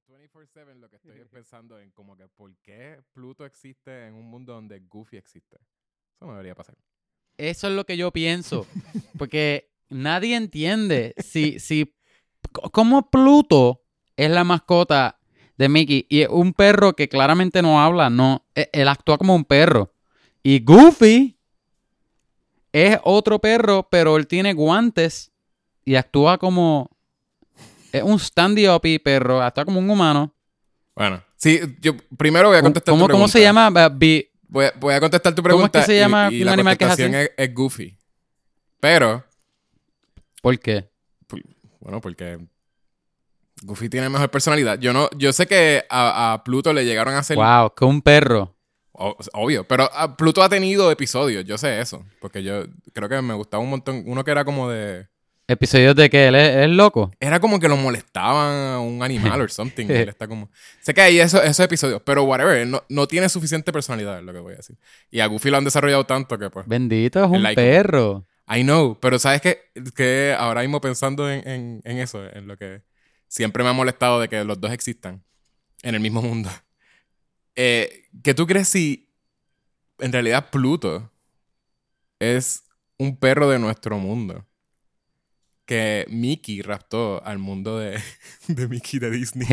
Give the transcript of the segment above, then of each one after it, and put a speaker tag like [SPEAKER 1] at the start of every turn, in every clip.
[SPEAKER 1] 24/7 lo que estoy es pensando en como que ¿por qué Pluto existe en un mundo donde Goofy existe? Eso no debería pasar.
[SPEAKER 2] Eso es lo que yo pienso. Porque nadie entiende cómo Pluto es la mascota de Mickey y es un perro que claramente no habla, no. Él actúa como un perro. Y Goofy es otro perro, pero él tiene guantes y actúa como... Es un stand-up perro, actúa como un humano.
[SPEAKER 1] Bueno, sí, yo primero voy a contestar tu pregunta.
[SPEAKER 2] ¿Cómo se llama?
[SPEAKER 1] Voy a contestar tu pregunta.
[SPEAKER 2] ¿Cómo es que se llama
[SPEAKER 1] y
[SPEAKER 2] un
[SPEAKER 1] la
[SPEAKER 2] animal que es así?
[SPEAKER 1] contestación es Goofy. Pero,
[SPEAKER 2] ¿Por qué?
[SPEAKER 1] bueno, porque Goofy tiene mejor personalidad. Yo sé que a Pluto le llegaron a hacer...
[SPEAKER 2] Wow, que un perro.
[SPEAKER 1] Obvio, pero Pluto ha tenido episodios, yo sé eso. Porque yo creo que me gustaba un montón. Uno que era como de...
[SPEAKER 2] ¿Episodios de que él es loco?
[SPEAKER 1] Era como que lo molestaban a un animal o something. Él está como... Sé que hay esos episodios, pero whatever. Él no tiene suficiente personalidad, es lo que voy a decir. Y a Goofy lo han desarrollado tanto que pues...
[SPEAKER 2] Bendito, es un
[SPEAKER 1] like
[SPEAKER 2] perro.
[SPEAKER 1] I know, pero ¿sabes qué? Que ahora mismo pensando en eso, en lo que siempre me ha molestado de que los dos existan en el mismo mundo. ¿Qué tú crees si en realidad Pluto es un perro de nuestro mundo? Que Mickey raptó al mundo de Mickey de Disney.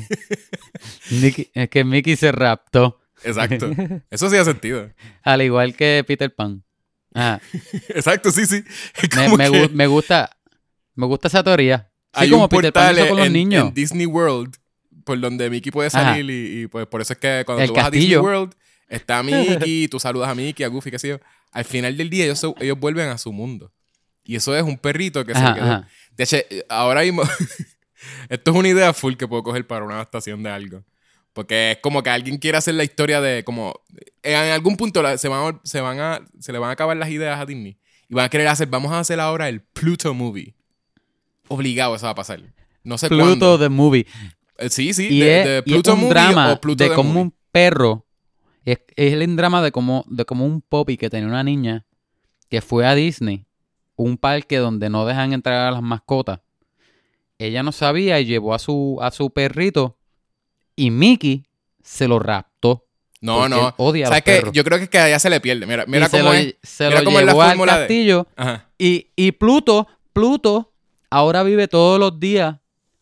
[SPEAKER 2] Es que Mickey se raptó.
[SPEAKER 1] Exacto. Eso sí ha sentido.
[SPEAKER 2] Al igual que Peter Pan. Ajá.
[SPEAKER 1] Exacto, sí. Es
[SPEAKER 2] Me,
[SPEAKER 1] como
[SPEAKER 2] me
[SPEAKER 1] que
[SPEAKER 2] gu- me gusta esa teoría. Sí,
[SPEAKER 1] hay
[SPEAKER 2] como
[SPEAKER 1] un
[SPEAKER 2] Peter Pan
[SPEAKER 1] portal
[SPEAKER 2] hizo con los niños.
[SPEAKER 1] en Disney World por donde Mickey puede
[SPEAKER 2] Ajá.
[SPEAKER 1] salir y pues por eso es que cuando
[SPEAKER 2] El
[SPEAKER 1] tú vas a Disney
[SPEAKER 2] castillo.
[SPEAKER 1] World está Mickey, tú saludas a Mickey, a Goofy, qué sé yo. Al final del día ellos vuelven a su mundo. Y eso es un perrito que se
[SPEAKER 2] Ajá,
[SPEAKER 1] quedó.
[SPEAKER 2] ajá.
[SPEAKER 1] De hecho, ahora mismo esto es una idea full que puedo coger para una adaptación de algo. Porque es como que alguien quiere hacer la historia de como... En algún punto se le van a acabar las ideas a Disney. Y van a querer vamos a hacer ahora el Pluto Movie. Obligado eso va a pasar. No sé
[SPEAKER 2] Pluto
[SPEAKER 1] cuándo.
[SPEAKER 2] the Movie.
[SPEAKER 1] Sí,
[SPEAKER 2] Y
[SPEAKER 1] de
[SPEAKER 2] es
[SPEAKER 1] Pluto
[SPEAKER 2] un
[SPEAKER 1] Movie
[SPEAKER 2] drama
[SPEAKER 1] o Pluto
[SPEAKER 2] de
[SPEAKER 1] the
[SPEAKER 2] como
[SPEAKER 1] Movie.
[SPEAKER 2] un perro. Es el drama de como un puppy que tenía una niña que fue a Disney, un parque donde no dejan entrar a las mascotas. Ella no sabía y llevó a su perrito y Mickey se lo raptó.
[SPEAKER 1] No,
[SPEAKER 2] porque
[SPEAKER 1] no.
[SPEAKER 2] él odia a los
[SPEAKER 1] ¿Sabes qué?
[SPEAKER 2] perros.
[SPEAKER 1] Yo creo que es que allá se le pierde. Mira
[SPEAKER 2] Y
[SPEAKER 1] cómo es.
[SPEAKER 2] se
[SPEAKER 1] Mira
[SPEAKER 2] lo
[SPEAKER 1] cómo es la
[SPEAKER 2] llevó al
[SPEAKER 1] fórmula de...
[SPEAKER 2] castillo.
[SPEAKER 1] Ajá.
[SPEAKER 2] Y Pluto ahora vive todos los días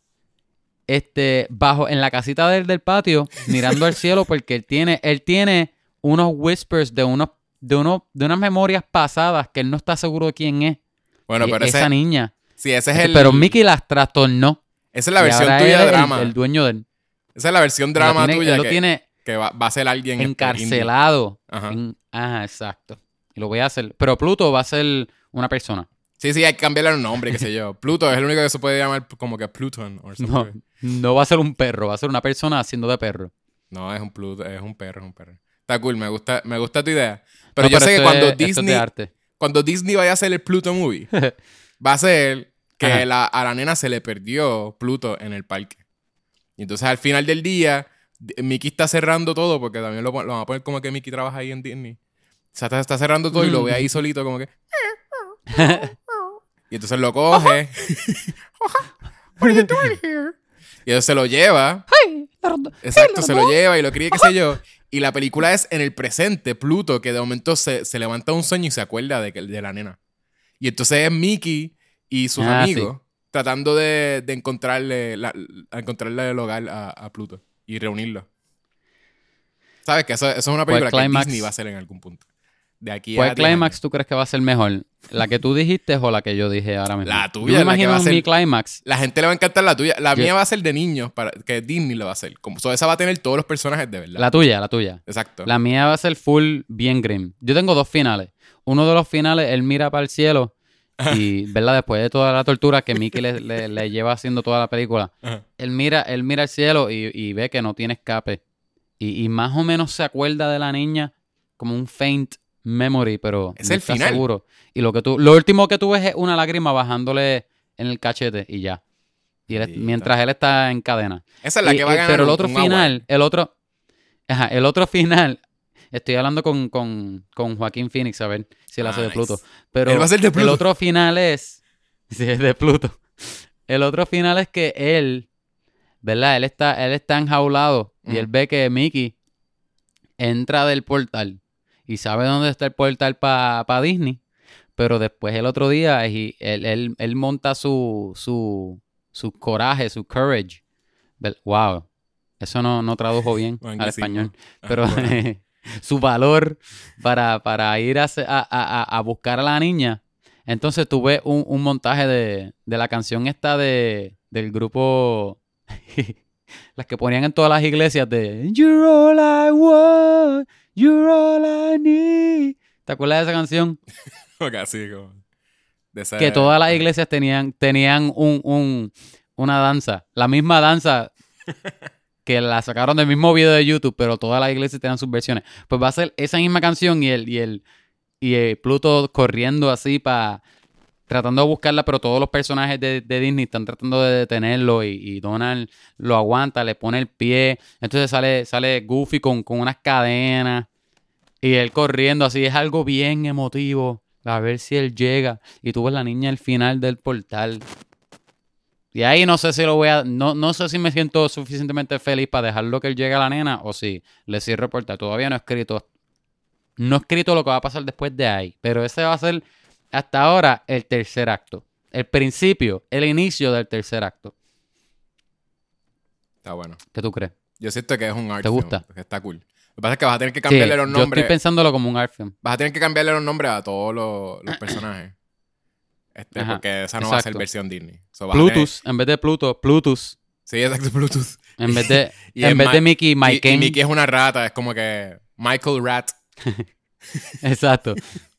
[SPEAKER 2] en la casita del patio, mirando al cielo, porque él tiene unos whispers de unas memorias pasadas que él no está seguro de quién es.
[SPEAKER 1] Bueno, pero
[SPEAKER 2] esa niña.
[SPEAKER 1] Sí, ese es el...
[SPEAKER 2] Pero Mickey las trastornó.
[SPEAKER 1] Esa es la
[SPEAKER 2] Y
[SPEAKER 1] versión
[SPEAKER 2] ahora
[SPEAKER 1] tuya
[SPEAKER 2] él
[SPEAKER 1] de
[SPEAKER 2] es
[SPEAKER 1] drama.
[SPEAKER 2] el dueño de él.
[SPEAKER 1] Esa es la versión drama tuya
[SPEAKER 2] Él lo tiene
[SPEAKER 1] que va a ser alguien
[SPEAKER 2] encarcelado.
[SPEAKER 1] Ajá.
[SPEAKER 2] Ajá, exacto. Y lo voy a hacer. Pero Pluto va a ser una persona.
[SPEAKER 1] Sí, hay que cambiarle el nombre, qué sé yo. Pluto es el único que se puede llamar como que Pluton o
[SPEAKER 2] No va a ser un perro, va a ser una persona haciendo de perro.
[SPEAKER 1] No, es un Pluto, es un perro. Está cool, me gusta tu idea. Pero yo sé que cuando Disney vaya a hacer el Pluto Movie, va a ser que a la nena se le perdió Pluto en el parque. Y entonces al final del día, Mickey está cerrando todo, porque también lo van a poner como que Mickey trabaja ahí en Disney. O sea, está cerrando todo y lo ve ahí solito como que... Y entonces lo coge. What are you doing here? Y entonces se lo lleva. Exacto, se lo lleva y lo cría, qué sé yo. Y la película es en el presente, Pluto, que de momento se levanta un sueño y se acuerda de la nena. Y entonces es Mickey y sus amigos tratando de encontrarle el hogar a Pluto y reunirlo. ¿Sabes? Que eso es una película que Disney va a hacer en algún punto. De aquí
[SPEAKER 2] ¿Cuál
[SPEAKER 1] a
[SPEAKER 2] clímax tú crees que va a ser mejor? ¿La que tú dijiste o la que yo dije ahora mismo?
[SPEAKER 1] La tuya.
[SPEAKER 2] Yo me imagino mi clímax.
[SPEAKER 1] La gente le va a encantar la tuya. La mía va a ser de niños, que Disney lo va a hacer. Esa va a tener todos los personajes de verdad.
[SPEAKER 2] La tuya.
[SPEAKER 1] Exacto.
[SPEAKER 2] La mía va a ser full bien grim. Yo tengo 2 finales. Uno de los finales, él mira para el cielo y, ¿verdad? Después de toda la tortura que Mickey le lleva haciendo toda la película, él mira al cielo y ve que no tiene escape. Y más o menos se acuerda de la niña como un faint memory, pero
[SPEAKER 1] es
[SPEAKER 2] no
[SPEAKER 1] el
[SPEAKER 2] está
[SPEAKER 1] final.
[SPEAKER 2] seguro. Y lo último que tú ves es una lágrima bajándole en el cachete y ya. Y mientras él está en cadena.
[SPEAKER 1] Esa es la que va a ganar.
[SPEAKER 2] Pero el otro final, el otro final, estoy hablando con Joaquín Phoenix a ver si él hace de Pluto. Pero
[SPEAKER 1] él va a ser de Pluto.
[SPEAKER 2] El otro final es... Sí, es de Pluto. El otro final es que él ¿verdad? Él está enjaulado y él ve que Mickey entra del portal y sabe dónde está el portal para Disney, pero después el otro día él monta su coraje, su courage. Wow, eso no tradujo bien al español, pero su valor para ir a buscar a la niña. Entonces tuve un montaje de la canción esta del grupo, las que ponían en todas las iglesias de You're all I want, you're all I need. ¿Te acuerdas de esa canción?
[SPEAKER 1] Así como
[SPEAKER 2] que todas las iglesias tenían una danza, la misma danza que la sacaron del mismo video de YouTube, pero todas las iglesias tenían sus versiones. Pues va a ser esa misma canción y el Pluto corriendo así tratando de buscarla, pero todos los personajes de Disney están tratando de detenerlo y Donald lo aguanta, le pone el pie. Entonces sale Goofy con unas cadenas y él corriendo así. Es algo bien emotivo. A ver si él llega. Y tú ves la niña al final del portal. Y ahí no sé si no sé si me siento suficientemente feliz para dejarlo que él llegue a la nena o si le cierro el portal. Todavía no he escrito lo que va a pasar después de ahí. Pero ese va a ser hasta ahora el tercer acto. El principio, el inicio del tercer acto.
[SPEAKER 1] Está bueno.
[SPEAKER 2] ¿Qué tú crees?
[SPEAKER 1] Yo siento que es un art
[SPEAKER 2] ¿Te gusta?
[SPEAKER 1] Film, que está cool. Lo que pasa es que vas a tener que cambiarle los nombres.
[SPEAKER 2] Yo estoy pensándolo como un art film.
[SPEAKER 1] Vas a tener que cambiarle los nombres a todos los personajes. Porque esa no va a ser versión Disney.
[SPEAKER 2] Plutus, en vez de Pluto, Plutus.
[SPEAKER 1] Sí, exacto, Plutus.
[SPEAKER 2] En vez de Mickey, Mike.
[SPEAKER 1] Y Mickey es una rata, es como que Michael Rat.
[SPEAKER 2] Exacto.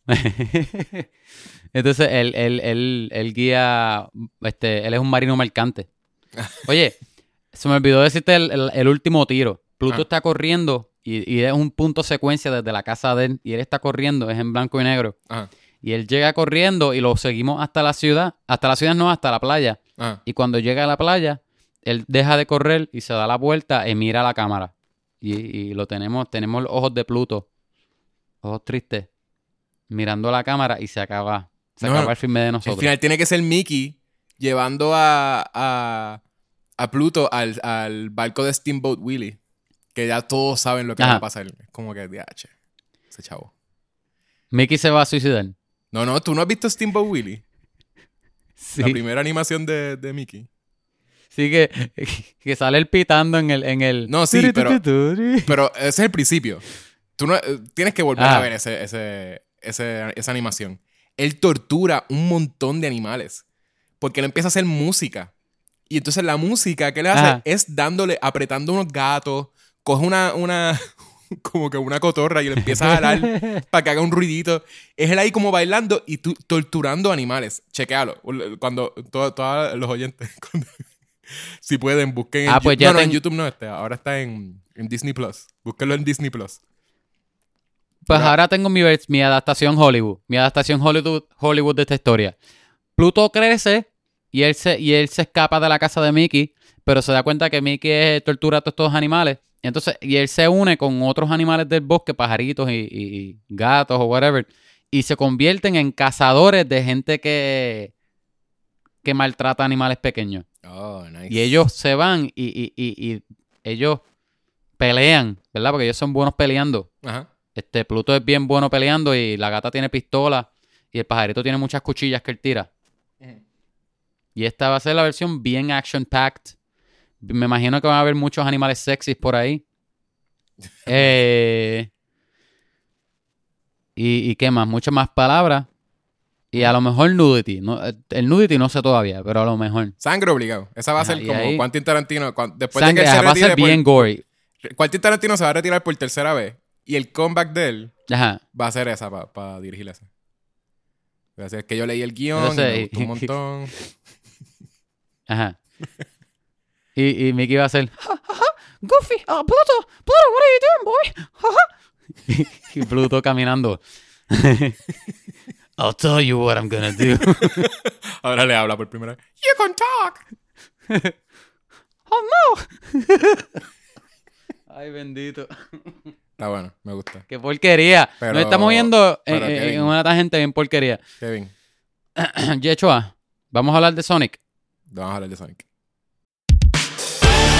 [SPEAKER 2] Entonces, él guía, él es un marino mercante. Oye, se me olvidó decirte el último tiro. Pluto está corriendo y es un punto secuencia desde la casa de él y él está corriendo, es en blanco y negro.
[SPEAKER 1] Ajá.
[SPEAKER 2] Y él llega corriendo y lo seguimos hasta la ciudad. Hasta la ciudad no, hasta la playa.
[SPEAKER 1] Ajá.
[SPEAKER 2] Y cuando llega a la playa, él deja de correr y se da la vuelta y mira a la cámara. Y lo tenemos los ojos de Pluto. Ojos tristes. Mirando a la cámara y se acaba el filme de nosotros.
[SPEAKER 1] Al final tiene que ser Mickey llevando a Pluto al barco de Steamboat Willie. Que ya todos saben lo que va a pasar. Es como que, DH, ese chavo.
[SPEAKER 2] Mickey se va a suicidar.
[SPEAKER 1] No, ¿tú no has visto Steamboat Willie?
[SPEAKER 2] Sí.
[SPEAKER 1] La primera animación de Mickey.
[SPEAKER 2] Sí, que sale el pitando en el...
[SPEAKER 1] No, sí, pero ese es el principio. Tú no, tienes que volver a ver esa animación. Él tortura un montón de animales. Porque él empieza a hacer música. Y entonces la música que él hace es apretando unos gatos. Coge como que una cotorra y le empieza a jalar para que haga un ruidito. Es él ahí como bailando y torturando animales. Chequéalo. Cuando todos los oyentes, si pueden, busquen en
[SPEAKER 2] pues
[SPEAKER 1] YouTube. En YouTube no ahora está en Disney Plus. Búsquenlo en Disney Plus.
[SPEAKER 2] Pues ahora tengo mi adaptación Hollywood. Mi adaptación Hollywood de esta historia. Pluto crece y él se escapa de la casa de Mickey, pero se da cuenta que Mickey tortura a todos estos animales. Entonces, y él se une con otros animales del bosque, pajaritos y gatos o whatever, y se convierten en cazadores de gente que maltrata animales pequeños.
[SPEAKER 1] Oh, nice.
[SPEAKER 2] Y ellos se van y ellos pelean, ¿verdad? Porque ellos son buenos peleando.
[SPEAKER 1] Ajá.
[SPEAKER 2] Pluto es bien bueno peleando y la gata tiene pistola y el pajarito tiene muchas cuchillas que él tira. Y esta va a ser la versión bien action-packed. Me imagino que van a haber muchos animales sexys por ahí. ¿Y qué más? Muchas más palabras. Y a lo mejor nudity. El nudity no sé todavía, pero a lo mejor.
[SPEAKER 1] Sangre obligado. Esa va a ser como Quentin Tarantino. Después
[SPEAKER 2] sangre,
[SPEAKER 1] de que él se
[SPEAKER 2] va a ser bien gory.
[SPEAKER 1] Quentin Tarantino se va a retirar por tercera vez. Y el comeback de él va a ser esa para dirigir esa. Va a ser que yo leí el guión y me gustó un montón.
[SPEAKER 2] Ajá. Y Mickey va a hacer Goofy, Pluto, what are you doing, boy? Y Pluto caminando. I'll tell you what I'm gonna do.
[SPEAKER 1] Ahora le habla por primera vez. You can talk.
[SPEAKER 2] Oh no. Ay, bendito.
[SPEAKER 1] Está bueno, me gusta.
[SPEAKER 2] Qué porquería. Nos estamos yendo en una tangente bien porquería.
[SPEAKER 1] Kevin.
[SPEAKER 2] Yechoa, vamos a hablar de Sonic.
[SPEAKER 1] Vamos a hablar de Sonic.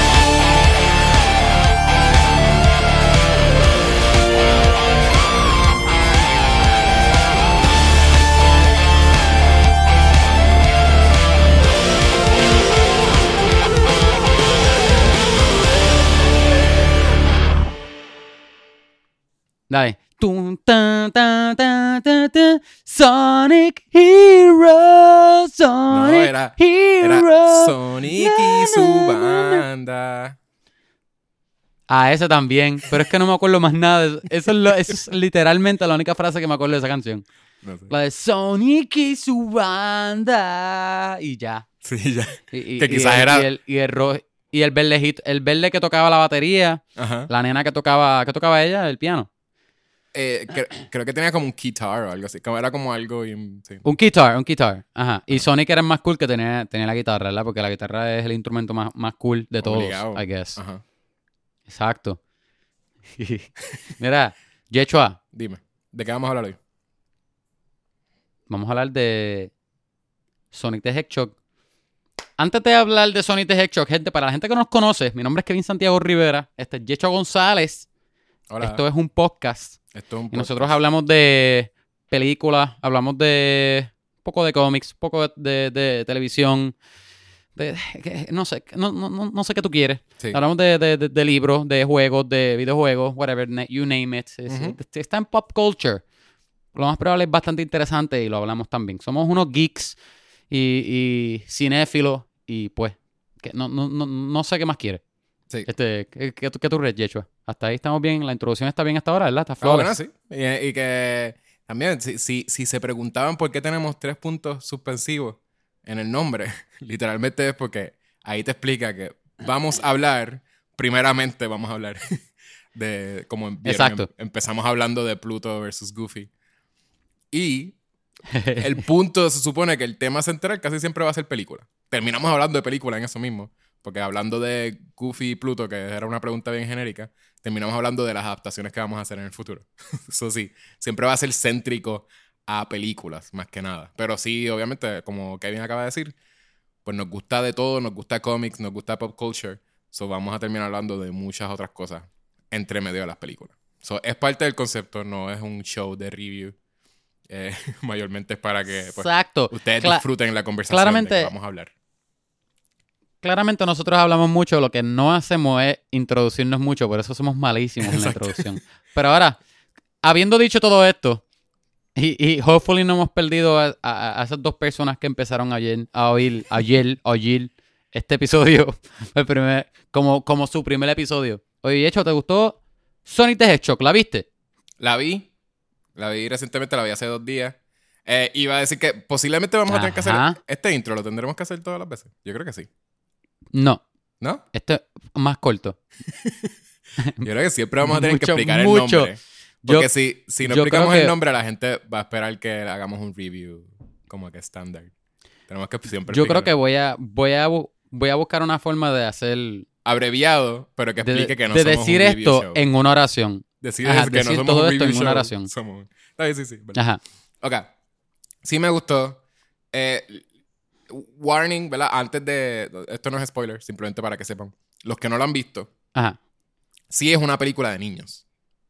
[SPEAKER 2] Dale. Tun, tan, tan, tan, tan, tan. Sonic Hero, Sonic
[SPEAKER 1] No, era
[SPEAKER 2] Hero.
[SPEAKER 1] Sonic y su banda.
[SPEAKER 2] Ah, ese también. Pero es que no me acuerdo más nada de eso. Eso es literalmente la única frase que me acuerdo de esa canción.
[SPEAKER 1] No sé.
[SPEAKER 2] La de Sonic y su banda. Y ya.
[SPEAKER 1] Sí, ya.
[SPEAKER 2] Y
[SPEAKER 1] Que quizás era...
[SPEAKER 2] Y el rojo. Y el verdejito, el verde que tocaba la batería.
[SPEAKER 1] Ajá.
[SPEAKER 2] La nena que tocaba. ¿Qué tocaba ella? El piano.
[SPEAKER 1] Creo que tenía como un guitar o algo así. Era como algo... sí.
[SPEAKER 2] Un guitar. Ajá. Y Sonic era el más cool que tenía la guitarra, ¿verdad? Porque la guitarra es el instrumento más cool de todos,
[SPEAKER 1] Obligado.
[SPEAKER 2] I guess.
[SPEAKER 1] Ajá.
[SPEAKER 2] Exacto. Mira, Yechua,
[SPEAKER 1] Dime, ¿de qué vamos a hablar hoy?
[SPEAKER 2] vamos a hablar de Sonic the Hedgehog. Antes de hablar de Sonic the Hedgehog, gente, para la gente que nos conoce, mi nombre es Kevin Santiago Rivera, este es Yechua González.
[SPEAKER 1] Hola.
[SPEAKER 2] Esto es un podcast.
[SPEAKER 1] Esto es un
[SPEAKER 2] Y nosotros hablamos de películas, hablamos de un poco de cómics, un poco de televisión, no sé qué tú quieres.
[SPEAKER 1] Sí.
[SPEAKER 2] Hablamos de libros, de juegos, de videojuegos, whatever, you name it. Está en pop culture. Lo más probable es bastante interesante y lo hablamos también. Somos unos geeks y cinéfilos y pues que no sé qué más quieres.
[SPEAKER 1] Sí.
[SPEAKER 2] ¿Qué tú crees, Yechua? Hasta ahí estamos bien, la introducción está bien hasta ahora, ¿verdad? Está
[SPEAKER 1] Bueno,
[SPEAKER 2] flawless.
[SPEAKER 1] sí. Y que también, si se preguntaban por qué tenemos 3 puntos suspensivos en el nombre, literalmente es porque ahí te explica que primeramente vamos a hablar de, como vieron,
[SPEAKER 2] Exacto.
[SPEAKER 1] empezamos hablando de Pluto versus Goofy. Y el punto, se supone que el tema central casi siempre va a ser película. Terminamos hablando de película en eso mismo. Porque hablando de Goofy y Pluto, que era una pregunta bien genérica, terminamos hablando de las adaptaciones que vamos a hacer en el futuro. Eso sí, siempre va a ser céntrico a películas, más que nada. Pero sí, obviamente, como Kevin acaba de decir, pues nos gusta de todo, nos gusta cómics, nos gusta pop culture. So vamos a terminar hablando de muchas otras cosas entre medio de las películas. So es parte del concepto, no es un show de review. Mayormente es para que pues,
[SPEAKER 2] Exacto.
[SPEAKER 1] ustedes disfruten la conversación
[SPEAKER 2] claramente,
[SPEAKER 1] de que vamos a hablar.
[SPEAKER 2] Claramente nosotros hablamos mucho, lo que no hacemos es introducirnos mucho, por eso somos malísimos en la introducción. Pero ahora, habiendo dicho todo esto, y hopefully no hemos perdido a esas 2 personas que empezaron a oír este episodio, como su primer episodio. Oye, Hecho, ¿te gustó Sonic the Hedgehog? ¿La viste?
[SPEAKER 1] La vi recientemente, la vi hace 2 días. Iba a decir que posiblemente vamos a tener que hacer este intro, lo tendremos que hacer todas las veces. Yo creo que sí.
[SPEAKER 2] No.
[SPEAKER 1] ¿No?
[SPEAKER 2] Este es más corto.
[SPEAKER 1] Yo creo que siempre vamos a tener que explicar el nombre. Porque si no explicamos el nombre, la gente va a esperar que hagamos un review como que estándar. Tenemos que siempre
[SPEAKER 2] Yo creo que voy a buscar una forma de hacer...
[SPEAKER 1] abreviado, pero que explique que no somos un review show.
[SPEAKER 2] De decir esto en una oración.
[SPEAKER 1] Decir que no somos
[SPEAKER 2] todo
[SPEAKER 1] un
[SPEAKER 2] esto en
[SPEAKER 1] review
[SPEAKER 2] una
[SPEAKER 1] show.
[SPEAKER 2] oración.
[SPEAKER 1] Sí. ¿Verdad?
[SPEAKER 2] Ajá.
[SPEAKER 1] Ok. Sí me gustó. Warning, ¿verdad? Antes de... Esto no es spoiler, simplemente para que sepan. Los que no lo han visto.
[SPEAKER 2] Ajá.
[SPEAKER 1] Sí es una película de niños.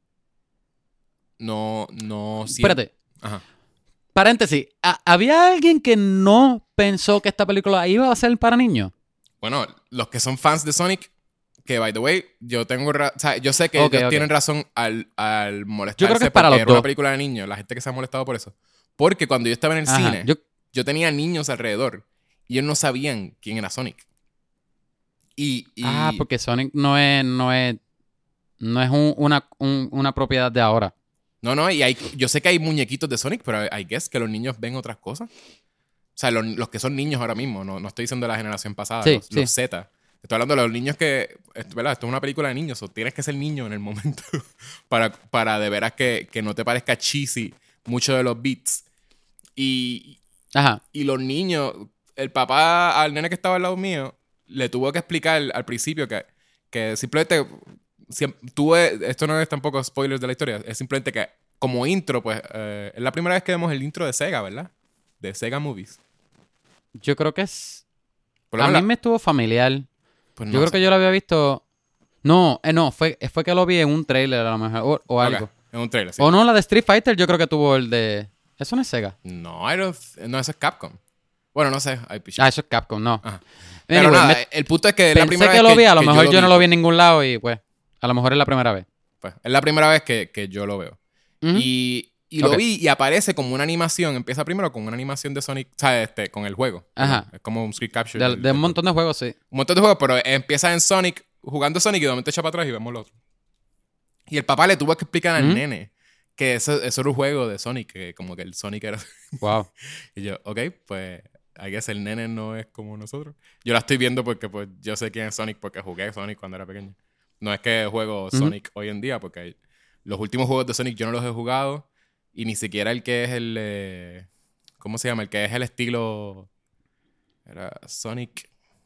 [SPEAKER 1] No...
[SPEAKER 2] Espérate.
[SPEAKER 1] Ajá.
[SPEAKER 2] Paréntesis. ¿Había alguien que no pensó que esta película iba a ser para niños?
[SPEAKER 1] Bueno, los que son fans de Sonic, que by the way, yo sé que ellos tienen razón al molestarse.
[SPEAKER 2] Yo creo que es para
[SPEAKER 1] porque
[SPEAKER 2] los
[SPEAKER 1] era una
[SPEAKER 2] dos.
[SPEAKER 1] película de niños. La gente que se ha molestado por eso. Porque cuando yo estaba en el cine, yo tenía niños alrededor y ellos no sabían quién era Sonic.
[SPEAKER 2] Porque Sonic no es una propiedad de ahora.
[SPEAKER 1] No, y yo sé que hay muñequitos de Sonic, pero I guess que los niños ven otras cosas. O sea, los que son niños ahora mismo, no estoy diciendo de la generación pasada, los Z. Estoy hablando de los niños que, ¿verdad? Esto es una película de niños, o tienes que ser niño en el momento para de veras que no te parezca cheesy mucho de los beats. Y los niños, el papá al nene que estaba al lado mío, le tuvo que explicar al principio que simplemente... esto no es tampoco spoilers de la historia, es simplemente que como intro, pues, es la primera vez que vemos el intro de Sega, ¿verdad? De Sega Movies.
[SPEAKER 2] Yo creo que es... A mí me estuvo familiar.
[SPEAKER 1] Pues
[SPEAKER 2] yo creo que yo lo había visto... No, fue que lo vi en un trailer a lo mejor, o algo.
[SPEAKER 1] En un trailer, sí.
[SPEAKER 2] O no, la de Street Fighter yo creo que tuvo el de... ¿Eso no es Sega?
[SPEAKER 1] No, eso es Capcom. Bueno, no sé.
[SPEAKER 2] Eso es Capcom, no.
[SPEAKER 1] Ajá. Pero nada, el punto es que
[SPEAKER 2] pensé
[SPEAKER 1] la primera
[SPEAKER 2] que
[SPEAKER 1] vez
[SPEAKER 2] lo vi, a lo
[SPEAKER 1] que
[SPEAKER 2] mejor yo no lo vi
[SPEAKER 1] vi
[SPEAKER 2] en ningún lado y pues, a lo mejor es la primera vez.
[SPEAKER 1] pues es la primera vez que yo lo veo.
[SPEAKER 2] Ujú.
[SPEAKER 1] Y lo vi y aparece como una animación. Empieza primero con una animación de Sonic, ¿sabes? Con el juego.
[SPEAKER 2] Ajá.
[SPEAKER 1] Es como un screen capture.
[SPEAKER 2] De un montón de juegos, sí.
[SPEAKER 1] Un montón de juegos, pero empieza en Sonic, jugando Sonic y de momento echa para atrás y vemos lo otro. Y el papá le tuvo que explicar al nene que eso era un juego de Sonic, que como que el Sonic era...
[SPEAKER 2] Wow.
[SPEAKER 1] Y yo, ok, pues... I guess el nene no es como nosotros. Yo la estoy viendo porque pues yo sé quién es Sonic porque jugué Sonic cuando era pequeño. No es que juego Sonic hoy en día porque los últimos juegos de Sonic yo no los he jugado y ni siquiera el que es el... ¿cómo se llama? El que es el estilo... Era Sonic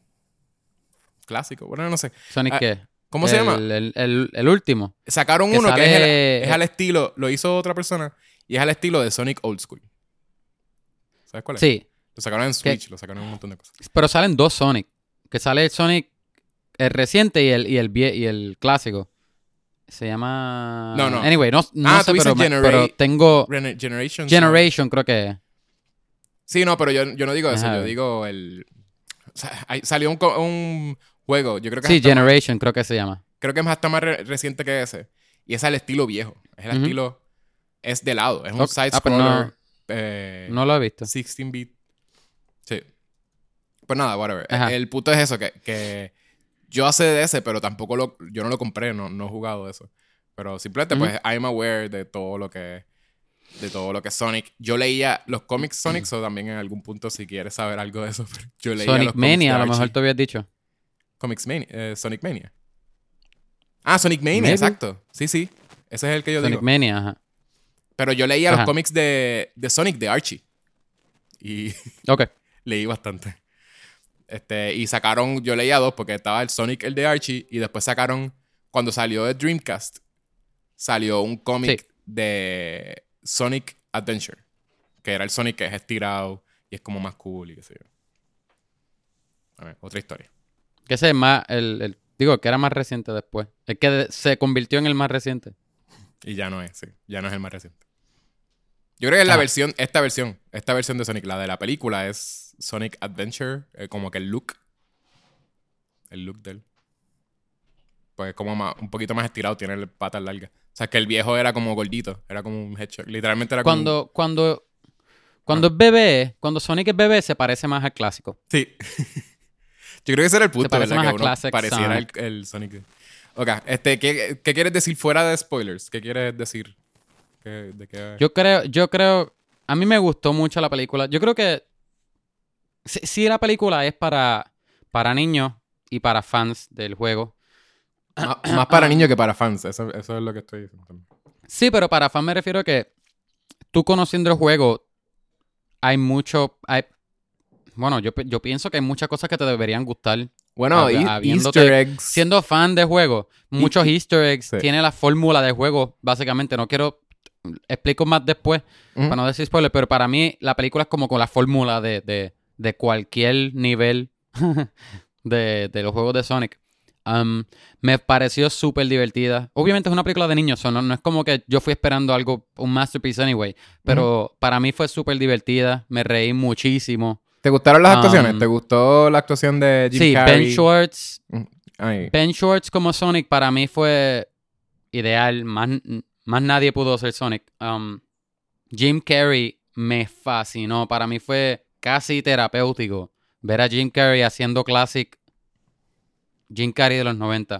[SPEAKER 1] clásico. Bueno, no sé.
[SPEAKER 2] ¿Sonic qué?
[SPEAKER 1] ¿Cómo se llama?
[SPEAKER 2] El último.
[SPEAKER 1] Sacaron
[SPEAKER 2] que
[SPEAKER 1] uno
[SPEAKER 2] sale...
[SPEAKER 1] que es al estilo... Lo hizo otra persona y es al estilo de Sonic Old School. ¿Sabes cuál es?
[SPEAKER 2] Sí.
[SPEAKER 1] Lo sacaron en Switch, lo sacaron en un montón de cosas.
[SPEAKER 2] Pero salen dos Sonic. Que sale el Sonic el reciente y el clásico. Se llama...
[SPEAKER 1] No.
[SPEAKER 2] Anyway, no sé, pero tengo...
[SPEAKER 1] Generation
[SPEAKER 2] creo que es.
[SPEAKER 1] Sí, no, pero yo no digo eso.
[SPEAKER 2] Ajá.
[SPEAKER 1] Yo digo el... O sea, salió un juego. Yo creo que
[SPEAKER 2] Sí,
[SPEAKER 1] es hasta
[SPEAKER 2] Generation creo que se llama.
[SPEAKER 1] creo que es hasta más reciente que ese. Y es al estilo viejo. Es el estilo... Es de lado. Es un side-scroller.
[SPEAKER 2] No lo he visto.
[SPEAKER 1] 16-bit. Sí. Pues nada, whatever.
[SPEAKER 2] Ajá.
[SPEAKER 1] El punto es eso, que yo sé de ese, pero tampoco yo no lo compré, no he jugado eso. Pero simplemente, pues, I'm aware de todo lo que es Sonic. Yo leía los cómics Sonic, o también en algún punto, si quieres saber algo de eso, yo leía
[SPEAKER 2] Sonic
[SPEAKER 1] los cómics
[SPEAKER 2] Mania,
[SPEAKER 1] de
[SPEAKER 2] a lo
[SPEAKER 1] Archie.
[SPEAKER 2] mejor te habías dicho.
[SPEAKER 1] Comics Mania, Sonic Mania. Ah, Sonic Mania,
[SPEAKER 2] Maybe.
[SPEAKER 1] exacto. Sí. Ese es el que yo
[SPEAKER 2] Sonic
[SPEAKER 1] digo.
[SPEAKER 2] Mania, ajá.
[SPEAKER 1] Pero yo leía
[SPEAKER 2] Ajá.
[SPEAKER 1] los cómics de Sonic de Archie. Y
[SPEAKER 2] Ok.
[SPEAKER 1] leí bastante. Y sacaron, yo leía dos porque estaba el Sonic, el de Archie, y después sacaron, cuando salió de Dreamcast, salió un cómic de Sonic Adventure, que era el Sonic que es estirado y es como más cool y qué sé yo. A ver, otra historia.
[SPEAKER 2] Que ese es más, digo, que era más reciente después. Es que se convirtió en el más reciente.
[SPEAKER 1] Y ya no es, sí. Ya no es el más reciente. Yo creo que es la versión, esta versión de Sonic, la de la película, es Sonic Adventure, como que el look de él. Pues como un poquito más estirado, tiene patas largas. O sea, que el viejo era como gordito, era como un hedgehog. Literalmente era como...
[SPEAKER 2] Cuando es bebé, cuando Sonic es bebé, se parece más al clásico.
[SPEAKER 1] Sí. Yo creo que ese era el punto,
[SPEAKER 2] parece
[SPEAKER 1] ¿verdad?
[SPEAKER 2] más
[SPEAKER 1] Que
[SPEAKER 2] a
[SPEAKER 1] uno
[SPEAKER 2] Classic
[SPEAKER 1] pareciera
[SPEAKER 2] Sonic.
[SPEAKER 1] el Sonic. Ok, ¿qué quieres decir fuera de spoilers? ¿Qué quieres decir?
[SPEAKER 2] Yo creo, a mí me gustó mucho la película. Yo creo que sí la película es para niños y para fans del juego.
[SPEAKER 1] Más para niños que para fans, eso es lo que estoy diciendo también.
[SPEAKER 2] Sí, pero para fans me refiero a que tú conociendo el juego, bueno, yo pienso que hay muchas cosas que te deberían gustar.
[SPEAKER 1] Bueno, Easter eggs.
[SPEAKER 2] Siendo fan de juego, muchos Easter eggs.
[SPEAKER 1] Sí.
[SPEAKER 2] Tiene la fórmula de juego, básicamente. No quiero... Explico más después, para no decir spoiler, pero para mí la película es como con la fórmula de cualquier nivel de los juegos de Sonic. Me pareció súper divertida. Obviamente es una película de niños, no es como que yo fui esperando un masterpiece anyway, pero para mí fue súper divertida. Me reí muchísimo.
[SPEAKER 1] ¿Te gustaron las actuaciones? ¿Te gustó la actuación de Jim Carrey?
[SPEAKER 2] Ben Schwartz.
[SPEAKER 1] Ay.
[SPEAKER 2] Ben Schwartz como Sonic para mí fue ideal. Más nadie pudo ser Sonic. Jim Carrey me fascinó. Para mí fue casi terapéutico ver a Jim Carrey haciendo classic Jim Carrey de los 90.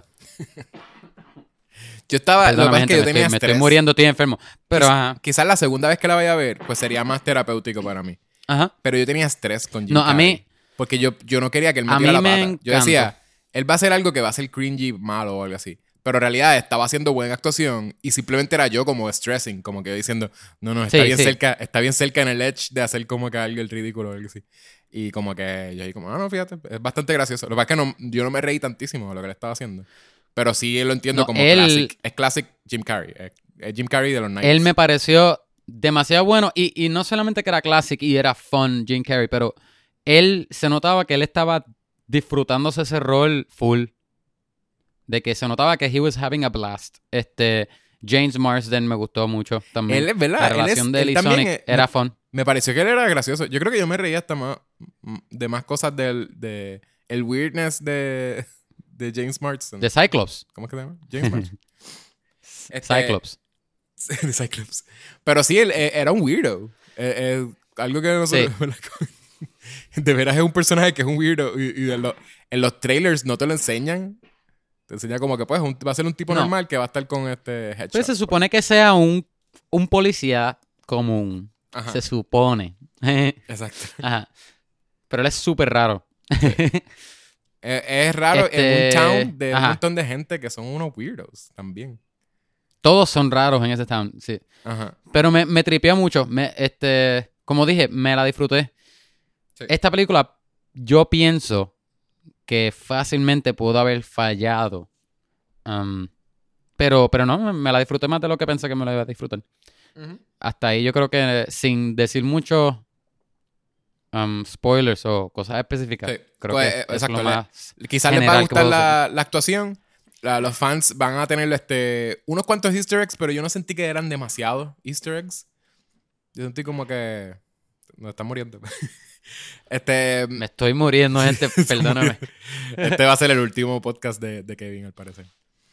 [SPEAKER 1] Yo estaba...
[SPEAKER 2] Perdóname,
[SPEAKER 1] lo que pasa es que yo
[SPEAKER 2] gente,
[SPEAKER 1] tenía
[SPEAKER 2] me
[SPEAKER 1] estrés.
[SPEAKER 2] estoy muriendo, estoy enfermo. Pero ajá.
[SPEAKER 1] Quizás la segunda vez que la vaya a ver, pues sería más terapéutico para mí.
[SPEAKER 2] Ajá.
[SPEAKER 1] Pero yo tenía estrés con Jim
[SPEAKER 2] No,
[SPEAKER 1] Carrey.
[SPEAKER 2] a mí...
[SPEAKER 1] Porque yo no quería que él me
[SPEAKER 2] A
[SPEAKER 1] tirara la
[SPEAKER 2] mí me
[SPEAKER 1] pata.
[SPEAKER 2] encantó.
[SPEAKER 1] Yo decía, él va a hacer algo que va a ser cringy, malo o algo así. Pero en realidad estaba haciendo buena actuación y simplemente era yo como stressing, como que diciendo, no, está bien cerca en el edge de hacer como que algo el ridículo o algo así. Y como que yo ahí como, no, fíjate, es bastante gracioso. Lo que pasa es que yo no me reí tantísimo de lo que le estaba haciendo. Pero sí lo entiendo como classic. Es classic Jim Carrey. Es Jim Carrey de los 90s.
[SPEAKER 2] Él me pareció demasiado bueno y no solamente que era classic y era fun Jim Carrey, pero él se notaba que él estaba disfrutándose ese rol full. De que se notaba que he was having a blast. James Marsden me gustó mucho también.
[SPEAKER 1] Él es verdad.
[SPEAKER 2] La relación de él y Sonic era fun.
[SPEAKER 1] Me pareció que él era gracioso. Yo creo que yo me reía hasta más de más cosas el weirdness de James Marsden.
[SPEAKER 2] De Cyclops.
[SPEAKER 1] ¿Cómo es que se llama? James Marsden.
[SPEAKER 2] Cyclops.
[SPEAKER 1] De Cyclops. Pero sí, él era un weirdo. Algo que no sé. De veras es un personaje que es un weirdo. Y en los trailers no te lo enseñan. Te enseña como que pues va a ser un tipo normal que va a estar con este headshot.
[SPEAKER 2] Pues se supone que sea un policía común. Ajá. Se supone.
[SPEAKER 1] Exacto.
[SPEAKER 2] Ajá. Pero él es súper raro.
[SPEAKER 1] Sí. Es raro en un town de un montón de gente que son unos weirdos también.
[SPEAKER 2] Todos son raros en ese town, sí.
[SPEAKER 1] Ajá.
[SPEAKER 2] Pero me tripeó mucho. Como dije, me la disfruté. Sí. Esta película, yo pienso que fácilmente pudo haber fallado. Pero no, me la disfruté más de lo que pensé que me la iba a disfrutar. Uh-huh. Hasta ahí yo creo que sin decir mucho spoilers o cosas específicas, sí. Creo pues, que exacto, es lo más
[SPEAKER 1] quizás les va a gustar la actuación. Los fans van a tener unos cuantos easter eggs, pero yo no sentí que eran demasiados easter eggs. Yo sentí como que nos están muriendo.
[SPEAKER 2] Me estoy muriendo, gente, perdóname.
[SPEAKER 1] Este va a ser el último podcast de Kevin, al parecer.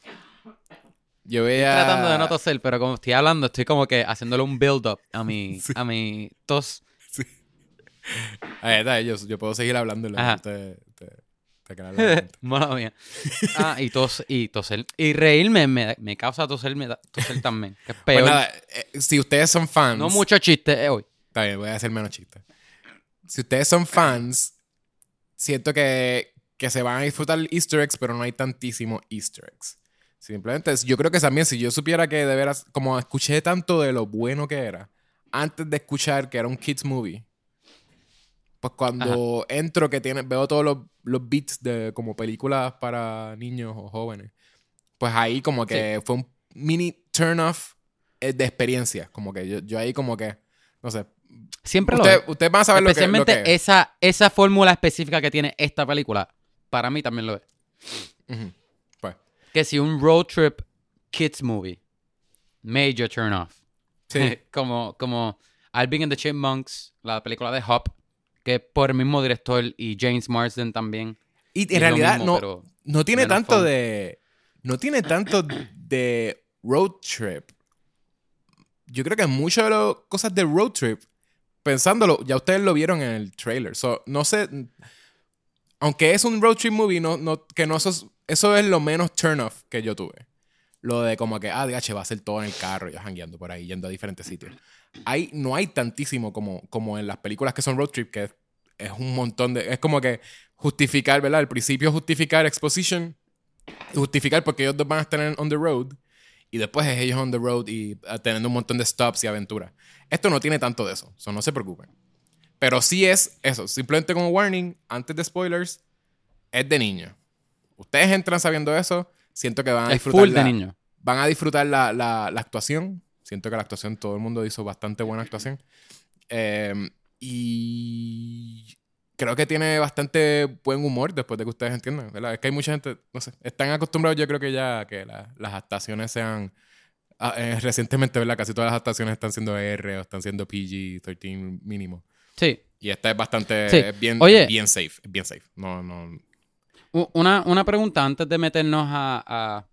[SPEAKER 1] Yo voy
[SPEAKER 2] estoy tratando de no toser, pero como estoy hablando, estoy como que haciéndole un build-up a mi tos.
[SPEAKER 1] Sí. Ahí está, yo puedo seguir hablando y te queda la
[SPEAKER 2] mala mía. Y toser. Y reírme me causa toser también. Que es peor.
[SPEAKER 1] Pues nada, si ustedes son fans...
[SPEAKER 2] No mucho chiste hoy.
[SPEAKER 1] Está bien, voy a hacer menos chistes. Si ustedes son fans, siento que se van a disfrutar easter eggs, pero no hay tantísimos easter eggs. Simplemente, yo creo que también si yo supiera que de veras, como escuché tanto de lo bueno que era, antes de escuchar que era un kids movie, pues cuando entro veo todos los beats de como películas para niños o jóvenes, pues ahí como que fue un mini turn off de experiencia. Como que yo ahí como que, no sé.
[SPEAKER 2] Siempre
[SPEAKER 1] ustedes van a saber
[SPEAKER 2] especialmente
[SPEAKER 1] lo que es.
[SPEAKER 2] esa fórmula específica que tiene esta película, para mí también lo es.
[SPEAKER 1] Uh-huh. Pues.
[SPEAKER 2] Que si un road trip kids movie, major turn off.
[SPEAKER 1] Sí.
[SPEAKER 2] como Alvin and the Chipmunks, la película de Hop, que es por el mismo director, y James Marsden también.
[SPEAKER 1] Y en realidad no tiene tanto de... No tiene tanto de road trip. Yo creo que muchas de las cosas de road trip, pensándolo, ya ustedes lo vieron en el trailer. So, no sé... Aunque es un road trip movie, eso es lo menos turn off que yo tuve. Lo de como que, DH va a ser todo en el carro, yo jangueando por ahí, yendo a diferentes sitios. No hay tantísimo como en las películas que son road trip, que es un montón de... Es como que justificar, ¿verdad? Al principio justificar exposition, justificar porque ellos dos van a estar on the road, y después es ellos on the road y teniendo un montón de stops y aventuras. Esto no tiene tanto de eso, no se preocupen. Pero sí es eso, simplemente como warning, antes de spoilers, es de niño. Ustedes entran sabiendo eso, siento que van a disfrutar.
[SPEAKER 2] Full de niño.
[SPEAKER 1] Van a disfrutar la actuación. Siento que la actuación, todo el mundo hizo bastante buena actuación. Y creo que tiene bastante buen humor después de que ustedes entiendan, ¿verdad? Es que hay mucha gente, no sé, están acostumbrados, yo creo que ya que las actuaciones sean... recientemente, ¿verdad? Casi todas las actuaciones están siendo R o están siendo PG-13 mínimo.
[SPEAKER 2] Sí.
[SPEAKER 1] Y esta es bastante...
[SPEAKER 2] Sí.
[SPEAKER 1] Es bien safe. Es bien safe. No...
[SPEAKER 2] Una pregunta antes de meternos a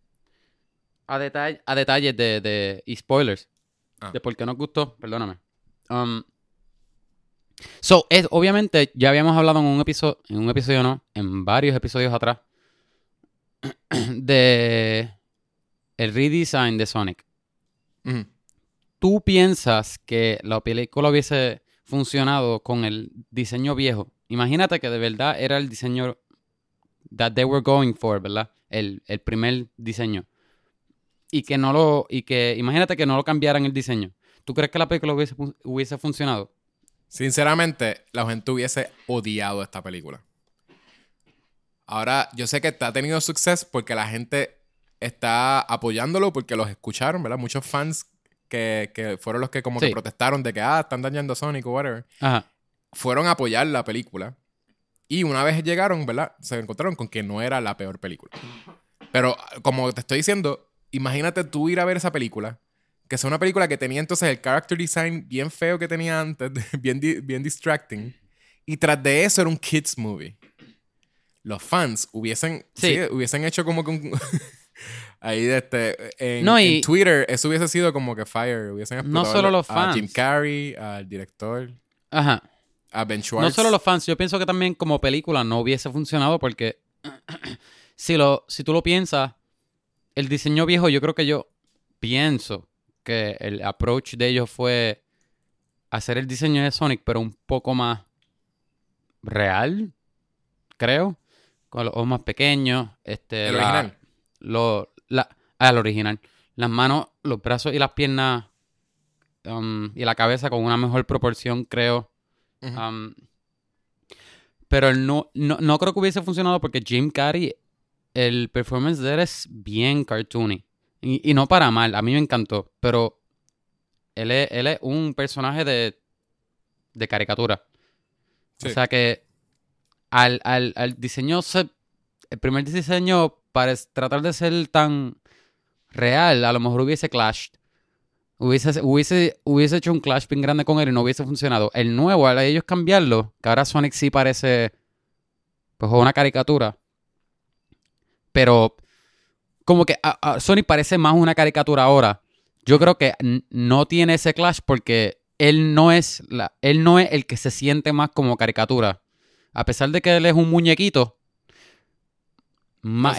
[SPEAKER 2] detalles y spoilers de por qué nos gustó. Perdóname. Obviamente ya habíamos hablado en varios episodios atrás de el redesign de Sonic.
[SPEAKER 1] Uh-huh.
[SPEAKER 2] ¿Tú piensas que la película hubiese funcionado con el diseño viejo? Imagínate que de verdad era el diseño that they were going for, ¿verdad? El primer diseño. Y que imagínate que no lo cambiaran el diseño. ¿Tú crees que la película hubiese funcionado?
[SPEAKER 1] Sinceramente, la gente hubiese odiado esta película. Ahora, yo sé que ha tenido suceso porque la gente está apoyándolo porque los escucharon, ¿verdad? Muchos fans que fueron los que como que protestaron de que están dañando a Sonic o whatever.
[SPEAKER 2] Ajá.
[SPEAKER 1] Fueron a apoyar la película. Y una vez llegaron, ¿verdad? Se encontraron con que no era la peor película. Pero, como te estoy diciendo, imagínate tú ir a ver esa película, que es una película que tenía entonces el character design bien feo que tenía antes, bien distracting, y tras de eso era un kids movie. Los fans hubiesen hecho como que Ahí
[SPEAKER 2] No,
[SPEAKER 1] en Twitter eso hubiese sido como que fire. Hubiesen
[SPEAKER 2] no
[SPEAKER 1] explotado
[SPEAKER 2] solo los
[SPEAKER 1] a
[SPEAKER 2] fans.
[SPEAKER 1] Jim Carrey, al director,
[SPEAKER 2] Ajá.
[SPEAKER 1] a Ben Schwartz.
[SPEAKER 2] No solo los fans, yo pienso que también como película no hubiese funcionado porque si tú lo piensas, el diseño viejo, yo pienso que el approach de ellos fue hacer el diseño de Sonic, pero un poco más real, creo. Con los ojos más pequeños.
[SPEAKER 1] El original.
[SPEAKER 2] El original. Las manos, los brazos y las piernas y la cabeza con una mejor proporción, creo.
[SPEAKER 1] Uh-huh.
[SPEAKER 2] Pero no creo que hubiese funcionado porque Jim Carrey, el performance de él es bien cartoony. Y no para mal, a mí me encantó. Pero él es un personaje de caricatura. Sí. O sea que al diseño, el primer diseño para tratar de ser tan real, a lo mejor hubiese clashed. Hubiese hecho un clash bien grande con él y no hubiese funcionado. El nuevo, al ellos cambiarlo, que ahora Sonic sí parece pues una caricatura. Pero como que Sonic parece más una caricatura ahora. Yo creo que no tiene ese clash porque él no es el que se siente más como caricatura. A pesar de que él es un muñequito, más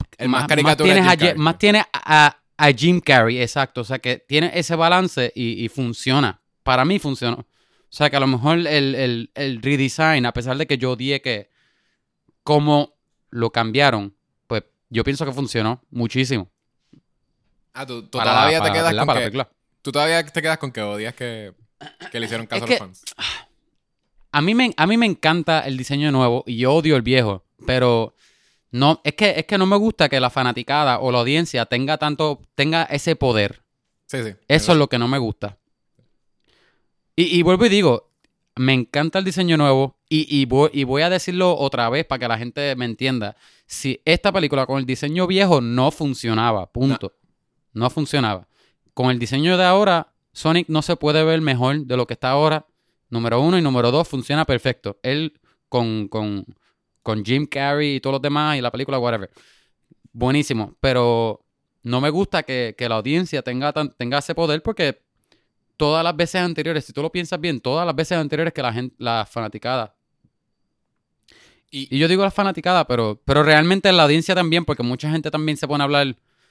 [SPEAKER 2] tiene a Jim Carrey, exacto. O sea, que tiene ese balance y funciona. Para mí funcionó. O sea, que a lo mejor el redesign, a pesar de que yo odié que cómo lo cambiaron, pues yo pienso que funcionó muchísimo.
[SPEAKER 1] Tú todavía te quedas con que... Tú todavía te quedas con que odias que le hicieron caso a los fans.
[SPEAKER 2] A mí me encanta el diseño nuevo y yo odio el viejo, pero... No, es que no me gusta que la fanaticada o la audiencia tenga ese poder.
[SPEAKER 1] Sí.
[SPEAKER 2] Eso es lo que no me gusta. Y vuelvo y digo, me encanta el diseño nuevo y voy a decirlo otra vez para que la gente me entienda. Si esta película con el diseño viejo no funcionaba, punto. No funcionaba. Con el diseño de ahora, Sonic no se puede ver mejor de lo que está ahora. Número 1 y número 2 funciona perfecto. Él con Jim Carrey y todos los demás y la película, whatever. Buenísimo. Pero no me gusta que la audiencia tenga ese poder porque todas las veces anteriores, si tú lo piensas bien, todas las veces anteriores que la fanaticada. Y yo digo la fanaticada, pero realmente la audiencia también, porque mucha gente también se pone a hablar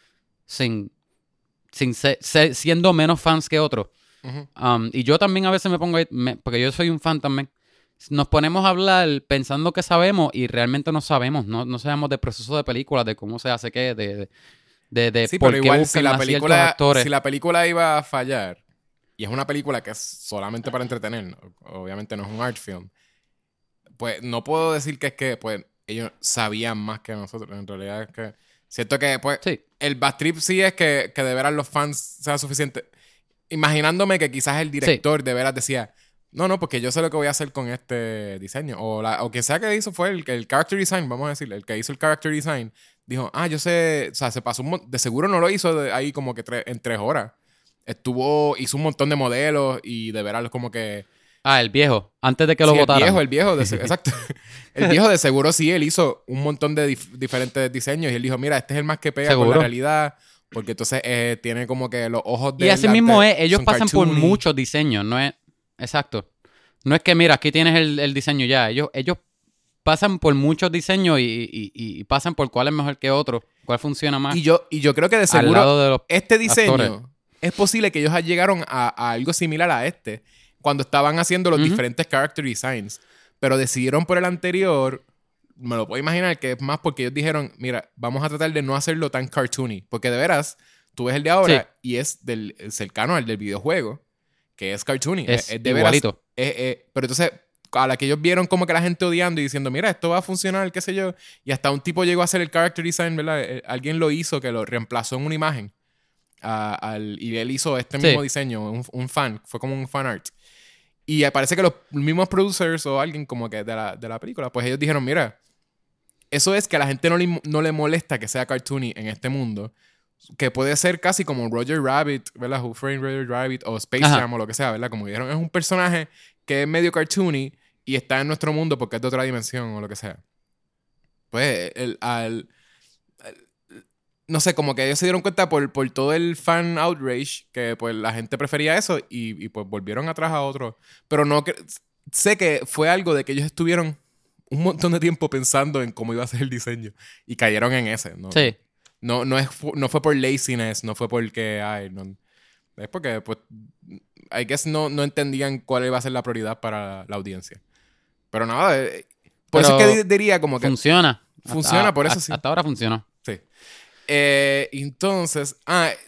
[SPEAKER 2] siendo menos fans que otros. Uh-huh. Y yo también a veces me pongo, porque yo soy un fan también. Nos ponemos a hablar pensando que sabemos y realmente no sabemos, no sabemos del proceso de película, de cómo se hace qué, de
[SPEAKER 1] sí,
[SPEAKER 2] por
[SPEAKER 1] pero
[SPEAKER 2] qué
[SPEAKER 1] igual
[SPEAKER 2] buscan a ciertos actores.
[SPEAKER 1] Si la película iba a fallar, y es una película que es solamente para entretener, obviamente no es un art film, pues no puedo decir que es que pues ellos sabían más que nosotros, en realidad es que siento que pues sí. El bad trip sí es que de veras los fans sean suficientes, imaginándome que quizás el director de veras decía no, porque yo sé lo que voy a hacer con este diseño. O quien sea que hizo fue el character design, vamos a decir. El que hizo el character design dijo, yo sé, o sea, se pasó de seguro no lo hizo ahí como que en 3 horas. Hizo un montón de modelos y de verlos como que...
[SPEAKER 2] el viejo, antes de que lo votaran.
[SPEAKER 1] El viejo, exacto. El viejo de seguro sí, él hizo un montón de diferentes diseños y él dijo, mira, este es el más que pega con la realidad. Porque entonces tiene como que los ojos de...
[SPEAKER 2] Y así mismo ellos pasan por muchos diseños, no es... Exacto. No es que, mira, aquí tienes el diseño ya. Ellos pasan por muchos diseños y pasan por cuál es mejor que otro, cuál funciona más.
[SPEAKER 1] Y yo creo que de seguro este diseño actores. Es posible que ellos llegaron a algo similar a este cuando estaban haciendo los diferentes character designs. Pero decidieron por el anterior, me lo puedo imaginar que es más porque ellos dijeron, mira, vamos a tratar de no hacerlo tan cartoony. Porque de veras, tú ves el de ahora y es cercano al del videojuego. Que es cartoony.
[SPEAKER 2] Es de igualito.
[SPEAKER 1] Veras, pero entonces, a la que ellos vieron como que la gente odiando y diciendo, mira, esto va a funcionar, qué sé yo. Y hasta un tipo llegó a hacer el character design, ¿verdad? Alguien lo hizo, que lo reemplazó en una imagen. Y él hizo este mismo diseño, un fan. Fue como un fan art. Y parece que los mismos producers o alguien como que de la película, pues ellos dijeron, mira, eso es que a la gente no le molesta que sea cartoony en este mundo. Que puede ser casi como Roger Rabbit, ¿verdad? Who Framed Roger Rabbit o Space Jam o lo que sea, ¿verdad? Como dijeron, es un personaje que es medio cartoony y está en nuestro mundo porque es de otra dimensión o lo que sea. Pues no sé, como que ellos se dieron cuenta por todo el fan outrage que pues la gente prefería eso y pues volvieron atrás a otro. Pero no sé que fue algo de que ellos estuvieron un montón de tiempo pensando en cómo iba a ser el diseño y cayeron en ese, ¿no?
[SPEAKER 2] Sí.
[SPEAKER 1] No fue por laziness, no fue porque, no. Es porque, pues, I guess no entendían cuál iba a ser la prioridad para la audiencia. Pero nada, por eso es que diría como que...
[SPEAKER 2] Funciona.
[SPEAKER 1] Funciona, por eso sí.
[SPEAKER 2] Hasta ahora funcionó.
[SPEAKER 1] Sí. Entonces,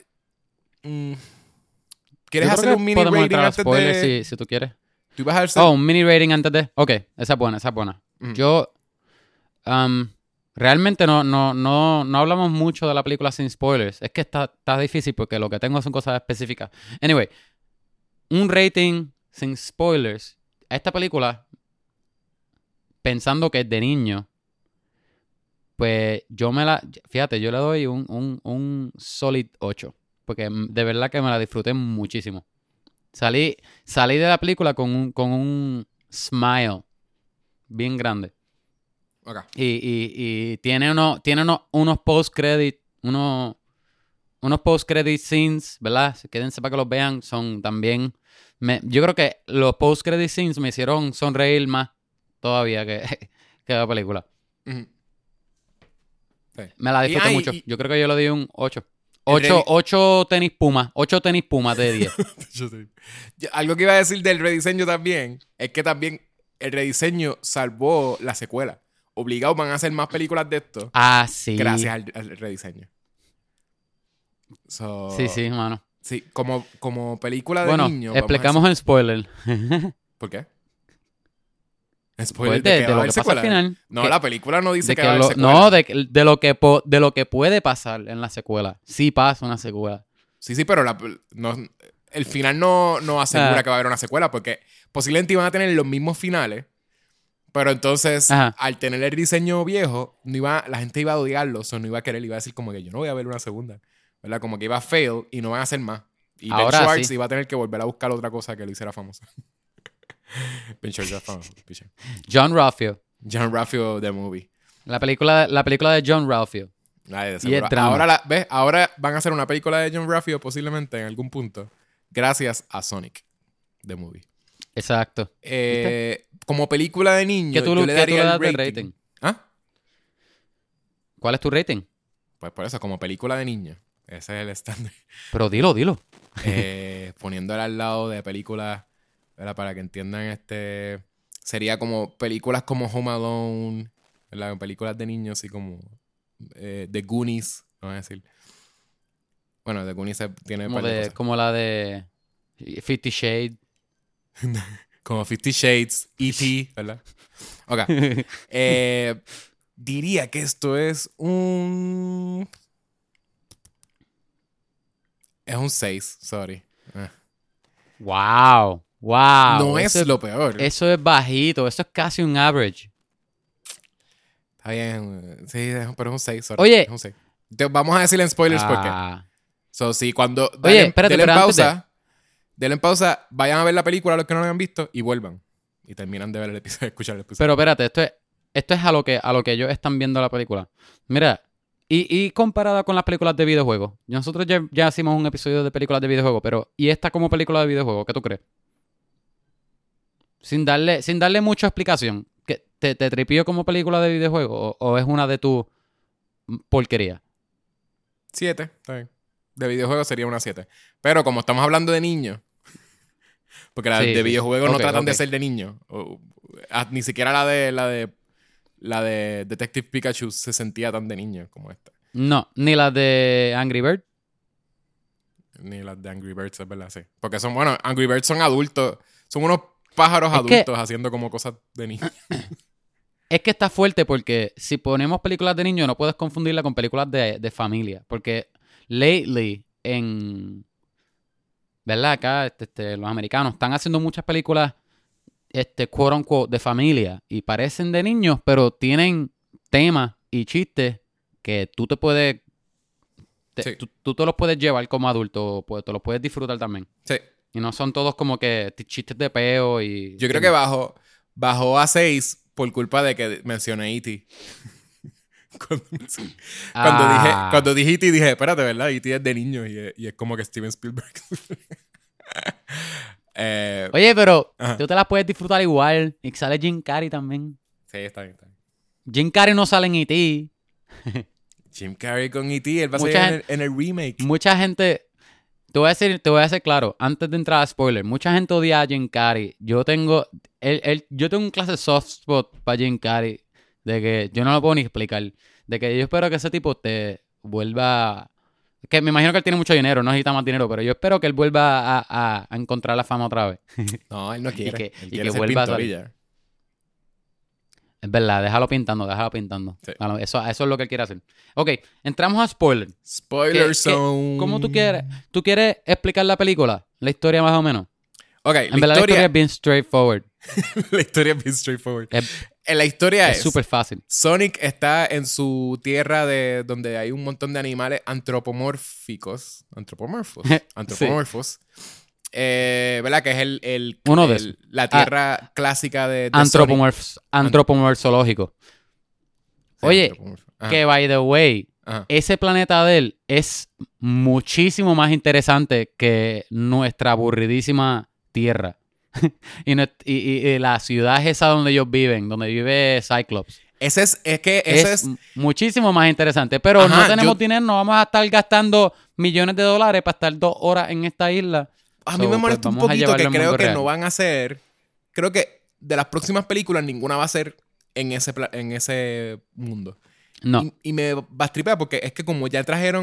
[SPEAKER 1] ¿quieres hacer un mini rating antes de...?
[SPEAKER 2] Si tú quieres.
[SPEAKER 1] ¿Tú ibas a hacer...?
[SPEAKER 2] Un mini rating antes de... Ok, esa es buena. Yo... realmente no hablamos mucho de la película sin spoilers. Es que está difícil porque lo que tengo son cosas específicas. Anyway, un rating sin spoilers. A esta película, pensando que es de niño, pues fíjate, yo le doy un solid 8. Porque de verdad que me la disfruté muchísimo. Salí de la película con un smile bien grande.
[SPEAKER 1] Okay.
[SPEAKER 2] Y tiene unos post-credit, unos post-credit scenes, ¿verdad? Quédense para que los vean. Son también... yo creo que los post-credit scenes me hicieron sonreír más todavía que la película.
[SPEAKER 1] Uh-huh. Sí.
[SPEAKER 2] Me la disfruté mucho. Yo creo que yo le di un 8. 8 tenis Puma. 8 tenis Puma de 10.
[SPEAKER 1] Algo que iba a decir del rediseño también es que también el rediseño salvó la secuela. Obligados van a hacer más películas de esto.
[SPEAKER 2] Sí.
[SPEAKER 1] Gracias al rediseño.
[SPEAKER 2] Sí, mano.
[SPEAKER 1] Sí, como película de niño.
[SPEAKER 2] Explicamos el spoiler.
[SPEAKER 1] ¿Por qué? ¿Spoiler de
[SPEAKER 2] lo que pasa al final?
[SPEAKER 1] No, la película no dice que va a haber secuela.
[SPEAKER 2] No, de lo que puede pasar en la secuela. Sí pasa una secuela.
[SPEAKER 1] Sí, pero el final no asegura que va a haber una secuela porque posiblemente iban a tener los mismos finales. Pero entonces, al tener el diseño viejo, la gente iba a odiarlo, no iba a querer, iba a decir como que yo no voy a ver una segunda, ¿verdad? Como que iba a fail y no van a hacer más. Y Ben Schwartz iba a tener que volver a buscar otra cosa que lo hiciera famosa. Ben Schwartz era famoso.
[SPEAKER 2] John
[SPEAKER 1] Ralphio, The Movie.
[SPEAKER 2] La película de John Ralphio.
[SPEAKER 1] Y el drama. Ahora van a hacer una película de John Ralphio posiblemente en algún punto, gracias a Sonic, The Movie.
[SPEAKER 2] Exacto.
[SPEAKER 1] Como película de niño, yo le daría el rating. ¿Ah?
[SPEAKER 2] ¿Cuál es tu rating?
[SPEAKER 1] Pues por eso, como película de niño. Ese es el estándar.
[SPEAKER 2] Pero dilo.
[SPEAKER 1] Poniéndola al lado de películas, ¿verdad? Para que entiendan, sería como películas como Home Alone, ¿verdad? Películas de niños, así como The Goonies, vamos a decir. Bueno, The Goonies tiene
[SPEAKER 2] como la de 50 Shades.
[SPEAKER 1] Como 50 Shades, E.T., ¿verdad? Ok. Diría que esto es un 6, sorry.
[SPEAKER 2] Wow.
[SPEAKER 1] No es lo peor.
[SPEAKER 2] Eso es bajito, eso es casi un average.
[SPEAKER 1] Está bien, sí, pero es un 6, sorry.
[SPEAKER 2] Oye.
[SPEAKER 1] Es un 6. Vamos a decirle en spoilers por qué. Sí, cuando...
[SPEAKER 2] Espérate,
[SPEAKER 1] denle en pausa, vayan a ver la película los que no la hayan visto y vuelvan. Y terminan de ver el episodio, escuchar el episodio.
[SPEAKER 2] Pero espérate, esto es a lo que ellos están viendo la película. Mira, y comparada con las películas de videojuegos. Nosotros ya hicimos un episodio de películas de videojuegos, pero ¿y esta como película de videojuegos? ¿Qué tú crees? Sin darle mucha explicación. ¿Te tripió como película de videojuegos o es una de tus porquerías?
[SPEAKER 1] 7, está bien. De videojuegos sería una 7. Pero como estamos hablando de niños, porque las de videojuegos no tratan de ser de niños. Ni siquiera la de Detective Pikachu se sentía tan de niño como esta.
[SPEAKER 2] No, ni la de Angry Birds.
[SPEAKER 1] Ni las de Angry Birds, es verdad, sí. Porque Angry Birds son adultos. Son unos pájaros adultos haciendo como cosas de niños.
[SPEAKER 2] Es que está fuerte porque si ponemos películas de niños no puedes confundirla con películas de familia. Porque lately ¿verdad? Acá los americanos están haciendo muchas películas quote unquote de familia y parecen de niños, pero tienen temas y chistes que tú te puedes tú te los puedes llevar como adulto, pues te los puedes disfrutar también.
[SPEAKER 1] Sí.
[SPEAKER 2] Y no son todos como que chistes de peo y...
[SPEAKER 1] Yo creo que bajó a 6 por culpa de que mencioné E.T. Cuando dije E.T. dije, espérate, ¿verdad? E.T. es de niño y es como que Steven Spielberg.
[SPEAKER 2] Oye, pero
[SPEAKER 1] ajá.
[SPEAKER 2] tú te las puedes disfrutar igual. Y sale Jim Carrey también.
[SPEAKER 1] Sí, está bien.
[SPEAKER 2] Jim Carrey no sale en E.T.
[SPEAKER 1] Jim Carrey con E.T. Él va a salir en el remake.
[SPEAKER 2] Mucha gente... Te voy a decir claro, antes de entrar a spoiler, mucha gente odia a Jim Carrey. Yo tengo un clase soft spot para Jim Carrey, de que yo no lo puedo ni explicar. De que yo espero que ese tipo te vuelva... Que me imagino que él tiene mucho dinero, no necesita más dinero, pero yo espero que él vuelva a encontrar la fama otra vez.
[SPEAKER 1] No, él no quiere.
[SPEAKER 2] Él
[SPEAKER 1] quiere ser
[SPEAKER 2] vuelva
[SPEAKER 1] pintor
[SPEAKER 2] a
[SPEAKER 1] y ya.
[SPEAKER 2] Es verdad, déjalo pintando. Sí. Bueno, eso es lo que él quiere hacer. Ok, entramos a spoiler.
[SPEAKER 1] Spoiler zone.
[SPEAKER 2] ¿Cómo tú quieres? ¿Tú quieres explicar la película? La historia más o menos.
[SPEAKER 1] Ok,
[SPEAKER 2] en verdad la historia es bien straightforward.
[SPEAKER 1] La historia es bien straightforward. La historia es
[SPEAKER 2] súper fácil.
[SPEAKER 1] Sonic está en su tierra donde hay un montón de animales antropomórficos. Antropomorfos. ¿Verdad? Que es
[SPEAKER 2] uno de esos.
[SPEAKER 1] La tierra clásica de
[SPEAKER 2] antropomorfológico. Oye, que by the way, ese planeta de él es muchísimo más interesante que nuestra aburridísima tierra. y la ciudad es esa donde ellos viven, donde vive Cyclops.
[SPEAKER 1] Es
[SPEAKER 2] muchísimo más interesante. Pero no tenemos dinero, no vamos a estar gastando millones de dólares para estar 2 horas en esta isla.
[SPEAKER 1] A mí me molesta un poquito que creo que no van a hacer. Creo que de las próximas películas ninguna va a ser en ese mundo.
[SPEAKER 2] No.
[SPEAKER 1] Y me bastripea porque es que como ya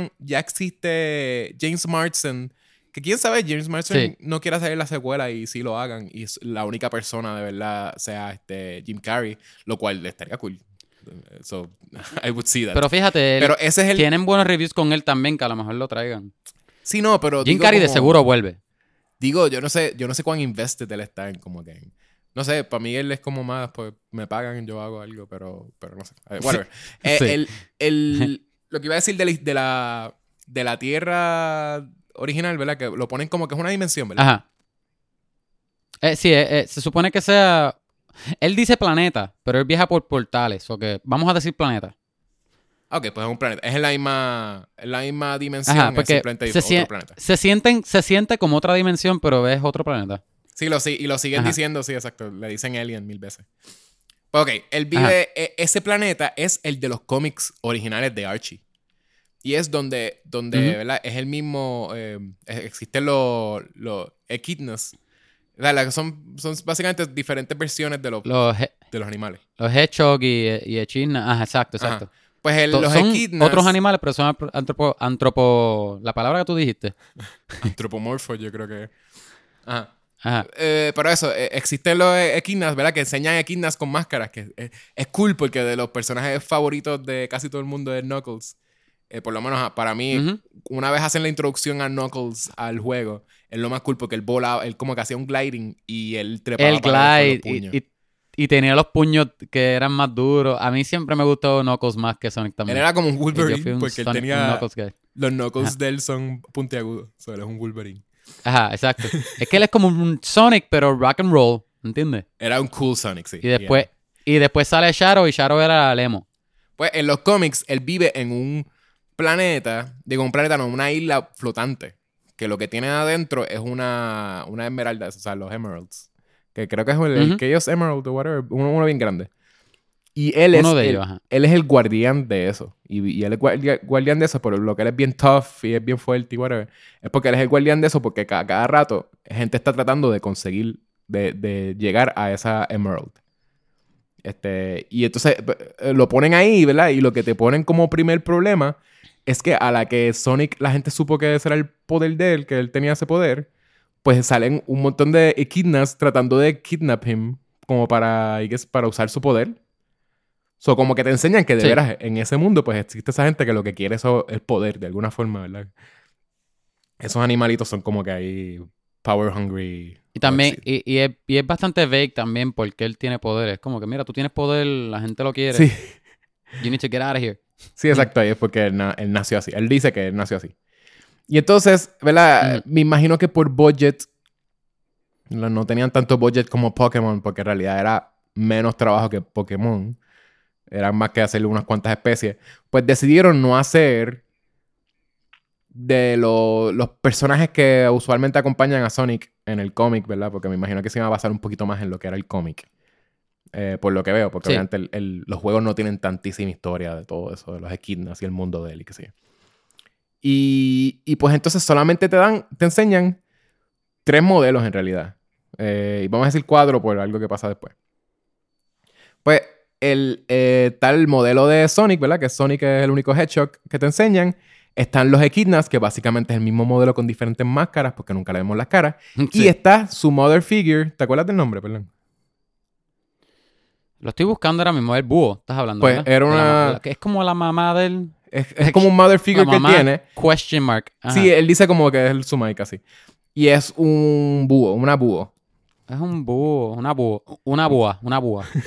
[SPEAKER 1] existe James Marsden, que quién sabe, James Marsden no quiere hacer la secuela y sí lo hagan y la única persona de verdad sea Jim Carrey, lo cual estaría cool. So, I would see that.
[SPEAKER 2] Pero fíjate,
[SPEAKER 1] pero ese es
[SPEAKER 2] tienen buenos reviews con él también, que a lo mejor lo traigan.
[SPEAKER 1] Sí, no, pero
[SPEAKER 2] Jim Carrey de seguro vuelve.
[SPEAKER 1] Digo, yo no sé cuán invested él está en como que... No sé, para mí él es como más, pues me pagan, yo hago algo, pero no sé. Whatever. Lo que iba a decir de la Tierra original, ¿verdad? Que lo ponen como que es una dimensión, ¿verdad?
[SPEAKER 2] Ajá. Se supone que sea... Él dice planeta, pero él viaja por portales. O que vamos a decir planeta.
[SPEAKER 1] Ok, pues es un planeta. Es en la misma dimensión.
[SPEAKER 2] Ajá, porque
[SPEAKER 1] otro planeta.
[SPEAKER 2] Se siente como otra dimensión, pero es otro planeta.
[SPEAKER 1] Sí, y lo siguen diciendo, sí, exacto. Le dicen alien 1000 veces. Pues ok, él vive... Ese planeta es el de los cómics originales de Archie. Y es donde ¿verdad? Es el mismo... existen los echidnas. Son básicamente diferentes versiones de los animales.
[SPEAKER 2] Los hedgehog y echidna. Ajá, exacto.
[SPEAKER 1] Ajá. Pues los
[SPEAKER 2] son
[SPEAKER 1] echidnas...
[SPEAKER 2] otros animales, pero son la palabra que tú dijiste.
[SPEAKER 1] Antropomorfo, yo creo que... Ajá.
[SPEAKER 2] Pero
[SPEAKER 1] eso, existen los echidnas, ¿verdad? Que enseñan echidnas con máscaras, que es cool porque de los personajes favoritos de casi todo el mundo es Knuckles. Por lo menos para mí, una vez hacen la introducción a Knuckles al juego, es lo más cool porque él volaba, él como que hacía un gliding y él trepaba para los puños.
[SPEAKER 2] Y tenía los puños que eran más duros. A mí siempre me gustó Knuckles más que Sonic también.
[SPEAKER 1] Él era como un Wolverine porque él tenía...
[SPEAKER 2] Knuckles
[SPEAKER 1] los Knuckles de él son puntiagudos. O sea, él es un Wolverine.
[SPEAKER 2] Ajá, exacto. Es que él es como un Sonic, pero rock and roll, ¿entiendes?
[SPEAKER 1] Era un cool Sonic, sí.
[SPEAKER 2] Y después sale Shadow y Shadow era Lemo.
[SPEAKER 1] Pues en los cómics, él vive en un una isla flotante. Que lo que tiene adentro es una esmeralda, o sea, los Emeralds. Que creo que es el Chaos Emerald o whatever, uno bien grande. Y él es el guardián de eso. Y él es guardián de eso, pero lo que él es bien tough y es bien fuerte y whatever, es porque él es el guardián de eso porque cada rato gente está tratando de conseguir, de llegar a esa Emerald. Y entonces lo ponen ahí, ¿verdad? Y lo que te ponen como primer problema es que a la que Sonic, la gente supo que ese era el poder de él, que él tenía ese poder, pues salen un montón de echidnas tratando de kidnap him como para usar su poder. So, como que te enseñan que de veras en ese mundo pues existe esa gente que lo que quiere es poder de alguna forma, ¿verdad? Esos animalitos son como que ahí power hungry.
[SPEAKER 2] Y también, y es bastante vague también porque él tiene poder. Es como que, mira, tú tienes poder, la gente lo quiere.
[SPEAKER 1] Sí.
[SPEAKER 2] You need to get out of here.
[SPEAKER 1] Sí, exacto. Ahí es porque él nació así. Él dice que él nació así. Y entonces, ¿verdad? Me imagino que por budget no tenían tanto budget como Pokémon porque en realidad era menos trabajo que Pokémon. Eran más que hacerle unas cuantas especies. Pues decidieron no hacer de los personajes que usualmente acompañan a Sonic en el cómic, ¿verdad? Porque me imagino que se iba a basar un poquito más en lo que era el cómic. Por lo que veo, porque obviamente los juegos no tienen tantísima historia de todo eso, de los Echidnas y el mundo de él y qué sé yo. Y pues entonces solamente te enseñan 3 modelos en realidad. Y vamos a decir 4 por algo que pasa después. Pues tal modelo de Sonic, ¿verdad? Que Sonic es el único Hedgehog que te enseñan. Están los Echidnas, que básicamente es el mismo modelo con diferentes máscaras, porque nunca le vemos las caras. Sí. Y está su Mother Figure. ¿Te acuerdas del nombre, perdón?
[SPEAKER 2] Lo estoy buscando ahora mismo, el búho, estás hablando,
[SPEAKER 1] pues
[SPEAKER 2] ¿verdad?
[SPEAKER 1] Era una...
[SPEAKER 2] es como la mamá del...
[SPEAKER 1] Es como un Mother Figure que tiene.
[SPEAKER 2] Question mark. Ajá.
[SPEAKER 1] Sí, él dice como que es su Mike así. Y es un búho, una búho.
[SPEAKER 2] Es un búho, una búho. Una búa.
[SPEAKER 1] una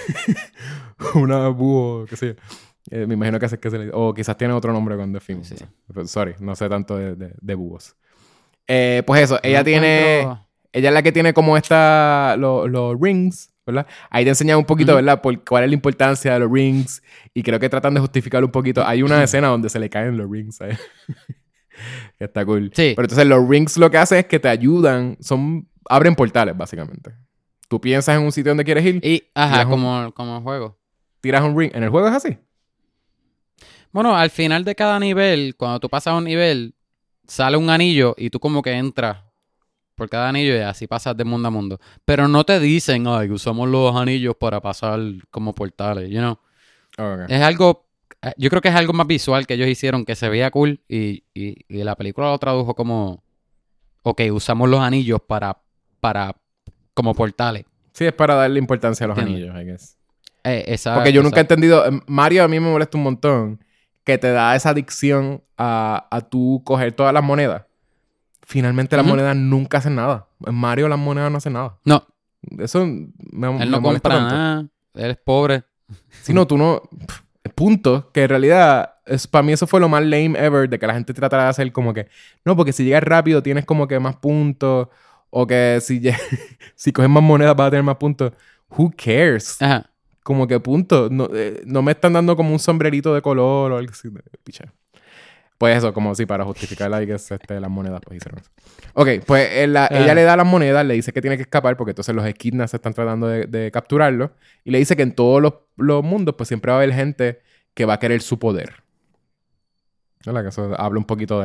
[SPEAKER 1] búho, qué sé yo. Me imagino que se le dice. O quizás tiene otro nombre cuando es film. Sí. Sorry, no sé tanto de búhos. Pues eso, ella tiene... Ella es la que tiene como los rings, ¿verdad? Ahí te enseñan un poquito, ¿verdad? Por cuál es la importancia de los rings. Y creo que tratan de justificarlo un poquito. Hay una escena donde se le caen los rings, ¿sabes? Que está cool. Sí. Pero entonces los rings lo que hacen es que te ayudan. Abren portales, básicamente. Tú piensas en un sitio donde quieres ir.
[SPEAKER 2] Y, ajá, como el juego.
[SPEAKER 1] Tiras un ring. ¿En el juego es así?
[SPEAKER 2] Bueno, al final de cada nivel, cuando tú pasas un nivel, sale un anillo y tú como que entras por cada anillo y así pasas de mundo a mundo. Pero no te dicen, ay, usamos los anillos para pasar como portales, you know. Okay. Es algo... Yo creo que es algo más visual que ellos hicieron, que se veía cool y la película lo tradujo como... Ok, usamos los anillos para como portales.
[SPEAKER 1] Sí, es para darle importancia a los anillos, I guess.
[SPEAKER 2] Exacto.
[SPEAKER 1] Porque yo nunca he entendido... Mario a mí me molesta un montón que te da esa adicción a tú coger todas las monedas. Finalmente las monedas nunca hacen nada. En Mario las monedas no hacen nada.
[SPEAKER 2] No.
[SPEAKER 1] Eso
[SPEAKER 2] él no compra tanto. Nada. Él es pobre.
[SPEAKER 1] Si no, tú no... Punto. Que en realidad... para mí eso fue lo más lame ever. De que la gente tratara de hacer como que... No, porque si llegas rápido tienes como que más puntos. O que si coges más monedas vas a tener más puntos. Who cares? Ajá. Como que punto. No me están dando como un sombrerito de color o algo así. Picha. Pues eso, como si para justificar las monedas, pues hicieron eso. Ok, pues ella le da las monedas, le dice que tiene que escapar porque entonces los Echidnas están tratando de capturarlo. Y le dice que en todos los mundos, pues siempre va a haber gente que va a querer su poder. ¿Verdad? Que eso habla un poquito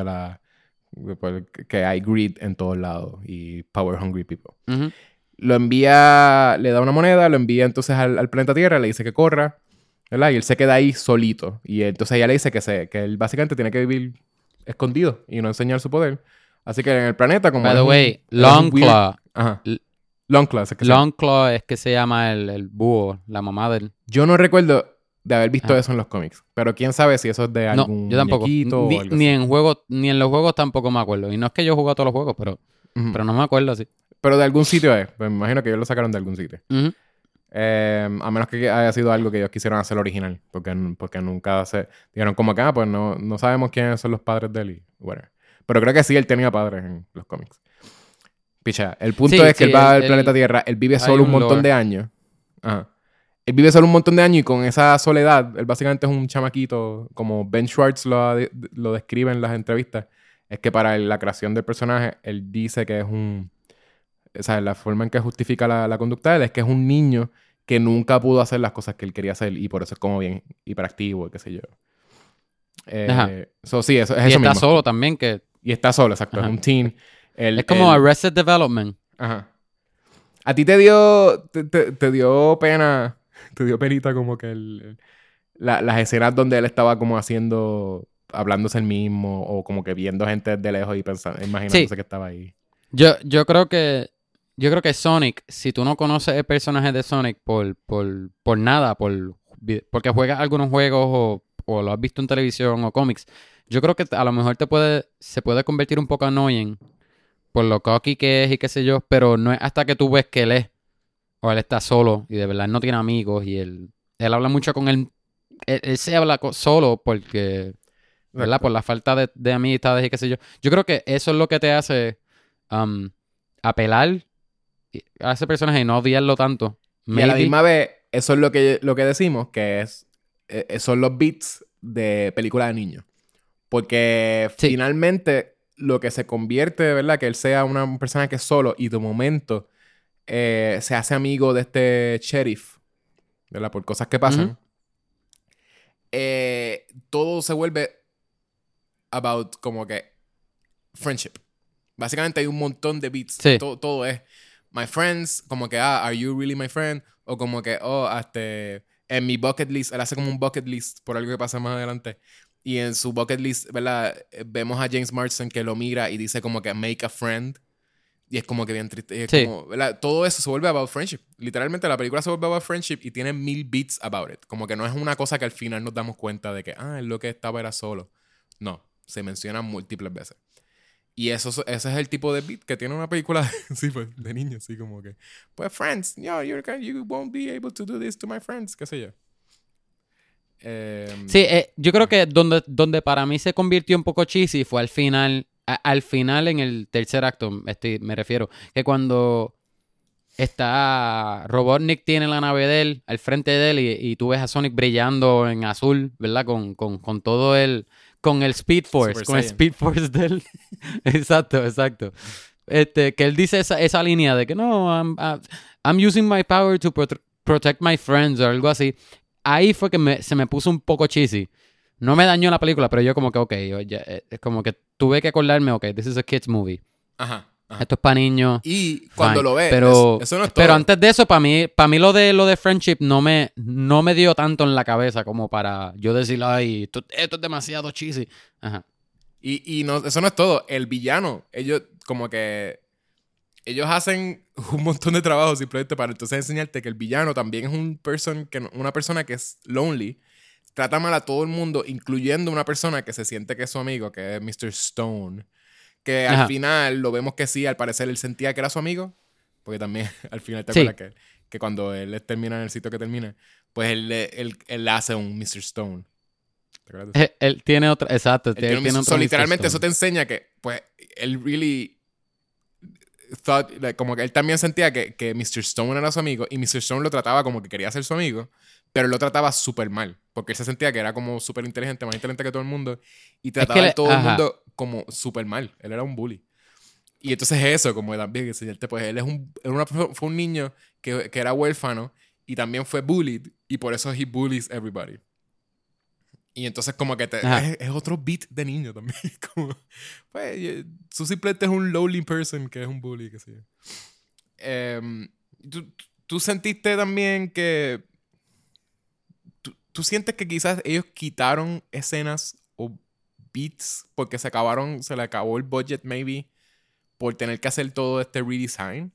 [SPEAKER 1] de que hay greed en todos lados y power hungry people. Uh-huh. Lo envía, le da una moneda, lo envía entonces al planeta Tierra, le dice que corra. ¿Verdad? Y él se queda ahí solito. Y entonces ella le dice que él básicamente tiene que vivir escondido y no enseñar su poder. Así que en el planeta como...
[SPEAKER 2] By the way, Longclaw.
[SPEAKER 1] Ajá. Longclaw
[SPEAKER 2] es que se llama el búho, la mamá del...
[SPEAKER 1] Yo no recuerdo de haber visto eso en los cómics. Pero quién sabe si eso es de algún
[SPEAKER 2] yo tampoco.
[SPEAKER 1] O algo
[SPEAKER 2] ni en los juegos tampoco me acuerdo. Y no es que yo juego todos los juegos, pero no me acuerdo así.
[SPEAKER 1] Pero de algún sitio es. Pues me imagino que ellos lo sacaron de algún sitio. A menos que haya sido algo que ellos quisieron hacer original. Porque nunca dijeron como que, pues no sabemos quiénes son los padres de él y whatever. Pero creo que sí, él tenía padres en los cómics. Picha, el punto es que él va al planeta Tierra, él vive solo un montón de años. Ajá. Él vive solo un montón de años y con esa soledad, él básicamente es un chamaquito, como Ben Schwartz lo describe en las entrevistas, es que para la creación del personaje, él dice que es o sea, la forma en que justifica la conducta de él es que es un niño que nunca pudo hacer las cosas que él quería hacer y por eso es como bien hiperactivo y qué sé yo. Sí, eso es eso mismo.
[SPEAKER 2] Y está solo también que...
[SPEAKER 1] Y está solo, exacto. Es un teen.
[SPEAKER 2] Es como Arrested Development.
[SPEAKER 1] Ajá. ¿A ti te dio pena, te dio penita como que las escenas donde él estaba como hablándose el mismo o como que viendo gente de lejos y imaginándose que estaba ahí?
[SPEAKER 2] Yo creo que Sonic, si tú no conoces el personaje de Sonic por nada, porque juegas algunos juegos o lo has visto en televisión o cómics, yo creo que a lo mejor se puede convertir un poco annoying por lo cocky que es y qué sé yo, pero no es hasta que tú ves que él está solo y de verdad no tiene amigos y él habla mucho con él se habla solo porque, ¿verdad? Por la falta de amistades y qué sé yo. Yo creo que eso es lo que te hace apelar a ese personaje y no odiarlo tanto.
[SPEAKER 1] Y a la misma vez, eso es lo que decimos, que es son los beats de película de niños. Porque
[SPEAKER 2] Sí.
[SPEAKER 1] finalmente lo que se convierte, ¿verdad? Que él sea una persona que es solo y de momento se hace amigo de este sheriff, ¿verdad? Por cosas que pasan. Todo se vuelve about como que friendship. Básicamente hay un montón de beats.
[SPEAKER 2] Sí.
[SPEAKER 1] Todo es my friends, como que, are you really my friend? O como que, en mi bucket list, él hace como un bucket list por algo que pasa más adelante. Y en su bucket list, ¿verdad? Vemos a James Marsden que lo mira y dice como que make a friend. Y es como que bien triste. Y es como, ¿verdad? Todo eso se vuelve about friendship. Literalmente la película se vuelve about friendship y tiene 1000 beats about it. Como que no es una cosa que al final nos damos cuenta de que, él lo que estaba era solo. No, se menciona múltiples veces. Y ese es el tipo de beat que tiene una película sí, pues, de niños, así como que, pues, friends, you won't be able to do this to my friends, qué sé yo.
[SPEAKER 2] Sí, yo creo que donde para mí se convirtió un poco cheesy fue al final, al final en el tercer acto, me refiero, que cuando está Robotnik tiene la nave de él al frente de él y tú ves a Sonic brillando en azul, ¿verdad? Con todo con el Speed Force,
[SPEAKER 1] Super
[SPEAKER 2] con el
[SPEAKER 1] Saiyan.
[SPEAKER 2] Speed Force de él. Exacto. Que él dice esa línea de que no, I'm using my power to protect my friends o algo así. Ahí fue que se me puso un poco cheesy. No me dañó la película, pero yo como que, es como que tuve que acordarme, this is a kids movie.
[SPEAKER 1] Ajá.
[SPEAKER 2] Esto es para niños.
[SPEAKER 1] Y cuando
[SPEAKER 2] fine.
[SPEAKER 1] lo ves,
[SPEAKER 2] pero,
[SPEAKER 1] eso no es todo.
[SPEAKER 2] Pero antes de eso, para mí lo de friendship no me dio tanto en la cabeza como para yo decir, ay, esto es demasiado cheesy. Ajá.
[SPEAKER 1] Y no, eso no es todo. El villano, ellos hacen un montón de trabajo simplemente para entonces enseñarte que el villano también es una persona que es lonely. Trata mal a todo el mundo, incluyendo una persona que se siente que es su amigo, que es Mr. Stone. Que al final lo vemos que sí, al parecer él sentía que era su amigo. Porque también al final te acuerdas que cuando él termina en el sitio que termina, pues él hace un Mr. Stone. ¿Te acuerdas de eso?
[SPEAKER 2] Él tiene otra, exacto.
[SPEAKER 1] Él tiene otro literalmente eso te enseña que pues él really thought, como que él también sentía que Mr. Stone era su amigo y Mr. Stone lo trataba como que quería ser su amigo, pero él lo trataba súper mal, porque él se sentía que era como súper inteligente, más inteligente que todo el mundo, y trataba a todo el mundo como súper mal. Él era un bully. Y entonces eso, como también enseñarte, pues él fue un niño que era huérfano y también fue bullied, y por eso he bullies everybody. Y entonces como que es otro beat de niño también. Como, pues, tú simplemente es un lonely person que es un bully, qué sé yo. ¿Tú sentiste también que... ¿Tú sientes que quizás ellos quitaron escenas o beats porque se le acabó el budget maybe por tener que hacer todo este redesign?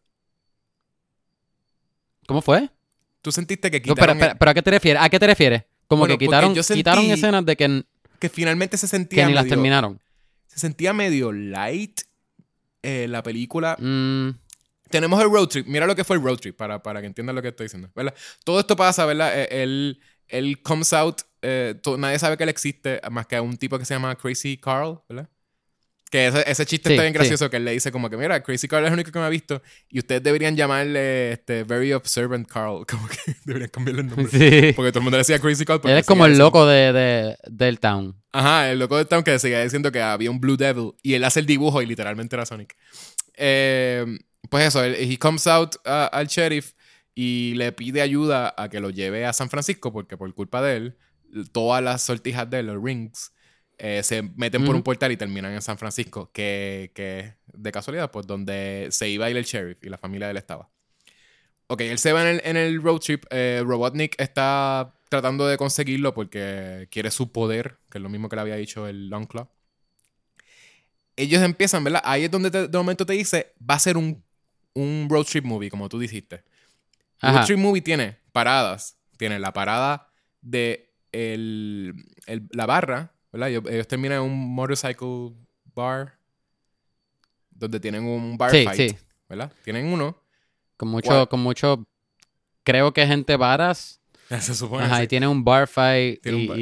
[SPEAKER 2] ¿Cómo fue?
[SPEAKER 1] ¿Tú sentiste que quitaron...
[SPEAKER 2] pero ¿a qué te refieres? ¿A qué te refieres? Como
[SPEAKER 1] Bueno,
[SPEAKER 2] que quitaron escenas de
[SPEAKER 1] que finalmente se sentía
[SPEAKER 2] que ni las terminaron.
[SPEAKER 1] Se sentía medio light la película. Tenemos el road trip. Mira lo que fue el road trip para que entiendan lo que estoy diciendo, ¿verdad? Todo esto pasa, ¿verdad? Él comes out. Nadie sabe que él existe más que a un tipo que se llama Crazy Carl, ¿verdad? Que ese chiste está bien gracioso, que él le dice como que, mira, Crazy Carl es el único que me ha visto y ustedes deberían llamarle Very Observant Carl. Como que deberían cambiarle el nombre.
[SPEAKER 2] Sí.
[SPEAKER 1] Porque todo el mundo le decía Crazy Carl.
[SPEAKER 2] Él es como el loco del town.
[SPEAKER 1] Ajá, el loco del town que seguía diciendo que había un Blue Devil y él hace el dibujo y literalmente era Sonic. Pues eso, he comes out al sheriff y le pide ayuda a que lo lleve a San Francisco porque por culpa de él, todas las sortijas de él, los rings, se meten por un portal y terminan en San Francisco, que de casualidad, pues donde se iba a ir el sheriff y la familia de él estaba. Ok, él se va en el road trip. Robotnik está tratando de conseguirlo porque quiere su poder, que es lo mismo que le había dicho el Longclaw. Ellos empiezan, ¿verdad? Ahí es donde de momento te dice, va a ser un road trip movie, como tú dijiste. El road trip movie tiene paradas. Tiene la parada de la barra, ¿verdad? Ellos terminan en un motorcycle bar donde tienen un bar fight, ¿verdad? Tienen uno.
[SPEAKER 2] Con mucho, creo que gente varas.
[SPEAKER 1] Se supone.
[SPEAKER 2] Ajá, y tiene un bar fight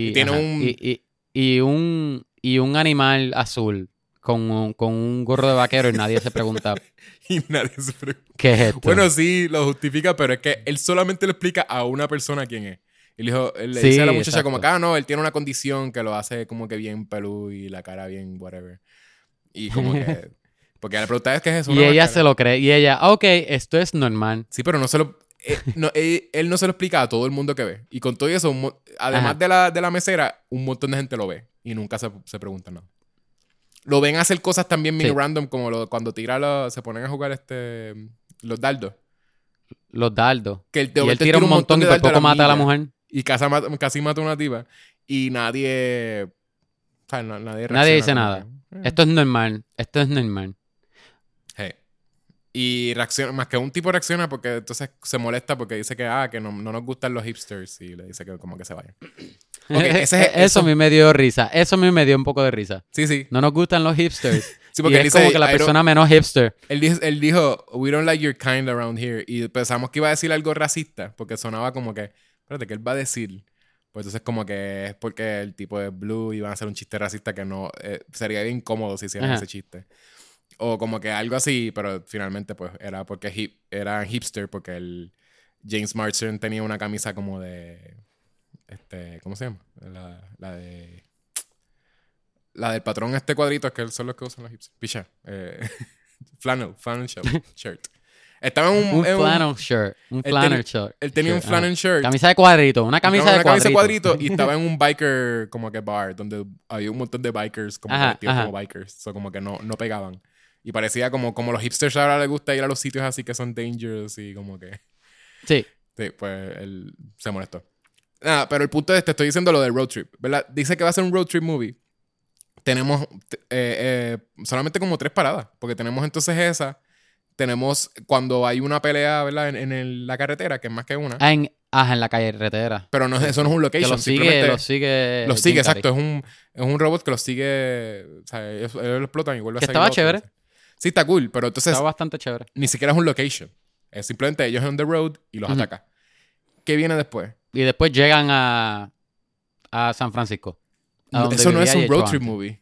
[SPEAKER 2] y un animal azul con un gorro de vaquero y nadie se pregunta.
[SPEAKER 1] Y nadie se pregunta.
[SPEAKER 2] ¿Qué es esto?
[SPEAKER 1] Bueno, sí, lo justifica, pero es que él solamente le explica a una persona quién es. Y él le
[SPEAKER 2] Sí,
[SPEAKER 1] dice a la muchacha
[SPEAKER 2] exacto.
[SPEAKER 1] como que, no, él tiene una condición que lo hace como que bien pelú y la cara bien whatever. Y como que... Porque la pregunta es que es eso,
[SPEAKER 2] Y
[SPEAKER 1] una
[SPEAKER 2] ella
[SPEAKER 1] máscara.
[SPEAKER 2] se lo cree. Y ella, ok, esto es normal.
[SPEAKER 1] Sí, pero no se lo... él no se lo explica a todo el mundo que ve. Y con todo eso, además de la mesera, un montón de gente lo ve. Y nunca se pregunta nada. Lo ven hacer cosas también bien random, como cuando se ponen a jugar los dardos.
[SPEAKER 2] Los dardos.
[SPEAKER 1] Que el
[SPEAKER 2] Y él tira un montón y por poco mata a la mujer.
[SPEAKER 1] Y casi mata a una tipa. Y nadie... O sea, nadie reacciona.
[SPEAKER 2] Nadie dice nada. Esto es normal. Esto es normal.
[SPEAKER 1] Hey. Y reacciona, más que un tipo reacciona porque entonces se molesta porque dice que no nos gustan los hipsters y le dice que como que se vayan. Okay,
[SPEAKER 2] eso a mí me dio risa. Eso a mí me dio un poco de risa.
[SPEAKER 1] Sí.
[SPEAKER 2] No nos gustan los hipsters.
[SPEAKER 1] Sí, porque
[SPEAKER 2] y es como que la persona menos hipster.
[SPEAKER 1] Él dijo, we don't like your kind around here. Y pensamos que iba a decir algo racista porque sonaba como que, espérate, ¿qué él va a decir? Pues entonces como que es porque el tipo es blue y van a hacer un chiste racista que no... sería bien incómodo si hicieran ese chiste. O como que algo así, pero finalmente pues era porque era hipster porque el James Marsden tenía una camisa como de... ¿cómo se llama? La del patrón cuadrito, es que son los que usan los hipsters. Picha. Flannel shirt. Estaba en
[SPEAKER 2] un flannel shirt. Un flannel shirt.
[SPEAKER 1] Él tenía un flannel shirt.
[SPEAKER 2] Camisa de cuadrito. Una camisa de
[SPEAKER 1] cuadrito. Y estaba en un biker como que bar, donde había un montón de bikers como vestidos como bikers. So, como que no pegaban. Y parecía como los hipsters ahora les gusta ir a los sitios así que son dangerous y como que...
[SPEAKER 2] Sí.
[SPEAKER 1] Sí, pues él se molestó. Pero el punto te estoy diciendo lo del road trip, ¿verdad? Dice que va a ser un road trip movie. Tenemos solamente como 3 paradas. Porque tenemos entonces esa... Tenemos cuando hay una pelea, ¿verdad? En la carretera, que es más que una.
[SPEAKER 2] En la carretera.
[SPEAKER 1] Pero eso no es un location.
[SPEAKER 2] Que lo sigue.
[SPEAKER 1] Los sigue, exacto. Es un robot que los sigue. O sea, ellos lo explotan y vuelve a seguir.
[SPEAKER 2] Estaba chévere.
[SPEAKER 1] Sí, está cool, pero entonces...
[SPEAKER 2] Estaba bastante chévere.
[SPEAKER 1] Ni siquiera es un location. Es simplemente ellos on the road y los ataca. ¿Qué viene después?
[SPEAKER 2] Y después llegan a San Francisco.
[SPEAKER 1] Eso no es un road trip movie.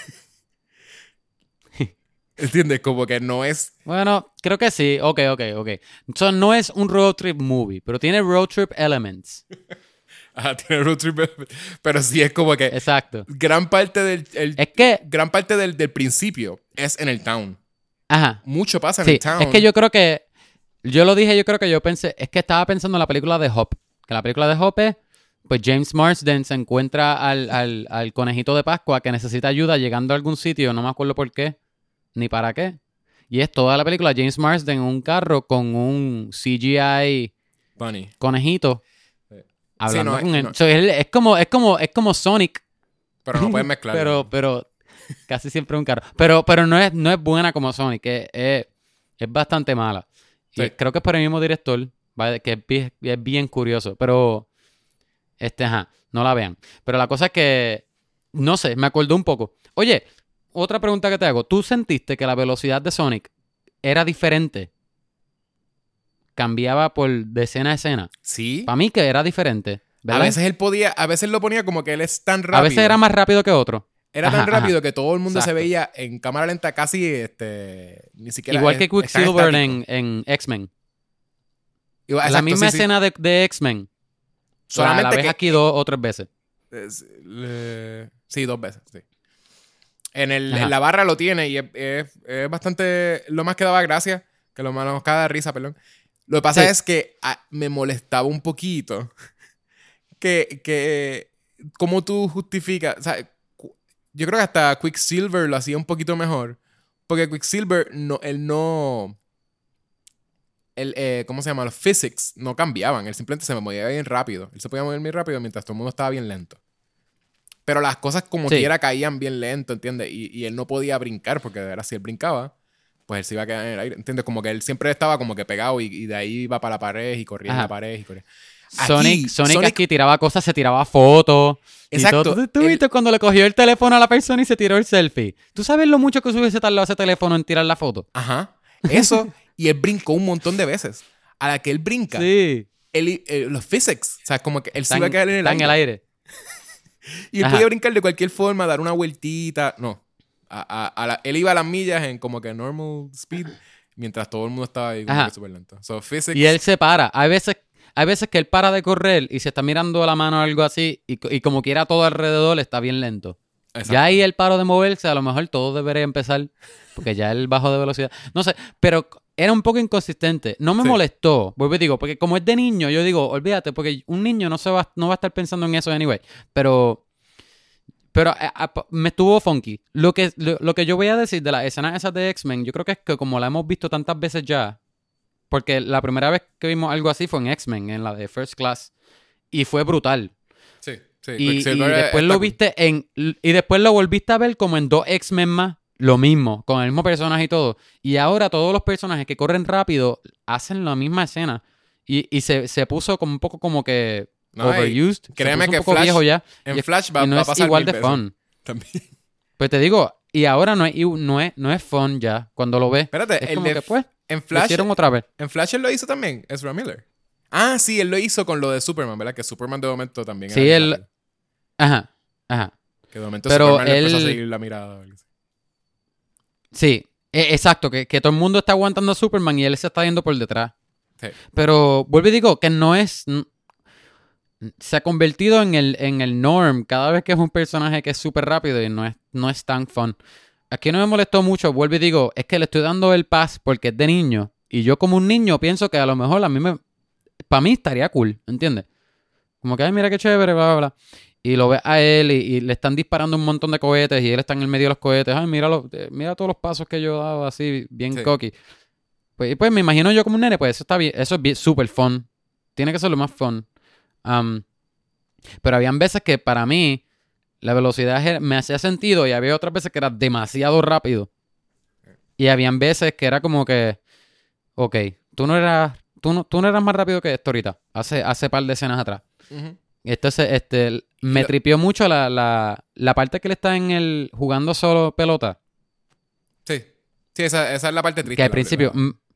[SPEAKER 1] ¿Entiendes? Como que no es...
[SPEAKER 2] Bueno, creo que sí. Ok. So, no es un road trip movie, pero tiene road trip elements.
[SPEAKER 1] Tiene road trip elements. Pero sí es como que...
[SPEAKER 2] Exacto.
[SPEAKER 1] Gran parte del...
[SPEAKER 2] Es que...
[SPEAKER 1] Gran parte del principio es en el town.
[SPEAKER 2] Ajá.
[SPEAKER 1] Mucho pasa en el town.
[SPEAKER 2] Es que yo creo que... yo pensé... Es que estaba pensando en la película de Hop. Que la película de Hop es... Pues James Marsden se encuentra al conejito de Pascua que necesita ayuda llegando a algún sitio. No me acuerdo por qué. Ni para qué. Y es toda la película James Marsden en un carro con un CGI
[SPEAKER 1] Bunny.
[SPEAKER 2] Conejito. Hablando con él.
[SPEAKER 1] No.
[SPEAKER 2] So, es como Sonic.
[SPEAKER 1] Pero no puedes mezclar.
[SPEAKER 2] pero casi siempre un carro. Pero no es buena como Sonic. Es bastante mala.
[SPEAKER 1] Sí.
[SPEAKER 2] Y creo que es por el mismo director. ¿Vale? Que es bien curioso. Pero no la vean. Pero la cosa es que no sé, me acordó un poco. Oye, otra pregunta que te hago. ¿Tú sentiste que la velocidad de Sonic era diferente? ¿Cambiaba de escena a escena?
[SPEAKER 1] Sí.
[SPEAKER 2] Para mí que era diferente, ¿verdad?
[SPEAKER 1] A veces lo ponía como que él es tan rápido.
[SPEAKER 2] A veces era más rápido que otro.
[SPEAKER 1] Era tan rápido que todo el mundo se veía en cámara lenta casi ni siquiera...
[SPEAKER 2] Igual que Quicksilver en X-Men. La misma escena de X-Men.
[SPEAKER 1] Solamente
[SPEAKER 2] la ves aquí 2 o 3 veces.
[SPEAKER 1] Sí, 2 veces, sí. En la barra lo tiene y es bastante... Lo más que daba gracia, que lo más que daba risa, perdón. Lo que pasa es que me molestaba un poquito que cómo tú justificas... O sea, yo creo que hasta Quicksilver lo hacía un poquito mejor. Porque Quicksilver, ¿cómo se llama? Los physics no cambiaban. Él simplemente se movía bien rápido. Él se podía mover muy rápido mientras todo el mundo estaba bien lento. Pero las cosas como quiera caían bien lento, ¿entiendes? Y él no podía brincar porque de verdad si él brincaba, pues él se iba a quedar en el aire, ¿entiendes? Como que él siempre estaba como que pegado y de ahí iba para la pared y corría en la pared y corría.
[SPEAKER 2] Sonic aquí tiraba cosas, se tiraba fotos.
[SPEAKER 1] Exacto.
[SPEAKER 2] ¿Tú viste cuando le cogió el teléfono a la persona y se tiró el selfie? ¿Tú sabes lo mucho que se hubiese tardado ese teléfono en tirar la foto?
[SPEAKER 1] Ajá. Eso. Y él brincó un montón de veces. A la que él brinca.
[SPEAKER 2] Sí.
[SPEAKER 1] Los physics. O sea, como que él se iba a quedar en el aire. Y él podía brincar de cualquier forma, dar una vueltita. No. Él iba a las millas en como que normal speed. Mientras todo el mundo estaba ahí como que súper lento. So, physics.
[SPEAKER 2] Y él se para. hay veces que él para de correr y se está mirando a la mano o algo así y como quiera todo alrededor está bien lento. Exacto. Ya ahí el paro de moverse, a lo mejor todo debería empezar porque ya él bajó de velocidad. No sé, pero era un poco inconsistente. No me molestó, vuelvo y digo, porque como es de niño, yo digo, olvídate, porque un niño no va a estar pensando en eso anyway. Pero me estuvo funky. Lo que yo voy a decir de las escenas esas de X-Men, yo creo que es que como la hemos visto tantas veces ya, porque la primera vez que vimos algo así fue en X-Men, en la de First Class, y fue brutal.
[SPEAKER 1] Sí.
[SPEAKER 2] Y después lo viste y después lo volviste a ver como en 2 X-Men más, lo mismo, con el mismo personaje y todo. Y ahora todos los personajes que corren rápido hacen la misma escena. Y se puso como un poco como que overused.
[SPEAKER 1] Créeme que
[SPEAKER 2] un poco viejo ya.
[SPEAKER 1] En Flash va
[SPEAKER 2] no
[SPEAKER 1] a pasar
[SPEAKER 2] igual de fun.
[SPEAKER 1] También.
[SPEAKER 2] Pues te digo, y ahora no es fun ya, cuando lo ves.
[SPEAKER 1] Espérate,
[SPEAKER 2] es como que pues,
[SPEAKER 1] en Flash,
[SPEAKER 2] lo hicieron otra vez.
[SPEAKER 1] En Flash él lo hizo también, Ezra Miller. Ah, sí, él lo hizo con lo de Superman, ¿verdad? Que Superman de momento también
[SPEAKER 2] sí, él... Ajá.
[SPEAKER 1] Que de momento Superman le empezó a seguir la mirada.
[SPEAKER 2] Sí, exacto, que todo el mundo está aguantando a Superman y él se está yendo por detrás.
[SPEAKER 1] Sí.
[SPEAKER 2] Pero vuelvo y digo que no es... Se ha convertido en el norm cada vez que es un personaje que es súper rápido y no es tan fun. Aquí no me molestó mucho, vuelvo y digo, es que le estoy dando el pass porque es de niño. Y yo como un niño pienso que a lo mejor para mí estaría cool, ¿entiendes? Como que, ay, mira qué chévere, bla, bla, bla. Y lo ves a él y le están disparando un montón de cohetes y él está en el medio de los cohetes. Ay, mira todos los pasos que yo he dado así, bien cocky. Pues me imagino yo como un nene, pues eso está bien, eso es súper fun. Tiene que ser lo más fun. Pero habían veces que para mí la velocidad me hacía sentido y había otras veces que era demasiado rápido. Y habían veces que era como que, ok, tú no eras más rápido que esto ahorita, hace par de escenas atrás.
[SPEAKER 1] Uh-huh.
[SPEAKER 2] Entonces, me tripió mucho la parte que él está jugando solo pelota.
[SPEAKER 1] Sí, esa es la parte triste.
[SPEAKER 2] Que al principio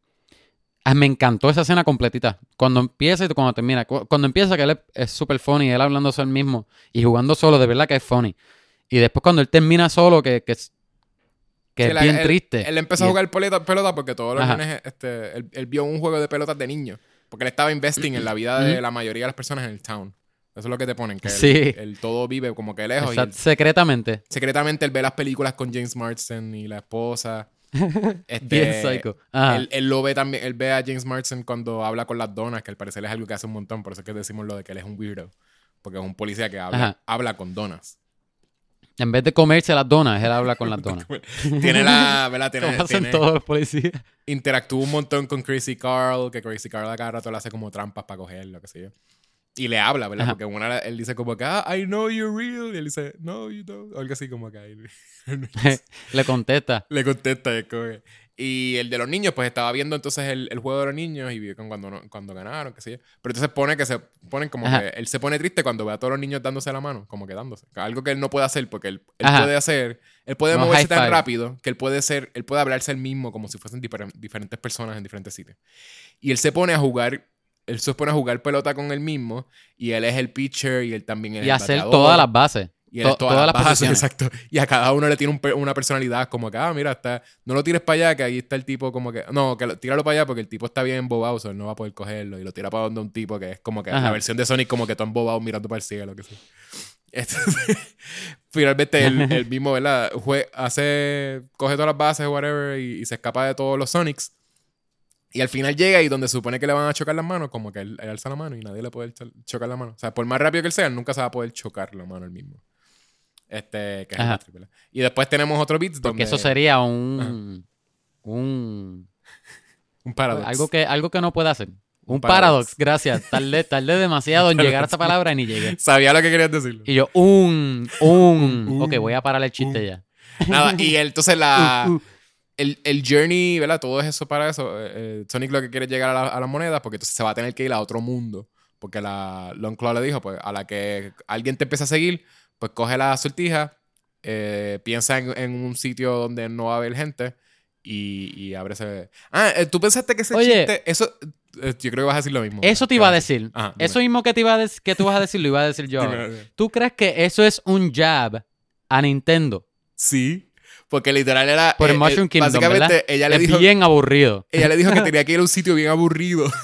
[SPEAKER 2] me encantó esa escena completita. Cuando empieza y cuando termina. Cuando empieza que él es súper funny, él hablándose él mismo y jugando solo, de verdad que es funny. Y después cuando él termina solo, que es bien triste.
[SPEAKER 1] Él empezó a jugar pelota porque todos los nenes, él vio un juego de pelotas de niño. Porque él estaba investing en la vida de la mayoría de las personas en el town. Eso es lo que te ponen, que él todo vive como que lejos.
[SPEAKER 2] Exacto, secretamente.
[SPEAKER 1] Secretamente él ve las películas con James Marsden y la esposa.
[SPEAKER 2] Bien psycho.
[SPEAKER 1] Él lo ve también, él ve a James Marsden cuando habla con las donas, que al parecer es algo que hace un montón, por eso es que decimos lo de que él es un weirdo. Porque es un policía que habla con donas.
[SPEAKER 2] En vez de comerse las donas, él habla con las donas.
[SPEAKER 1] Tiene ¿verdad?
[SPEAKER 2] Como hacen todos los policías.
[SPEAKER 1] Interactúa un montón con Crazy Carl, que Crazy Carl a cada rato le hace como trampas para cogerlo, qué sé yo. Y le habla, ¿verdad? Porque él dice como que, I know you're real. Y él dice, no, you don't. O algo así como que...
[SPEAKER 2] Le contesta.
[SPEAKER 1] Le contesta. Y el de los niños, pues estaba viendo entonces el juego de los niños y vio cuando ganaron, qué sé yo. Pero entonces se ponen como que... Él se pone triste cuando ve a todos los niños dándose la mano, como que dándose. Algo que él no puede hacer porque él puede hacer... Él puede moverse tan rápido que él puede hablarse él mismo como si fuesen diferentes personas en diferentes sitios. Y él se pone a jugar... Él se pone a jugar pelota con él mismo y él es el pitcher y él también es el bateador. Y
[SPEAKER 2] hacer todas las bases.
[SPEAKER 1] Y él es todas las bases, exacto. Y a cada uno le tiene una personalidad como que, mira, no lo tires para allá, que ahí está el tipo como que... No, tíralo para allá porque el tipo está bien embobado, o sea, él no va a poder cogerlo. Y lo tira para donde un tipo que es como que la versión de Sonic como que todo embobado mirando para el cielo, que sea. Entonces, finalmente él mismo, ¿verdad? Coge todas las bases, whatever, y se escapa de todos los Sonics. Y al final llega y donde se supone que le van a chocar las manos, como que él alza la mano y nadie le puede chocar la mano. O sea, por más rápido que él sea, él nunca se va a poder chocar la mano él mismo. Que es el Matrix, ¿verdad? Y después tenemos otro beat
[SPEAKER 2] porque eso sería un
[SPEAKER 1] paradox.
[SPEAKER 2] Algo que no puede hacer. Un paradox, gracias. Tardé demasiado en llegar a esa palabra y ni llegué.
[SPEAKER 1] Sabía lo que querías decirlo.
[SPEAKER 2] Y yo, ok, voy a parar el chiste ya.
[SPEAKER 1] Nada, y entonces el journey, ¿verdad? Todo es eso para eso. Sonic lo que quiere es llegar a la moneda porque entonces se va a tener que ir a otro mundo. Porque Longclaw le dijo, pues, a la que alguien te empieza a seguir, pues coge la sortija, piensa en un sitio donde no va a haber gente y abre ese... ¿tú pensaste que ese chiste... Eso... yo creo que vas a decir lo mismo.
[SPEAKER 2] Eso te iba a decir. Ajá, eso mismo que tú vas a decir, lo iba a decir yo. Dime. ¿Tú crees que eso es un jab a Nintendo?
[SPEAKER 1] Sí. Porque literal era...
[SPEAKER 2] Por el Mushroom Kingdom,
[SPEAKER 1] básicamente,
[SPEAKER 2] ¿verdad?
[SPEAKER 1] ella le dijo...
[SPEAKER 2] bien aburrido.
[SPEAKER 1] Ella le dijo que tenía que ir a un sitio bien aburrido.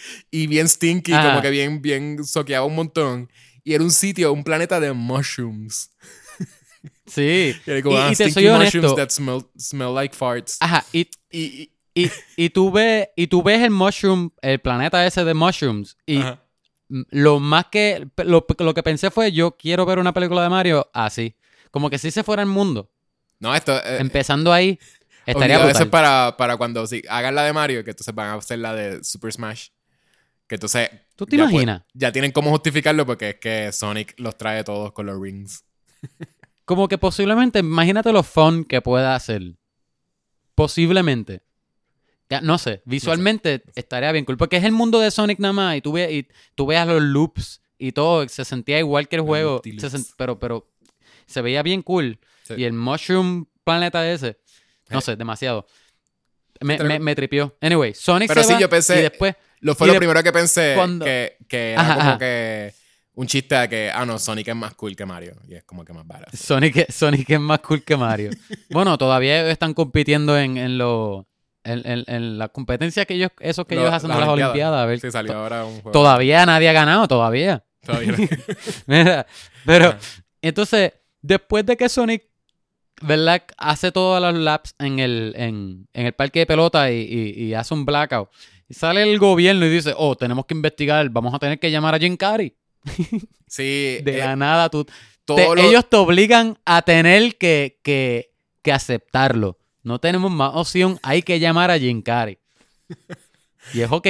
[SPEAKER 1] y bien stinky, como que bien soqueaba un montón. Y era un sitio, un planeta de mushrooms.
[SPEAKER 2] Sí.
[SPEAKER 1] Y era como,
[SPEAKER 2] y te
[SPEAKER 1] stinky
[SPEAKER 2] soy
[SPEAKER 1] mushrooms
[SPEAKER 2] honesto.
[SPEAKER 1] that smell like farts.
[SPEAKER 2] Ajá, y tú ves el mushroom, el planeta ese de mushrooms, y
[SPEAKER 1] Ajá.
[SPEAKER 2] lo que pensé fue, yo quiero ver una película de Mario así. Como que si se fuera el mundo.
[SPEAKER 1] No, esto...
[SPEAKER 2] Empezando ahí, estaría
[SPEAKER 1] obligado,
[SPEAKER 2] brutal.
[SPEAKER 1] eso es para cuando hagan la de Mario, que entonces van a hacer la de Super Smash. Que entonces...
[SPEAKER 2] ¿Tú te imaginas?
[SPEAKER 1] Ya tienen cómo justificarlo porque es que Sonic los trae todos con los rings.
[SPEAKER 2] Como que posiblemente, imagínate lo fun que pueda hacer. Posiblemente. Ya, no sé, visualmente estaría bien cool. Porque es el mundo de Sonic nada más y tú veas los loops y todo. Se sentía igual que el juego. Pero se veía bien cool.
[SPEAKER 1] Sí.
[SPEAKER 2] Y el Mushroom Planeta ese, no sé, demasiado. Me tripió. Anyway, Sonic
[SPEAKER 1] pero
[SPEAKER 2] se
[SPEAKER 1] sí,
[SPEAKER 2] va
[SPEAKER 1] yo pensé...
[SPEAKER 2] y después...
[SPEAKER 1] Lo primero que pensé
[SPEAKER 2] cuando-
[SPEAKER 1] que era
[SPEAKER 2] Ajá,
[SPEAKER 1] como
[SPEAKER 2] ajá.
[SPEAKER 1] que un chiste de que, no, Sonic es más cool que Mario. Y es como que más barato.
[SPEAKER 2] Sonic es más cool que Mario. Bueno, todavía ellos están compitiendo en las competencias que ellos hacen de las Olimpiadas. A ver,
[SPEAKER 1] Sí, salió ahora un juego.
[SPEAKER 2] todavía nadie ha ganado, todavía.
[SPEAKER 1] Todavía no.
[SPEAKER 2] Mira, pero
[SPEAKER 1] Ajá.
[SPEAKER 2] entonces, después de que Sonic, ¿verdad? Hace todos los laps en el parque de pelota y hace un blackout. Y sale el gobierno y dice, tenemos que investigar, vamos a tener que llamar a Jim Carrey.
[SPEAKER 1] Sí.
[SPEAKER 2] De la nada,
[SPEAKER 1] todo
[SPEAKER 2] ellos te obligan a tener que aceptarlo. No tenemos más opción, hay que llamar a Jim Carrey. Y es ok.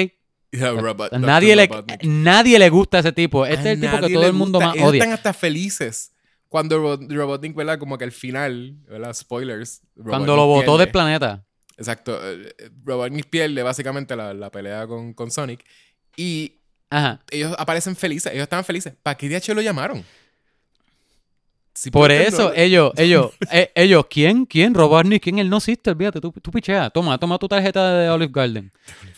[SPEAKER 2] Nadie le gusta a ese tipo. Este es el tipo que todo el mundo más
[SPEAKER 1] ellos
[SPEAKER 2] odia.
[SPEAKER 1] están hasta felices cuando Robotnik, ¿verdad? Como que al final, ¿verdad? Spoilers.
[SPEAKER 2] Cuando lo botó del planeta.
[SPEAKER 1] Exacto. Robotnik pierde básicamente la pelea con Sonic. Y
[SPEAKER 2] Ajá.
[SPEAKER 1] ellos aparecen felices. Ellos estaban felices. ¿Para qué DH lo llamaron? Si
[SPEAKER 2] Por
[SPEAKER 1] porque
[SPEAKER 2] eso,
[SPEAKER 1] no-
[SPEAKER 2] ellos, ¿quién? Robotnik, ¿quién? Él no existe, olvídate, tú pichea. Toma tu tarjeta de Olive Garden.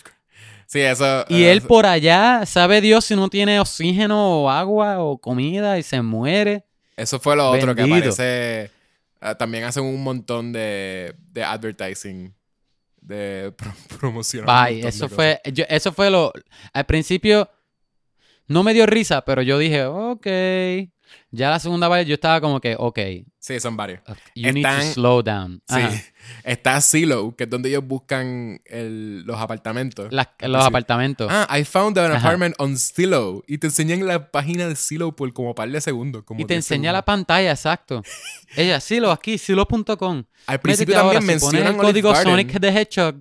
[SPEAKER 1] Sí, eso...
[SPEAKER 2] Y él por allá, sabe Dios si no tiene oxígeno o agua o comida y se muere.
[SPEAKER 1] Eso fue lo otro que
[SPEAKER 2] Bendito.
[SPEAKER 1] aparece. También hacen un montón de advertising, de promoción.
[SPEAKER 2] Bye, eso fue lo... Al principio no me dio risa, pero yo dije, ok. Ya la segunda vez yo estaba como que, ok.
[SPEAKER 1] Sí, son varios.
[SPEAKER 2] You need to slow down.
[SPEAKER 1] Sí.
[SPEAKER 2] Ajá.
[SPEAKER 1] Está Silo, que es donde ellos buscan los apartamentos.
[SPEAKER 2] Los apartamentos.
[SPEAKER 1] I found an
[SPEAKER 2] Ajá.
[SPEAKER 1] apartment on Silo. Y te enseñan la página de Silo por como par de segundos. Como
[SPEAKER 2] Y te
[SPEAKER 1] 10
[SPEAKER 2] enseña la
[SPEAKER 1] segundos.
[SPEAKER 2] pantalla, exacto. Ella, Silo, aquí, silo.com.
[SPEAKER 1] Al principio
[SPEAKER 2] Métete ahora,
[SPEAKER 1] también
[SPEAKER 2] si pones
[SPEAKER 1] mencionan
[SPEAKER 2] el código
[SPEAKER 1] Olive Garden.
[SPEAKER 2] Sonic the Hedgehog.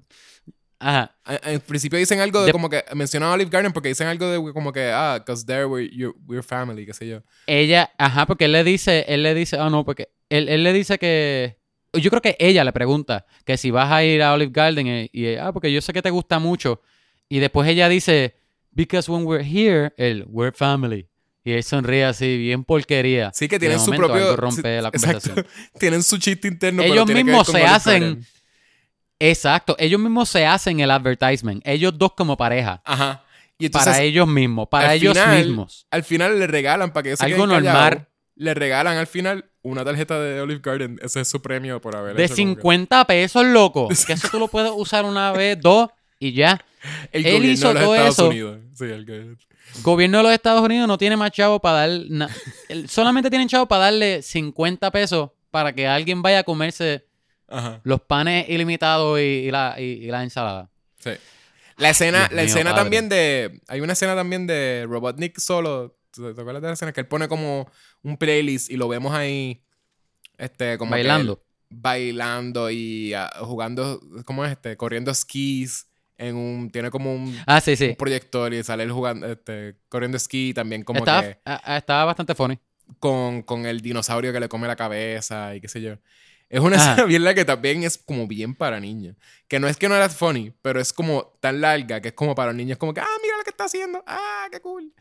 [SPEAKER 2] Ajá.
[SPEAKER 1] Al principio dicen algo de como que mencionan Olive Garden porque dicen algo de como que, because there we're family, qué sé yo.
[SPEAKER 2] Ella, porque él le dice, no, porque él le dice que, yo creo que ella le pregunta que si vas a ir a Olive Garden porque yo sé que te gusta mucho. Y después ella dice, because when we're here, we're family. Y él sonríe así, bien porquería.
[SPEAKER 1] Sí, que
[SPEAKER 2] Y de
[SPEAKER 1] tienen su
[SPEAKER 2] momento
[SPEAKER 1] propio...
[SPEAKER 2] algo rompe la conversación.
[SPEAKER 1] Exacto. Tienen su chiste interno, pero
[SPEAKER 2] Ellos
[SPEAKER 1] tiene que ver
[SPEAKER 2] mismos
[SPEAKER 1] con
[SPEAKER 2] se
[SPEAKER 1] Olive
[SPEAKER 2] hacen...
[SPEAKER 1] Garden.
[SPEAKER 2] Exacto, ellos mismos se hacen el advertisement. Ellos dos como pareja.
[SPEAKER 1] Ajá. Y entonces,
[SPEAKER 2] Para ellos mismos, para
[SPEAKER 1] al
[SPEAKER 2] ellos
[SPEAKER 1] final-
[SPEAKER 2] mismos.
[SPEAKER 1] al final le regalan, para que se
[SPEAKER 2] Algo
[SPEAKER 1] queden callados,
[SPEAKER 2] normal.
[SPEAKER 1] le regalan al final una tarjeta de Olive Garden. Ese es su premio por haber
[SPEAKER 2] De
[SPEAKER 1] hecho como que-
[SPEAKER 2] 50 pesos, loco. Que eso tú lo puedes usar una vez, dos y ya.
[SPEAKER 1] El
[SPEAKER 2] Él
[SPEAKER 1] gobierno
[SPEAKER 2] hizo
[SPEAKER 1] de los
[SPEAKER 2] todo
[SPEAKER 1] Estados
[SPEAKER 2] eso.
[SPEAKER 1] Unidos. Sí, el
[SPEAKER 2] Gobierno de los Estados Unidos no tiene más chavo para dar... solamente tienen chavo para darle 50 pesos para que alguien vaya a comerse
[SPEAKER 1] Ajá.
[SPEAKER 2] los panes ilimitados y la ensalada.
[SPEAKER 1] Sí. La escena
[SPEAKER 2] Dios mío, padre.
[SPEAKER 1] también de... Hay una escena también de Robotnik solo. ¿Te acuerdas de la escena? Que él pone como un playlist y lo vemos ahí... como que
[SPEAKER 2] Bailando.
[SPEAKER 1] él bailando y jugando... ¿Cómo es corriendo skis tiene como un
[SPEAKER 2] Sí.
[SPEAKER 1] un proyector y sale él jugando, corriendo esquí también como
[SPEAKER 2] Estaba,
[SPEAKER 1] que
[SPEAKER 2] estaba bastante funny.
[SPEAKER 1] con el dinosaurio que le come la cabeza y qué sé yo. Es una
[SPEAKER 2] Ajá.
[SPEAKER 1] escena bien larga que también es como bien para niños. Que no era funny, pero es como tan larga que es como para los niños. Como que, mira lo que está haciendo. Qué cool.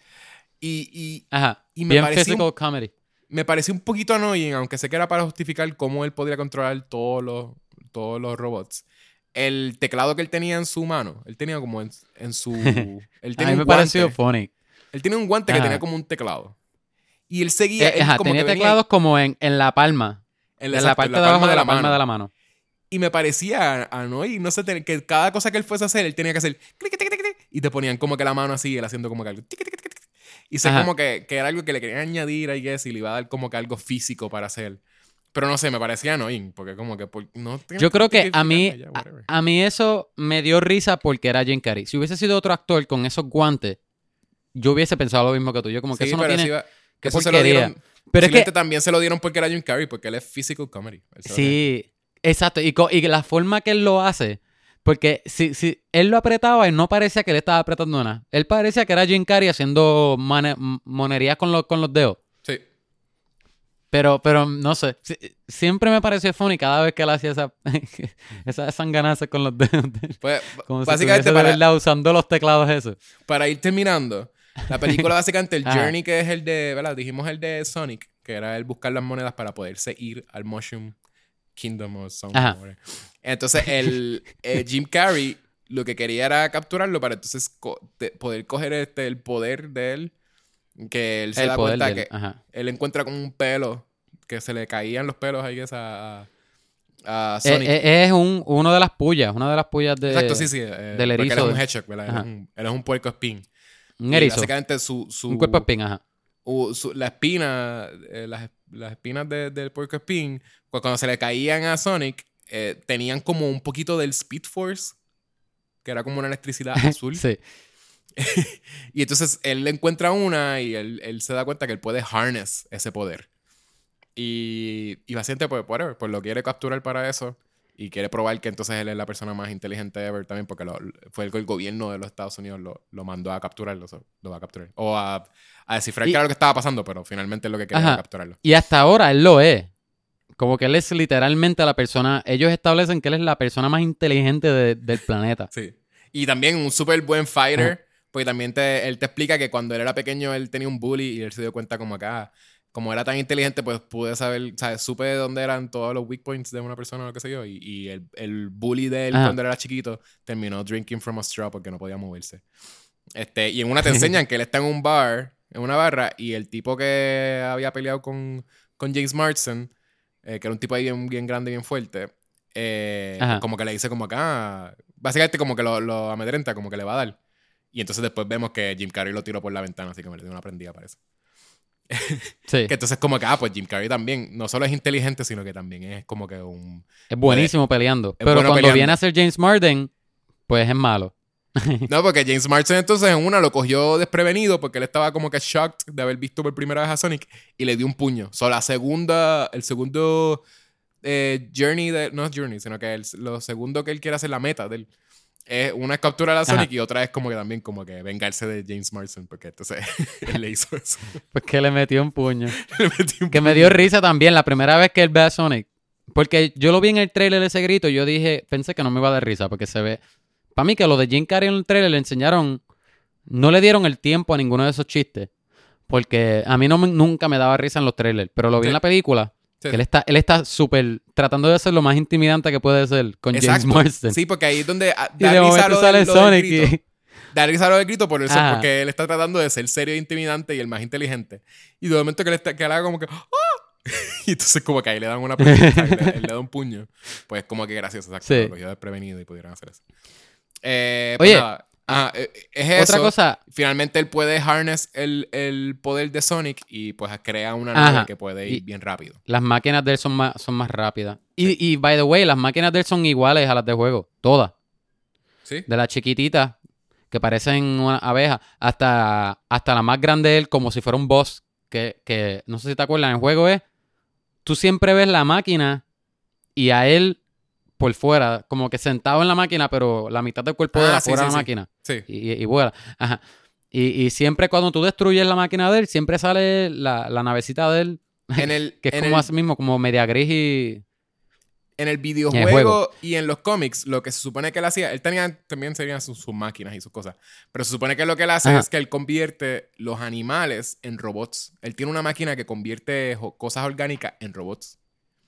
[SPEAKER 2] Ajá.
[SPEAKER 1] Y me
[SPEAKER 2] Bien
[SPEAKER 1] pareció
[SPEAKER 2] physical comedy.
[SPEAKER 1] me pareció un poquito annoying, aunque sé que era para justificar cómo él podría controlar todos los robots. El teclado que él tenía en su mano, él tenía como en su... Él
[SPEAKER 2] A
[SPEAKER 1] tenía
[SPEAKER 2] mí
[SPEAKER 1] un
[SPEAKER 2] me pareció
[SPEAKER 1] guante.
[SPEAKER 2] funny.
[SPEAKER 1] Él tenía un guante que
[SPEAKER 2] Ajá.
[SPEAKER 1] tenía como un teclado. Y él seguía... él como
[SPEAKER 2] tenía
[SPEAKER 1] que venía
[SPEAKER 2] teclados como en la palma.
[SPEAKER 1] en
[SPEAKER 2] En la parte de abajo de la palma de la mano.
[SPEAKER 1] Y me parecía annoying, no sé, que cada cosa que él fuese a hacer, él tenía que hacer clic, clic, clic, clic, y te ponían como que la mano así, él haciendo como que algo. Tic, tic, tic, tic. Y sé como que era algo que le querían añadir, I guess, y le iba a dar como que algo físico para hacer. Pero no sé, me parecía annoying, porque como que no tengo
[SPEAKER 2] Yo creo que
[SPEAKER 1] ya,
[SPEAKER 2] a mí eso me dio risa porque era Jim Carrey. Si hubiese sido otro actor con esos guantes, yo hubiese pensado lo mismo que tú. Yo como que
[SPEAKER 1] sí,
[SPEAKER 2] eso no
[SPEAKER 1] pero
[SPEAKER 2] tiene... Qué
[SPEAKER 1] eso se lo
[SPEAKER 2] porquería.
[SPEAKER 1] dieron.
[SPEAKER 2] Pero es que...
[SPEAKER 1] también se lo dieron porque era Jim Carrey, porque él es physical comedy.
[SPEAKER 2] Sí, exacto. Y la forma que él lo hace... Porque si él lo apretaba y no parecía que él estaba apretando nada. Él parecía que era Jim Carrey haciendo monerías con los dedos.
[SPEAKER 1] Sí.
[SPEAKER 2] Pero no sé. Siempre me pareció funny cada vez que él hacía esas sanganazas con los dedos.
[SPEAKER 1] Pues,
[SPEAKER 2] como
[SPEAKER 1] básicamente
[SPEAKER 2] si de verdad usando los teclados eso.
[SPEAKER 1] Para ir terminando, la película básicamente, el Journey, que es el de, ¿verdad? Dijimos el de Sonic, que era el buscar las monedas para poderse ir al Mushroom Kingdom o something. Entonces, Jim Carrey lo que quería era capturarlo para entonces poder coger el poder de él. Que él se da cuenta que él encuentra como un pelo, que se le caían los pelos ahí a Sonic.
[SPEAKER 2] Es una de las pullas de...
[SPEAKER 1] Exacto, sí.
[SPEAKER 2] Del erizo.
[SPEAKER 1] Porque él es un hedgehog, ¿verdad? Él es un puerco espín.
[SPEAKER 2] Un erizo.
[SPEAKER 1] Básicamente
[SPEAKER 2] un cuerpo espín,
[SPEAKER 1] la espina, las espinas del puerco espín, pues cuando se le caían a Sonic, tenían como un poquito del Speed Force, que era como una electricidad azul.
[SPEAKER 2] Sí.
[SPEAKER 1] Y entonces él le encuentra una y él se da cuenta que él puede harness ese poder. Y básicamente, pues lo quiere capturar para eso. Y quiere probar que entonces él es la persona más inteligente ever también, porque fue el gobierno de los Estados Unidos lo mandó a capturarlo. Lo va a capturar. O a descifrar qué era lo que estaba pasando, pero finalmente es lo que quería era capturarlo.
[SPEAKER 2] Y hasta ahora él lo es. Como que él es literalmente la persona... Ellos establecen que él es la persona más inteligente del planeta.
[SPEAKER 1] Sí. Y también un súper buen fighter. Porque también él te explica que cuando él era pequeño él tenía un bully y él se dio cuenta como acá, como era tan inteligente, pues pude saber, ¿sabes? Supe de dónde eran todos los weak points de una persona o lo que sé yo. Y el bully de él cuando él era chiquito terminó drinking from a straw porque no podía moverse. Y en una te enseñan que él está en un bar, en una barra, y el tipo que había peleado con James Marsden, que era un tipo ahí bien, bien grande y bien fuerte, como que le dice como acá, básicamente como que lo amedrenta, como que le va a dar. Y entonces después vemos que Jim Carrey lo tiró por la ventana, así que me le dio una prendida para eso.
[SPEAKER 2] Sí.
[SPEAKER 1] Que entonces como que, pues Jim Carrey también, no solo es inteligente, sino que también es como que un...
[SPEAKER 2] Es buenísimo peleando. Pero cuando viene a ser James Marsden, pues es malo.
[SPEAKER 1] No, porque James Marsden entonces en una lo cogió desprevenido porque él estaba como que shocked de haber visto por primera vez a Sonic y le dio un puño. El segundo journey, no Journey, sino que lo segundo que él quiere hacer, la meta de él, una es capturar a Sonic y otra es como que también como que vengarse de James Marsden porque entonces él le hizo eso.
[SPEAKER 2] Pues que le metió un puño. Que me dio risa también la primera vez que él ve a Sonic. Porque yo lo vi en el trailer ese grito y yo pensé que no me iba a dar risa porque se ve... Para mí que lo de Jim Carrey en el trailer le enseñaron... No le dieron el tiempo a ninguno de esos chistes. Porque a mí nunca me daba risa en los trailers. Pero lo vi en la película... Sí. Que él está súper tratando de ser lo más intimidante que puede ser con James Marsden.
[SPEAKER 1] Sí, porque ahí es donde
[SPEAKER 2] y de momento sale Sonic y...
[SPEAKER 1] Da risa lo del grito porque él está tratando de ser serio e intimidante y el más inteligente. Y de momento que él haga como que... ¡Ah! Y entonces como que ahí le dan una puñeta, él le da un puño. Pues como que gracioso, exacto. Sí. Lo cogió desprevenido y pudieron hacer eso. Pues
[SPEAKER 2] oye...
[SPEAKER 1] nada. Es eso.
[SPEAKER 2] Otra cosa.
[SPEAKER 1] Finalmente él puede harness el poder de Sonic y pues crea una nave que puede ir bien rápido.
[SPEAKER 2] Las máquinas de él son más rápidas. Sí. Y by the way, las máquinas de él son iguales a las de juego. Todas.
[SPEAKER 1] Sí.
[SPEAKER 2] De la chiquitita, que parecen una abeja, hasta la más grande de él, como si fuera un boss. Que no sé si te acuerdas, en el juego tú siempre ves la máquina y a él por fuera, como que sentado en la máquina, pero la mitad del cuerpo de fuera de la máquina.
[SPEAKER 1] Sí.
[SPEAKER 2] Y vuela. Ajá. Y siempre cuando tú destruyes la máquina de él, siempre sale la navecita de él. Que es como así mismo, como media gris y...
[SPEAKER 1] En el videojuego y en los cómics, lo que se supone que él hacía, él también serían sus máquinas y sus cosas. Pero se supone que lo que él hace es que él convierte los animales en robots. Él tiene una máquina que convierte cosas orgánicas en robots.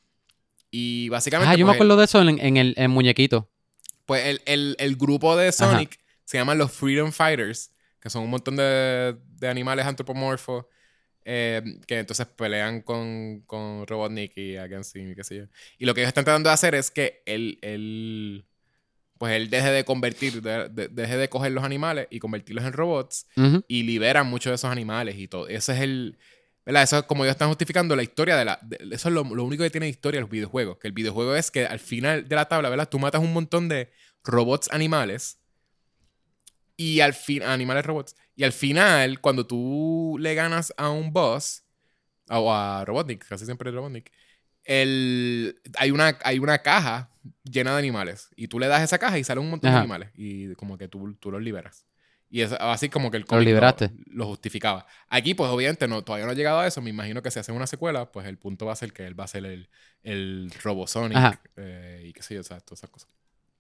[SPEAKER 1] Y básicamente...
[SPEAKER 2] yo me acuerdo de eso en el muñequito.
[SPEAKER 1] Pues el grupo de Sonic se llaman los Freedom Fighters, que son un montón de animales antropomorfos que entonces pelean con Robotnik y Against him y qué sé yo. Y lo que ellos están tratando de hacer es que él pues él deje de convertir, deje de coger los animales y convertirlos en robots y liberan muchos de esos animales y todo. Ese es el... ¿Verdad? Eso es como ellos están justificando la historia eso es lo único que tiene historia los videojuegos. Que el videojuego es que al final de la tabla, ¿verdad? Tú matas un montón de robots animales y animales robots. Y al final, cuando tú le ganas a un boss o a Robotnik, casi siempre es Robotnik, hay una caja llena de animales. Y tú le das esa caja y sale un montón de animales. Y como que tú los liberas. Y es así como que el cómic lo justificaba. Aquí, pues, obviamente, todavía no ha llegado a eso. Me imagino que si hacen una secuela, pues el punto va a ser que él va a ser el Robosonic y qué sé yo, ¿sabes? Todas esas cosas.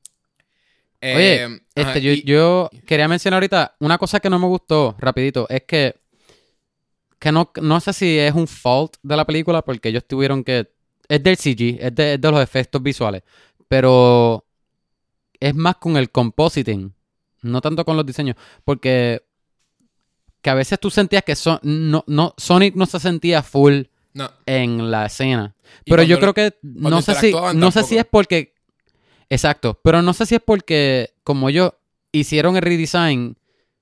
[SPEAKER 2] Oye, yo quería mencionar ahorita una cosa que no me gustó, rapidito, es que no sé si es un fault de la película, porque ellos tuvieron que... Es del CG, es de los efectos visuales, pero es más con el compositing. No tanto con los diseños. Porque que a veces tú sentías que Sonic no se sentía full en la escena. Pero yo creo que no sé si es porque... Exacto. Pero no sé si es porque como ellos hicieron el redesign,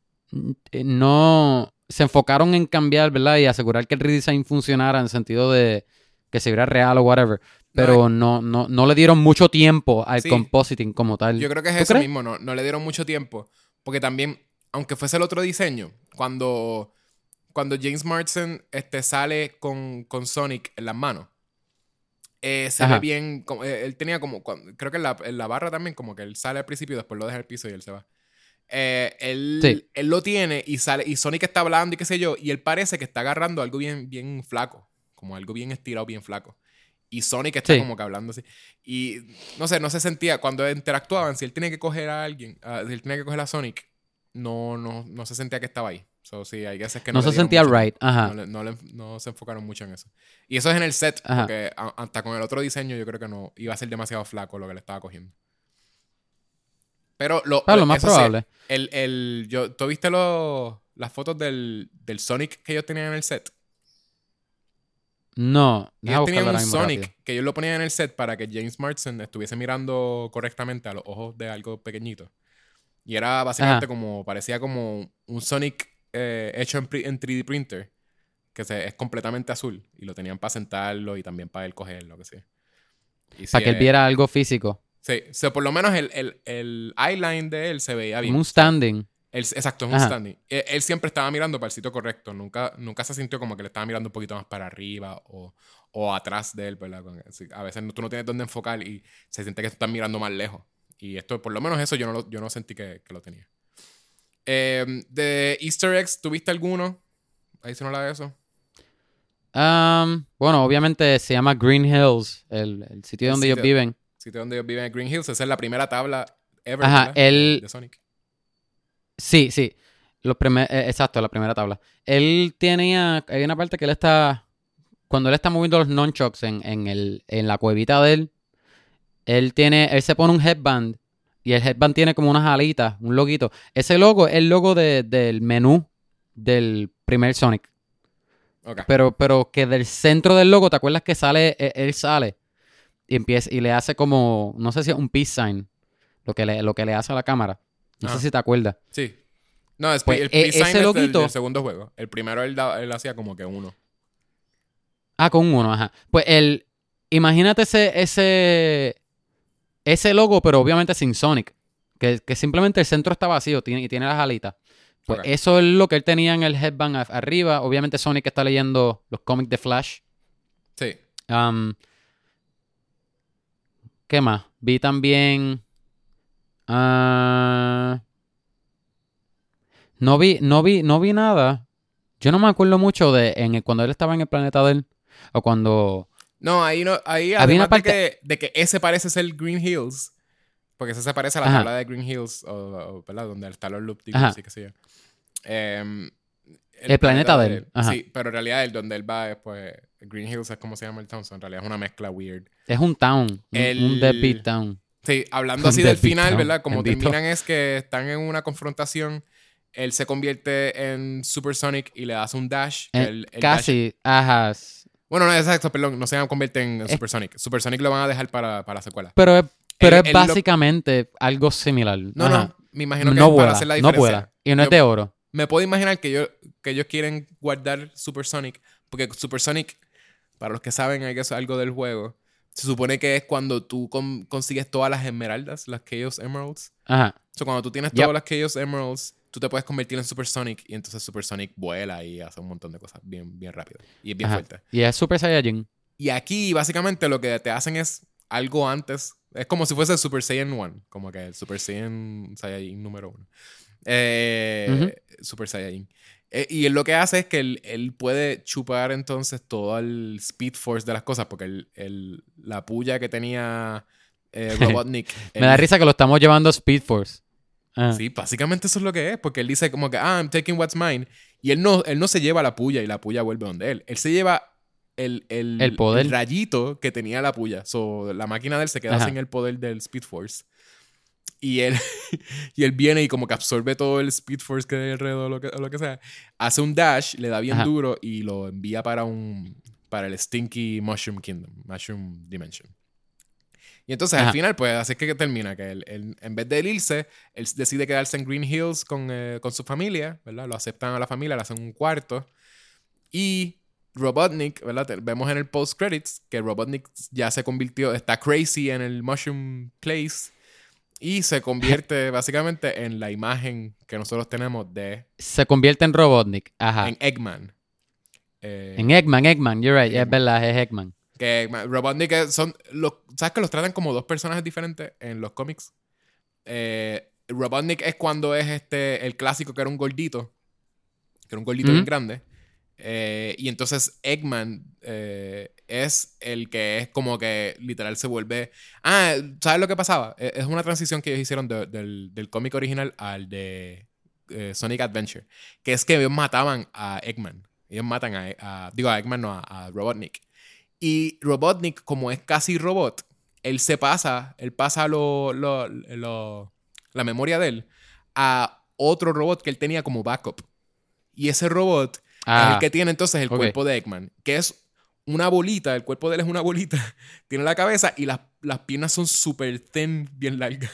[SPEAKER 2] no se enfocaron en cambiar, ¿verdad? Y asegurar que el redesign funcionara en el sentido de que se viera real o whatever. Pero no le dieron mucho tiempo al compositing como tal.
[SPEAKER 1] Yo creo que es eso mismo, no le dieron mucho tiempo. Porque también, aunque fuese el otro diseño, cuando James Marsden sale con Sonic en las manos, se ve bien. Él tenía como. Creo que en la barra también, como que él sale al principio y después lo deja en el piso y él se va. Él lo tiene y sale. Y Sonic está hablando y qué sé yo. Y él parece que está agarrando algo bien, bien flaco. Como algo bien estirado, bien flaco. Y Sonic está como que hablando así. Y no se sentía, cuando interactuaban, si él tenía que coger a alguien, si él tenía que coger a Sonic, no se sentía que estaba ahí. So, sí, hay veces que
[SPEAKER 2] no se sentía right. Ajá.
[SPEAKER 1] No se enfocaron mucho en eso. Y eso es en el set, porque hasta con el otro diseño yo creo que no iba a ser demasiado flaco lo que le estaba cogiendo. Pero lo
[SPEAKER 2] más probable.
[SPEAKER 1] ¿tú viste las fotos del Sonic que ellos tenían en el set?
[SPEAKER 2] No.
[SPEAKER 1] Ellos tenían un Sonic rápido, que ellos lo ponían en el set para que James Marsden estuviese mirando correctamente a los ojos de algo pequeñito. Y era básicamente parecía como un Sonic hecho en 3D printer, que es completamente azul. Y lo tenían para sentarlo y también para él cogerlo, que sea.
[SPEAKER 2] Para que él viera algo físico.
[SPEAKER 1] Sí, o sea, por lo menos el eyeline de él se veía bien.
[SPEAKER 2] Un standing.
[SPEAKER 1] Exacto, es un standing. Él siempre estaba mirando para el sitio correcto. Nunca se sintió como que le estaba mirando un poquito más para arriba o atrás de él, ¿verdad? A veces tú no tienes dónde enfocar y se siente que tú estás mirando más lejos. Y esto, por lo menos eso, yo no sentí que lo tenía. De Easter eggs, ¿tuviste alguno? Ahí se no la de eso.
[SPEAKER 2] Bueno, obviamente se llama Green Hills, el sitio donde ellos viven.
[SPEAKER 1] El sitio donde ellos viven es Green Hills. Esa es la primera tabla ever, de Sonic.
[SPEAKER 2] Sí. Exacto, la primera tabla. Hay una parte que cuando él está moviendo los nunchucks en la cuevita de él, él se pone un headband y el headband tiene como unas alitas, un loguito. Ese logo es el logo del menú del primer Sonic.
[SPEAKER 1] Okay.
[SPEAKER 2] Pero que del centro del logo, ¿te acuerdas que él sale y empieza y le hace como, no sé si es un peace sign, lo que le hace a la cámara? No sé si te acuerdas.
[SPEAKER 1] Sí. No, el peace sign es del segundo juego. El primero él hacía como que uno.
[SPEAKER 2] Con uno, ajá. Pues imagínate ese logo, pero obviamente sin Sonic. Que simplemente el centro está vacío y tiene las alitas. Pues eso es lo que él tenía en el headband arriba. Obviamente Sonic está leyendo los cómics de Flash.
[SPEAKER 1] Sí.
[SPEAKER 2] ¿Qué más? Vi también... No vi nada. Yo no me acuerdo mucho cuando él estaba en el planeta de él. O cuando...
[SPEAKER 1] No, ahí no. Ahí además una parte... de que ese parece ser Green Hills. Porque ese se parece a la tabla de Green Hills. ¿Verdad? Donde está los Loop Diggers y qué sé yo.
[SPEAKER 2] El planeta de él. Ajá.
[SPEAKER 1] Sí, pero en realidad donde él va es pues... Green Hills es como se llama el town. En realidad es una mezcla weird.
[SPEAKER 2] Es un town. Un deadbeat town.
[SPEAKER 1] Sí, hablando así del final, ¿verdad? Como terminan es que están en una confrontación. Él se convierte en Super Sonic y le hace un dash.
[SPEAKER 2] Casi,
[SPEAKER 1] Bueno, no, exacto, perdón. No se convierte en Super Sonic. Super Sonic lo van a dejar para la secuela.
[SPEAKER 2] Pero Pero es básicamente algo similar.
[SPEAKER 1] No, me imagino que
[SPEAKER 2] no
[SPEAKER 1] es
[SPEAKER 2] vuela,
[SPEAKER 1] para hacer la diferencia.
[SPEAKER 2] No vuela. Y no es de oro.
[SPEAKER 1] Me puedo imaginar que ellos quieren guardar Supersonic, porque Supersonic, para los que saben algo del juego, se supone que es cuando tú consigues todas las esmeraldas, las Chaos Emeralds.
[SPEAKER 2] Ajá.
[SPEAKER 1] O sea, cuando tú tienes todas las Chaos Emeralds, tú te puedes convertir en Supersonic y entonces Supersonic vuela y hace un montón de cosas bien, bien rápido. Y es bien fuerte.
[SPEAKER 2] Y es Super Saiyajin.
[SPEAKER 1] Y aquí, básicamente, lo que te hacen es algo antes. Es como si fuese el Super Saiyan 1. Como que el Super Saiyan Saiyajin número 1. Super Saiyajin. Y él lo que hace es que él puede chupar entonces todo el Speed Force de las cosas. Porque la puya que tenía Robotnik.
[SPEAKER 2] Me da risa que lo estamos llevando a Speed Force.
[SPEAKER 1] Sí, básicamente eso es lo que es. Porque él dice como que, I'm taking what's mine. Y él no se lleva la puya y la puya vuelve donde él. Él se lleva el
[SPEAKER 2] poder.
[SPEAKER 1] El rayito que tenía la puya. So, la máquina de él se queda sin el poder del Speed Force. Y él viene y como que absorbe todo el Speed Force que hay alrededor o lo que sea. Hace un dash, le da bien duro y lo envía para el Stinky Mushroom Kingdom. Mushroom Dimension. Y entonces al final, pues así es que termina. Que él, en vez de irse, él decide quedarse en Green Hills con su familia, ¿verdad? Lo aceptan a la familia, le hacen un cuarto. Y Robotnik, ¿verdad? Vemos en el post-credits que Robotnik ya se convirtió, está crazy en el Mushroom Place y se convierte básicamente en la imagen que nosotros tenemos de...
[SPEAKER 2] Se convierte en Robotnik,
[SPEAKER 1] en Eggman.
[SPEAKER 2] En Eggman, you're right, es verdad, es Eggman.
[SPEAKER 1] Que Robotnik ¿sabes que los tratan como dos personajes diferentes en los cómics? Robotnik es cuando es el clásico que era un gordito bien grande. Y entonces Eggman es el que es como que literal se vuelve... ¿sabes lo que pasaba? Es una transición que ellos hicieron del cómic original al de Sonic Adventure. Que es que ellos mataban a Eggman. Ellos matan a Eggman, no, a Robotnik. Y Robotnik, como es casi robot, él pasa la memoria de él a otro robot que él tenía como backup. Y ese robot es el que tiene entonces el cuerpo de Eggman, que es una bolita, el cuerpo de él es una bolita, tiene la cabeza y las piernas son súper thin, bien largas.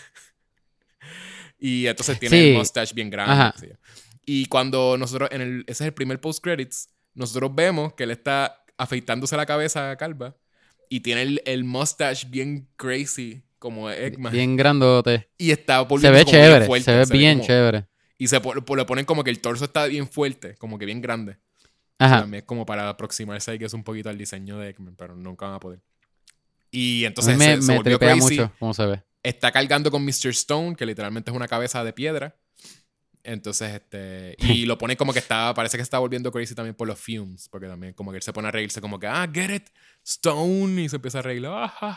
[SPEAKER 1] Y entonces tiene el mustache bien grande. Y cuando nosotros, ese es el primer post-credits, nosotros vemos que él está afeitándose la cabeza calva y tiene el mustache bien crazy como Eggman.
[SPEAKER 2] Bien grandote.
[SPEAKER 1] Y está
[SPEAKER 2] se ve chévere, fuerte, se ve bien chévere.
[SPEAKER 1] Y le ponen como que el torso está bien fuerte, como que bien grande. Ajá. También es como para aproximarse ahí que es un poquito al diseño de Eggman, pero nunca van a poder. Y entonces
[SPEAKER 2] me
[SPEAKER 1] volvió crazy.
[SPEAKER 2] Mucho cómo se ve.
[SPEAKER 1] Está cargando con Mr. Stone, que literalmente es una cabeza de piedra. Entonces, y lo pone como que parece que está volviendo crazy también por los fumes, porque también como que él se pone a reírse como que, get it, Stone, y se empieza a reír,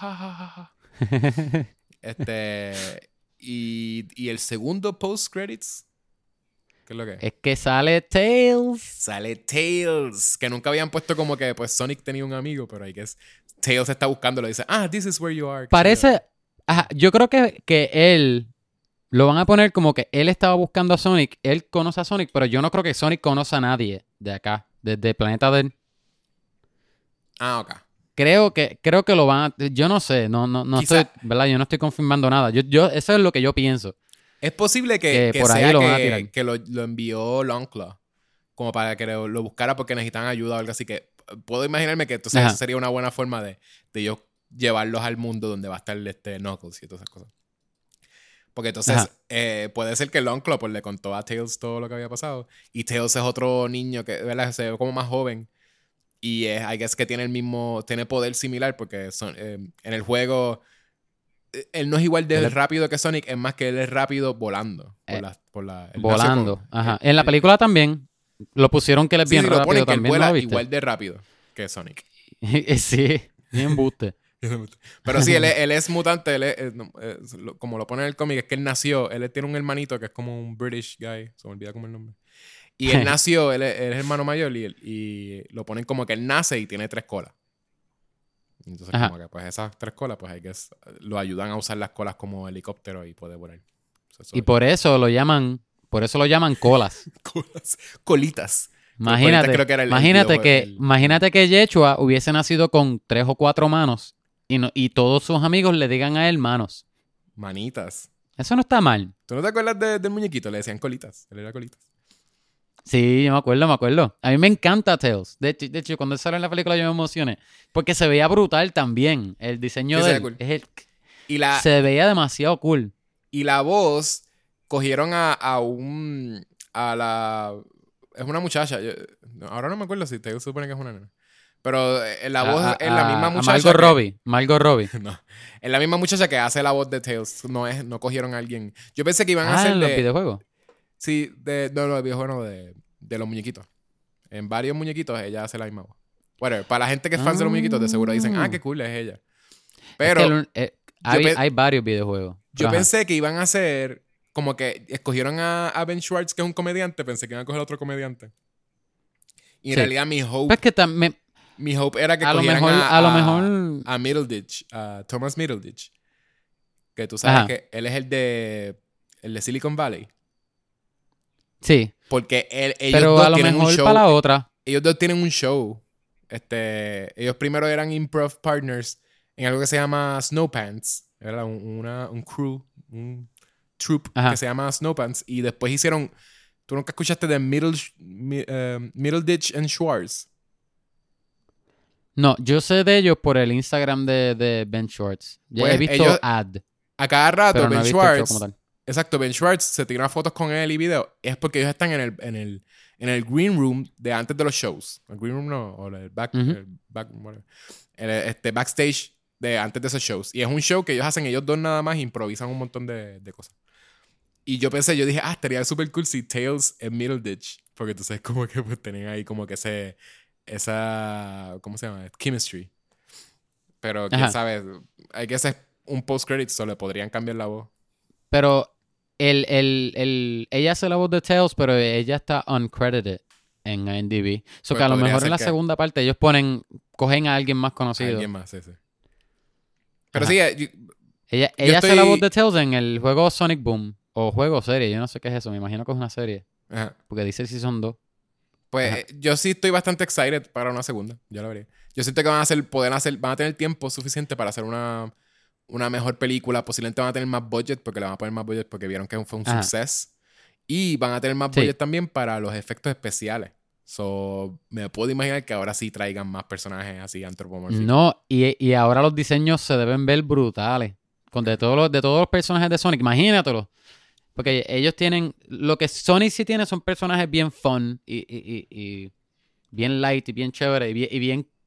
[SPEAKER 1] y el segundo post-credits, ¿qué es lo que es?
[SPEAKER 2] Es que sale Tails.
[SPEAKER 1] Sale Tails, que nunca habían puesto como que, pues, Sonic tenía un amigo, pero ahí que es, Tails está buscándolo y dice, this is where you are.
[SPEAKER 2] Parece, yo creo que él... Lo van a poner como que él estaba buscando a Sonic, él conoce a Sonic, pero yo no creo que Sonic conozca a nadie de acá, desde el planeta de él.
[SPEAKER 1] Ok.
[SPEAKER 2] Creo que lo van a... Yo no sé, no estoy, ¿verdad? Yo no estoy confirmando nada. Eso es lo que yo pienso.
[SPEAKER 1] Es posible que
[SPEAKER 2] por ahí
[SPEAKER 1] sea
[SPEAKER 2] lo van a tirar.
[SPEAKER 1] que lo envió Longclaw, como para que lo buscara porque necesitan ayuda o algo así, que puedo imaginarme que entonces eso sería una buena forma de ellos llevarlos al mundo donde va a estar Knuckles y todas esas cosas. Porque entonces puede ser que Longclaw pues, le contó a Tails todo lo que había pasado. Y Tails es otro niño que, ¿verdad? Se ve como más joven. Y I guess que tiene tiene poder similar porque en el juego él no es igual de rápido que Sonic, es más que él es rápido volando.
[SPEAKER 2] Volando, en la película también lo pusieron que él es bien rápido también.
[SPEAKER 1] Que él vuela igual de rápido que Sonic.
[SPEAKER 2] Sí, bien buste.
[SPEAKER 1] Pero sí, él es mutante, como lo pone en el cómic, es que él tiene un hermanito que es como un British guy, se me olvida como el nombre. Y él nació, él es hermano mayor y lo ponen como que él nace y tiene 3 colas. Entonces como que pues esas 3 colas, pues hay que lo ayudan a usar las colas como helicóptero y puede volar.
[SPEAKER 2] Y por eso lo llaman colas.
[SPEAKER 1] Colitas.
[SPEAKER 2] Imagínate que Yechua hubiese nacido con 3 o 4 manos y todos sus amigos le digan a él manos.
[SPEAKER 1] Manitas.
[SPEAKER 2] Eso no está mal.
[SPEAKER 1] ¿Tú no te acuerdas del muñequito? Le decían colitas. Él era colitas.
[SPEAKER 2] Sí, yo me acuerdo. A mí me encanta Tails. De hecho, cuando él sale en la película yo me emocioné. Porque se veía brutal también. El diseño
[SPEAKER 1] Sí,
[SPEAKER 2] de
[SPEAKER 1] se ve
[SPEAKER 2] él.
[SPEAKER 1] cool.
[SPEAKER 2] Y se veía demasiado cool.
[SPEAKER 1] Y la voz, cogieron a la... Es una muchacha. Ahora no me acuerdo si te supone que es una nena. Pero la voz es la misma muchacha.
[SPEAKER 2] Margot Robbie.
[SPEAKER 1] No. Es la misma muchacha que hace la voz de Tails. No cogieron a alguien. Yo pensé que iban a hacer
[SPEAKER 2] en los videojuegos.
[SPEAKER 1] Sí, no, los videojuegos no, de los muñequitos. En varios muñequitos ella hace la misma voz. Bueno, para la gente que es fan de los muñequitos, de seguro dicen, qué cool es ella. Pero
[SPEAKER 2] hay varios videojuegos.
[SPEAKER 1] Yo pensé que iban a hacer como que escogieron a Ben Schwartz, que es un comediante, pensé que iban a coger a otro comediante. Y en realidad mi hope...
[SPEAKER 2] Pues que también...
[SPEAKER 1] Mi hope era que cogieran a Middleditch, a Thomas Middleditch. Que tú sabes que él es el de Silicon Valley.
[SPEAKER 2] Sí.
[SPEAKER 1] Porque ellos
[SPEAKER 2] pero
[SPEAKER 1] dos
[SPEAKER 2] a lo
[SPEAKER 1] tienen
[SPEAKER 2] mejor
[SPEAKER 1] un show.
[SPEAKER 2] Para la otra.
[SPEAKER 1] Ellos dos tienen un show. Ellos primero eran improv partners en algo que se llama Snowpants. Era un crew, un troupe que se llama Snowpants. Y después hicieron... ¿Tú nunca escuchaste de Middleditch and Schwartz?
[SPEAKER 2] No, yo sé de ellos por el Instagram de Ben Schwartz.
[SPEAKER 1] Pues
[SPEAKER 2] he visto ad.
[SPEAKER 1] A cada rato
[SPEAKER 2] pero
[SPEAKER 1] Ben
[SPEAKER 2] no
[SPEAKER 1] Schwartz... Exacto, Ben Schwartz se tira fotos con él y video. Es porque ellos están en el green room de antes de los shows. El green room no, o el backstage de antes de esos shows. Y es un show que ellos hacen ellos dos nada más, improvisan un montón de cosas. Y yo dije, estaría súper cool si Tails es Middleditch. Porque tú sabes como que pues tenían ahí como que esa, ¿cómo se llama? Chemistry. Pero quién sabe, hay que hacer un post-credit, solo le podrían cambiar la voz.
[SPEAKER 2] Pero ella hace la voz de Tails, pero ella está uncredited en IMDb. So pues que a lo mejor en la segunda parte ellos cogen a alguien más conocido.
[SPEAKER 1] Alguien más, sí. Pero sí,
[SPEAKER 2] ella hace la voz de Tails en el juego Sonic Boom. O juego serie, yo no sé qué es eso. Me imagino que es una serie.
[SPEAKER 1] Ajá.
[SPEAKER 2] Porque dice Season 2.
[SPEAKER 1] Pues yo sí estoy bastante excited para una segunda. Ya lo veré. Yo siento que van a tener tiempo suficiente para hacer una mejor película. Posiblemente van a tener más budget, porque le van a poner más budget porque vieron que fue un suceso. Y van a tener más budget también para los efectos especiales. So, me puedo imaginar que ahora sí traigan más personajes así antropomórficos.
[SPEAKER 2] No, y ahora los diseños se deben ver brutales. De todos los personajes de Sonic, imagínatelo. Porque ellos tienen... Lo que Sonic sí tiene son personajes bien fun y bien light y bien chévere y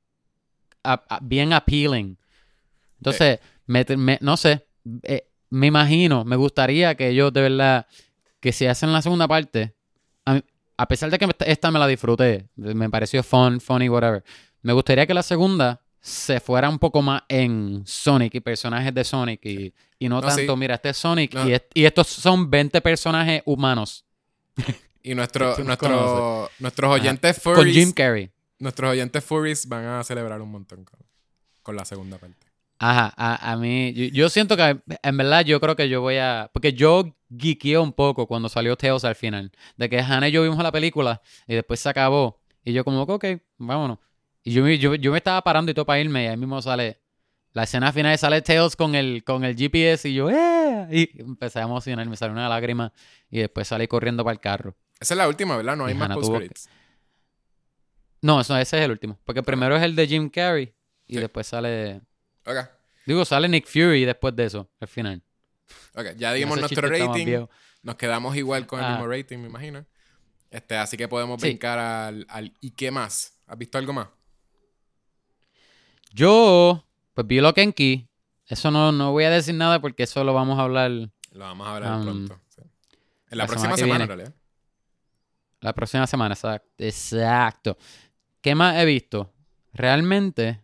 [SPEAKER 2] bien appealing. Entonces, no sé, me imagino, me gustaría que ellos de verdad, que si hacen la segunda parte, a pesar de que esta me la disfruté, me pareció funny, whatever, me gustaría que la segunda se fuera un poco más en Sonic y personajes de Sonic y no tanto, mira, este es Sonic y estos son 20 personajes humanos.
[SPEAKER 1] Y nuestros oyentes furries...
[SPEAKER 2] Con Jim Carrey.
[SPEAKER 1] Nuestros oyentes furries van a celebrar un montón con la segunda parte.
[SPEAKER 2] Ajá, a mí... Yo siento que, en verdad, yo creo que yo voy a... Porque yo geekeé un poco cuando salió Tails al final. De que Hannah y yo vimos la película y después se acabó. Y yo como, ok, vámonos. Y yo me estaba parando y todo para irme y ahí mismo sale... La escena final sale Tails con el GPS y yo, ¡eh! Y empecé a emocionar, me salió una lágrima y después salí corriendo para el carro.
[SPEAKER 1] Esa es la última, ¿verdad? No hay más post-credits.
[SPEAKER 2] No, ese es el último. Porque primero es el de Jim Carrey y después sale...
[SPEAKER 1] Okay.
[SPEAKER 2] Digo, sale Nick Fury después de eso, al final.
[SPEAKER 1] Ok, ya dimos nuestro rating. Nos quedamos igual con el mismo rating, me imagino. Así que podemos brincar al ¿y qué más? ¿Has visto algo más?
[SPEAKER 2] Yo, pues vi Lock and Key. Eso no voy a decir nada porque eso lo vamos a hablar...
[SPEAKER 1] Lo vamos a hablar pronto. Sí. En la próxima semana, en realidad.
[SPEAKER 2] La próxima semana, exacto. ¿Qué más he visto? Realmente...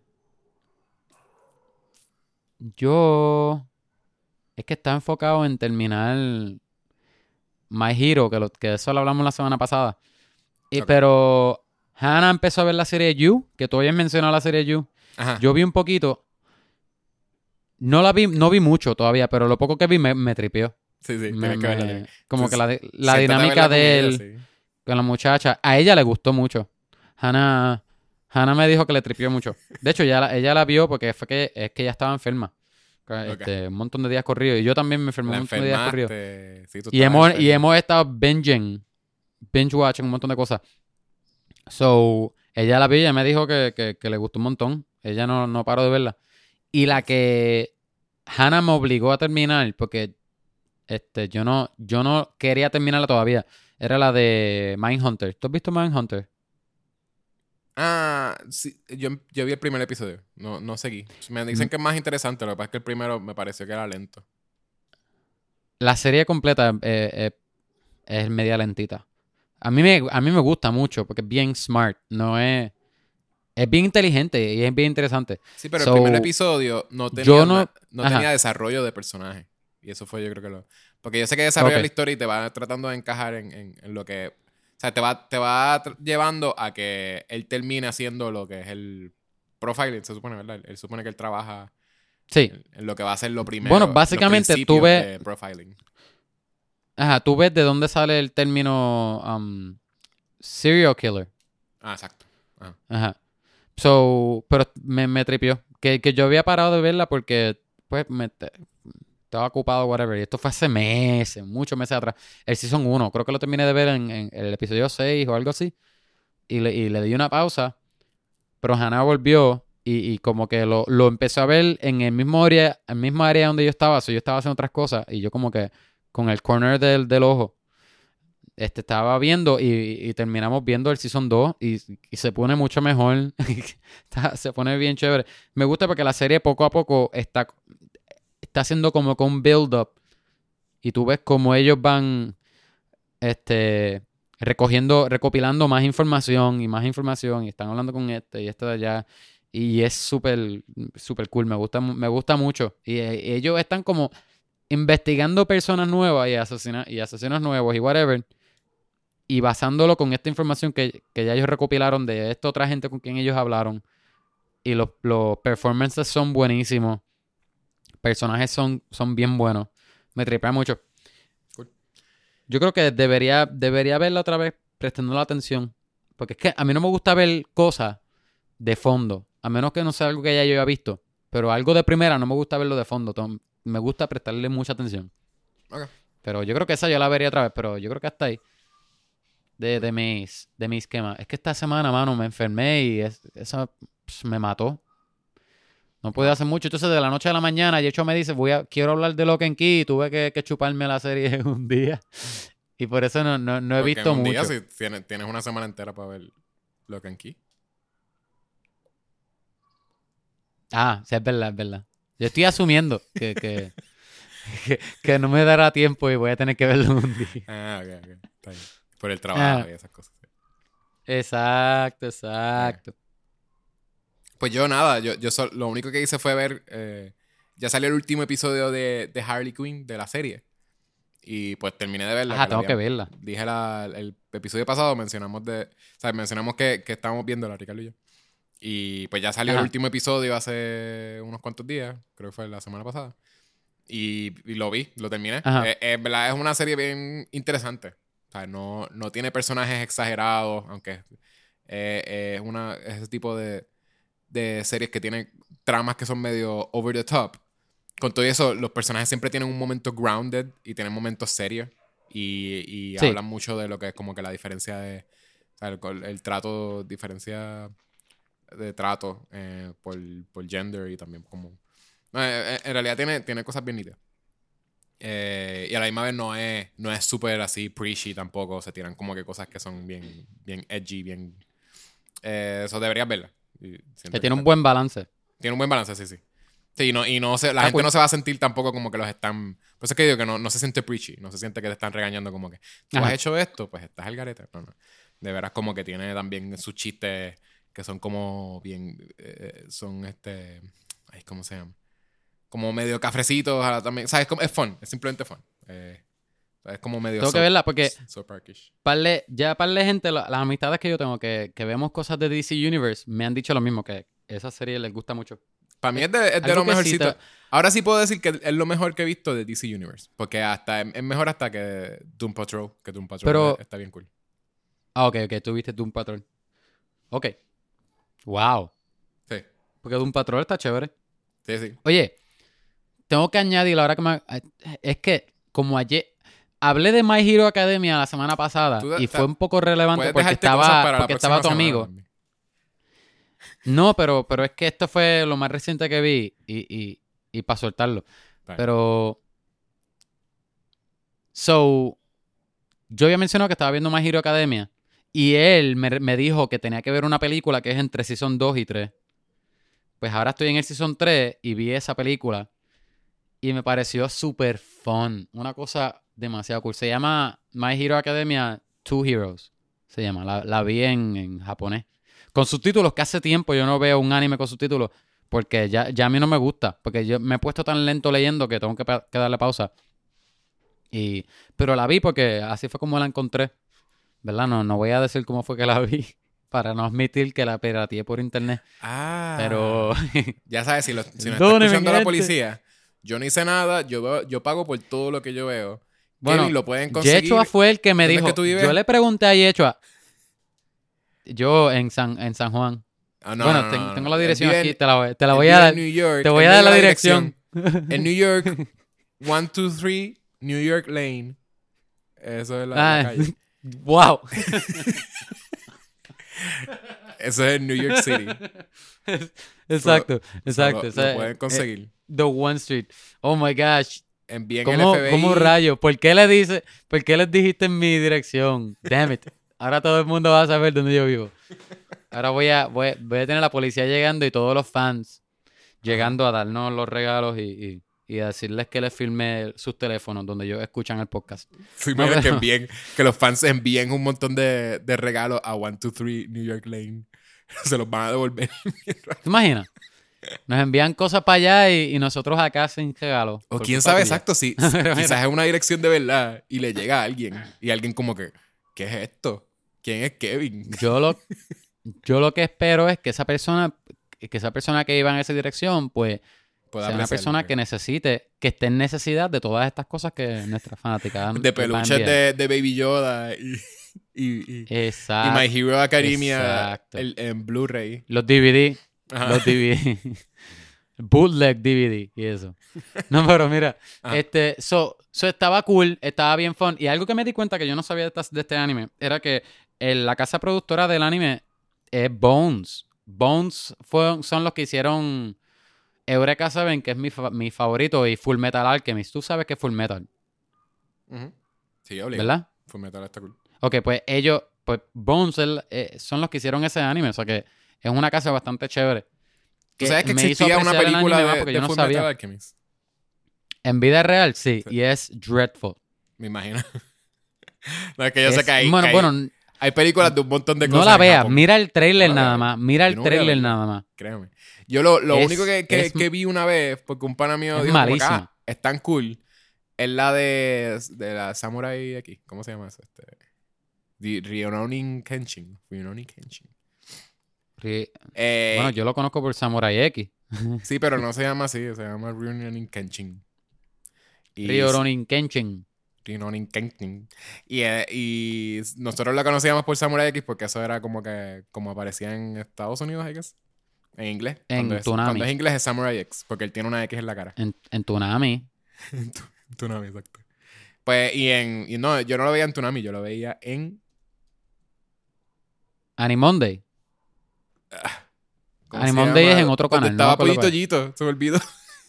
[SPEAKER 2] Yo... Es que estaba enfocado en terminar My Hero, que de eso lo hablamos la semana pasada. Pero Hannah empezó a ver la serie You, que tú habías mencionado la serie You.
[SPEAKER 1] Ajá.
[SPEAKER 2] Yo vi un poquito. No vi mucho todavía, pero lo poco que vi me tripió.
[SPEAKER 1] Sí, tienes que verla.
[SPEAKER 2] Como que la dinámica de él con la muchacha, a ella le gustó mucho. Hannah me dijo que le tripió mucho. De hecho, ella la vio porque es que ella estaba enferma. Un montón de días corridos. Y yo también me enfermé un montón de días corridos.
[SPEAKER 1] Sí,
[SPEAKER 2] Y hemos estado binge watching un montón de cosas. So, ella la vi y ella me dijo que le gustó un montón. Ella no paró de verla. Y la que Hannah me obligó a terminar, porque yo no quería terminarla todavía, era la de Mindhunter. ¿Tú has visto Mindhunter?
[SPEAKER 1] Sí, yo vi el primer episodio. No seguí. Me dicen que es más interesante. Lo que pasa es que el primero me pareció que era lento.
[SPEAKER 2] La serie completa es media lentita. A mí me gusta mucho porque es bien smart. Es bien inteligente y es bien interesante.
[SPEAKER 1] Sí, pero el primer episodio no tenía desarrollo de personaje. Y eso fue, yo creo que porque yo sé que desarrolla la historia y te va tratando de encajar en lo que... O sea, te va llevando a que él termine haciendo lo que es el profiling, se supone, ¿verdad? Él supone que él trabaja en lo que va a ser lo primero.
[SPEAKER 2] Bueno, básicamente tú ves...
[SPEAKER 1] de profiling.
[SPEAKER 2] Ajá, tú ves de dónde sale el término serial killer.
[SPEAKER 1] Exacto.
[SPEAKER 2] Ajá. Pero me tripió. Que yo había parado de verla porque, pues, estaba ocupado, whatever. Y esto fue hace meses, muchos meses atrás. El Season 1, creo que lo terminé de ver en el episodio 6 o algo así. Y le di una pausa. Pero Hannah volvió y como que lo empecé a ver en el mismo área donde yo estaba. Yo estaba haciendo otras cosas y yo como que con el corner del ojo estaba viendo y terminamos viendo el Season 2 y se pone mucho mejor. Se pone bien chévere. Me gusta porque la serie poco a poco está haciendo como con un build-up y tú ves como ellos van recopilando más información y están hablando con y de allá y es súper súper cool. Me gusta mucho y ellos están como investigando personas nuevas y asesinos nuevos y whatever. Y basándolo con esta información que ya ellos recopilaron de esta otra gente con quien ellos hablaron. Y los performances son buenísimos. Personajes son bien buenos. Me tripea mucho.
[SPEAKER 1] Cool.
[SPEAKER 2] Yo creo que debería verla otra vez prestando la atención. Porque es que a mí no me gusta ver cosas de fondo. A menos que no sea algo que ya yo haya visto. Pero algo de primera no me gusta verlo de fondo. Me gusta prestarle mucha atención.
[SPEAKER 1] Okay.
[SPEAKER 2] Pero yo creo que esa yo la vería otra vez. Pero yo creo que hasta ahí. De mis esquemas. Es que esta semana, mano, me enfermé y eso me mató. No pude hacer mucho. Entonces, de la noche a la mañana, Yecho me dice, quiero hablar de Lock and Key. Y tuve que chuparme la serie en un día. Y por eso no he visto
[SPEAKER 1] en un
[SPEAKER 2] mucho.
[SPEAKER 1] día, si tienes una semana entera para ver Lock and Key.
[SPEAKER 2] Sí, es verdad. Yo estoy asumiendo que no me dará tiempo y voy a tener que verlo un día.
[SPEAKER 1] Ok. Está bien. Por el trabajo y esas cosas. Sí.
[SPEAKER 2] Exacto.
[SPEAKER 1] Pues yo nada, lo único que hice fue ver, ya salió el último episodio de Harley Quinn de la serie. Y pues terminé de verla.
[SPEAKER 2] Tengo que verla.
[SPEAKER 1] Dije el episodio pasado, mencionamos que estábamos viendo la Ricardo y yo. Y pues ya salió el último episodio hace unos cuantos días, creo que fue la semana pasada. Y lo terminé. ¿Verdad? Es una serie bien interesante. O sea, no tiene personajes exagerados, aunque es ese tipo de series que tienen tramas que son medio over the top. Con todo eso, los personajes siempre tienen un momento grounded y tienen momentos serios. Y hablan mucho de lo que es como que la diferencia de... O sea, el trato, diferencia de trato por gender y también como... en realidad tiene cosas bien nítidas. Y a la misma vez no es súper así preachy tampoco. Se tiran como que cosas que son bien, bien edgy, bien... Eso deberías verla.
[SPEAKER 2] Que tiene un buen balance.
[SPEAKER 1] Tiene un buen balance, sí. Sí, la gente no se va a sentir tampoco como que los están... Por eso es que digo que no se siente preachy. No se siente que te están regañando como que... ¿Tú has hecho esto? Pues estás al garete. No. De veras como que tiene también sus chistes que son como bien... ¿cómo se llama? Como medio cafrecitos también. ¿Sabes? Es fun. Es simplemente fun. Es como medio...
[SPEAKER 2] Tengo que verla porque...
[SPEAKER 1] Parkish.
[SPEAKER 2] Par de gente, las amistades que yo tengo que vemos cosas de DC Universe, me han dicho lo mismo, que esa serie les gusta mucho.
[SPEAKER 1] Para mí es de lo mejorcito. Ahora sí puedo decir que es lo mejor que he visto de DC Universe. Porque hasta es mejor hasta que Doom Patrol. Que Doom Patrol está bien cool.
[SPEAKER 2] Ok. Tú viste Doom Patrol. Ok. Wow.
[SPEAKER 1] Sí.
[SPEAKER 2] Porque Doom Patrol está chévere.
[SPEAKER 1] Sí.
[SPEAKER 2] Oye, tengo que añadir, ahora que es que como ayer hablé de My Hero Academia la semana pasada y fue un poco relevante porque estaba tu amigo. No, pero es que esto fue lo más reciente que vi y para soltarlo. Vale. Pero yo había mencionado que estaba viendo My Hero Academia y él me dijo que tenía que ver una película que es entre Season 2 y 3. Pues ahora estoy en el Season 3 y vi esa película y me pareció súper fun. Una cosa demasiado cool. Se llama My Hero Academia 2 Heroes. Se llama. La vi en japonés. Con subtítulos, que hace tiempo yo no veo un anime con subtítulos porque ya a mí no me gusta. Porque yo me he puesto tan lento leyendo que tengo que darle pausa. Pero la vi porque así fue como la encontré. ¿Verdad? No voy a decir cómo fue que la vi para no admitir que la pirateé por internet. Pero
[SPEAKER 1] ya sabes, si no está escuchando la policía, yo no hice nada, yo pago por todo lo que yo veo.
[SPEAKER 2] Bueno,
[SPEAKER 1] Kevin, lo pueden conseguir.
[SPEAKER 2] Yechua fue el que me dijo. Yo le pregunté a Yechua. Yo en San Juan. Tengo la dirección aquí, te la voy a dar. Te voy a dar la dirección.
[SPEAKER 1] En New York, 123 New York Lane. Eso es la calle.
[SPEAKER 2] Wow.
[SPEAKER 1] Eso es en New York City.
[SPEAKER 2] Exacto.
[SPEAKER 1] Lo pueden conseguir.
[SPEAKER 2] The One Street. Oh my gosh.
[SPEAKER 1] Envíen el FBI.
[SPEAKER 2] ¿Cómo rayo? ¿Por qué les dijiste en mi dirección? Damn it. Ahora todo el mundo va a saber dónde yo vivo. Ahora voy a tener la policía llegando y todos los fans llegando a darnos los regalos y a decirles que les filme sus teléfonos donde ellos escuchan el podcast.
[SPEAKER 1] Que los fans envíen un montón de regalos a 123 New York Lane. Se los van a devolver.
[SPEAKER 2] ¿Te imaginas? Nos envían cosas para allá y nosotros acá sin regalos.
[SPEAKER 1] O quién sabe exacto si quizás es una dirección de verdad y le llega a alguien. Y alguien como que, ¿qué es esto? ¿Quién es Kevin?
[SPEAKER 2] Yo lo que espero es que esa persona que iba en esa dirección, pues, sea una persona que necesite, que esté en necesidad de todas estas cosas que nuestra fanaticada
[SPEAKER 1] de peluches de Baby Yoda y My Hero Academia en Blu-ray.
[SPEAKER 2] Los DVD. Ajá. Los DVD. Bootleg DVD y eso. No, pero mira, estaba cool, estaba bien fun. Y algo que me di cuenta que yo no sabía de este anime era que la casa productora del anime es Bones. Bones son los que hicieron Eureka Seven, que es mi favorito, y Full Metal Alchemist. Tú sabes que es Full Metal.
[SPEAKER 1] Uh-huh. Sí, obligado.
[SPEAKER 2] ¿Verdad?
[SPEAKER 1] Full Metal está cool.
[SPEAKER 2] Ok, pues Bones son los que hicieron ese anime. O sea que es una casa bastante chévere.
[SPEAKER 1] ¿Tú sabes que existía una película de Full Metal Alchemist?
[SPEAKER 2] En vida real, sí. Y es dreadful.
[SPEAKER 1] Me imagino. No, es que yo sé que hay...
[SPEAKER 2] Bueno,
[SPEAKER 1] hay películas de un montón de cosas.
[SPEAKER 2] No la veas, mira el trailer nada más. Mira el trailer nada más.
[SPEAKER 1] Créeme. Yo lo único que vi una vez, porque un pana mío dijo como acá, es tan cool, es la de la Samurai aquí. ¿Cómo se llama eso? Rurouni Kenshin.
[SPEAKER 2] Bueno, yo lo conozco por Samurai X.
[SPEAKER 1] Sí, pero no se llama así, se llama Rurouni Kenshin.
[SPEAKER 2] Rurouni Kenshin.
[SPEAKER 1] Y nosotros la conocíamos por Samurai X porque eso era como aparecía en Estados Unidos, I guess. En inglés.
[SPEAKER 2] En Toonami.
[SPEAKER 1] Cuando es inglés es Samurai X, porque él tiene una X en la cara.
[SPEAKER 2] En Toonami.
[SPEAKER 1] En Toonami, exacto. Pues, no, yo no lo veía en Toonami, yo lo veía en...
[SPEAKER 2] Animonday. Animonday es en otro canal.
[SPEAKER 1] Estaba Pollito Yito, se me olvidó.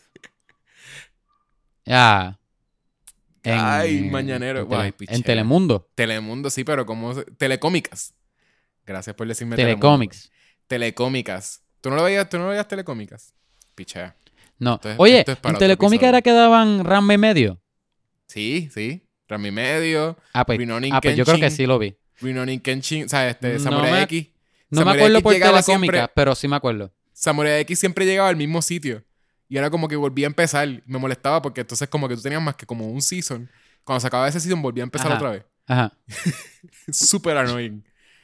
[SPEAKER 2] Ya.
[SPEAKER 1] Mañanero.
[SPEAKER 2] En Telemundo.
[SPEAKER 1] Telemundo, sí, pero como... Telecómicas. Gracias por decirme Telecómicas. ¿Tú no veías Telecómicas? Pichea.
[SPEAKER 2] No. Oye, ¿en Telecómica era que daban Ranma y medio?
[SPEAKER 1] Sí. Ranma y medio.
[SPEAKER 2] Pues yo creo que sí lo vi.
[SPEAKER 1] Rurouni Kenshin, o sea, Samurai X.
[SPEAKER 2] No me acuerdo por Telecómica, pero sí me acuerdo.
[SPEAKER 1] Samurai X siempre llegaba al mismo sitio. Y era como que volvía a empezar. Me molestaba porque entonces como que tú tenías más que como un season. Cuando se acababa ese season volvía a empezar otra vez.
[SPEAKER 2] Ajá.
[SPEAKER 1] Súper annoying.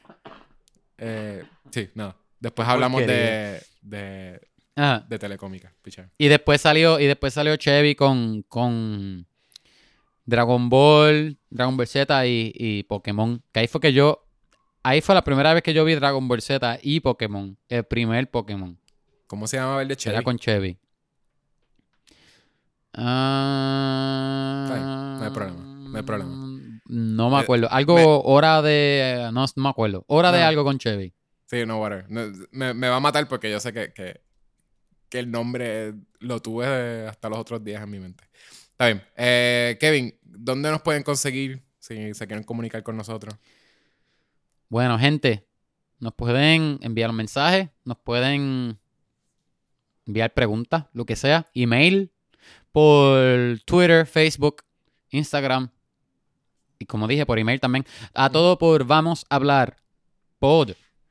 [SPEAKER 1] Sí, no. Después hablamos de Telecómica. Pichea.
[SPEAKER 2] Y después salió Chevy con Dragon Ball Z y Pokémon. Que ahí fue la primera vez que yo vi Dragon Ball Z y Pokémon. El primer Pokémon.
[SPEAKER 1] ¿Cómo se llamaba el de Chevy?
[SPEAKER 2] Era con Chevy.
[SPEAKER 1] Está bien, no hay problema. No hay problema.
[SPEAKER 2] No me acuerdo. Algo, hora de... No me acuerdo. Hora de algo con Chevy.
[SPEAKER 1] Sí, no, whatever. No, me va a matar porque yo sé que el nombre lo tuve hasta los otros días en mi mente. Está bien. Kevin, ¿dónde nos pueden conseguir si se quieren comunicar con nosotros?
[SPEAKER 2] Bueno, gente, nos pueden enviar un mensaje, nos pueden enviar preguntas, lo que sea, email, por Twitter, Facebook, Instagram y como dije, por email también. A todo por vamos a hablar pod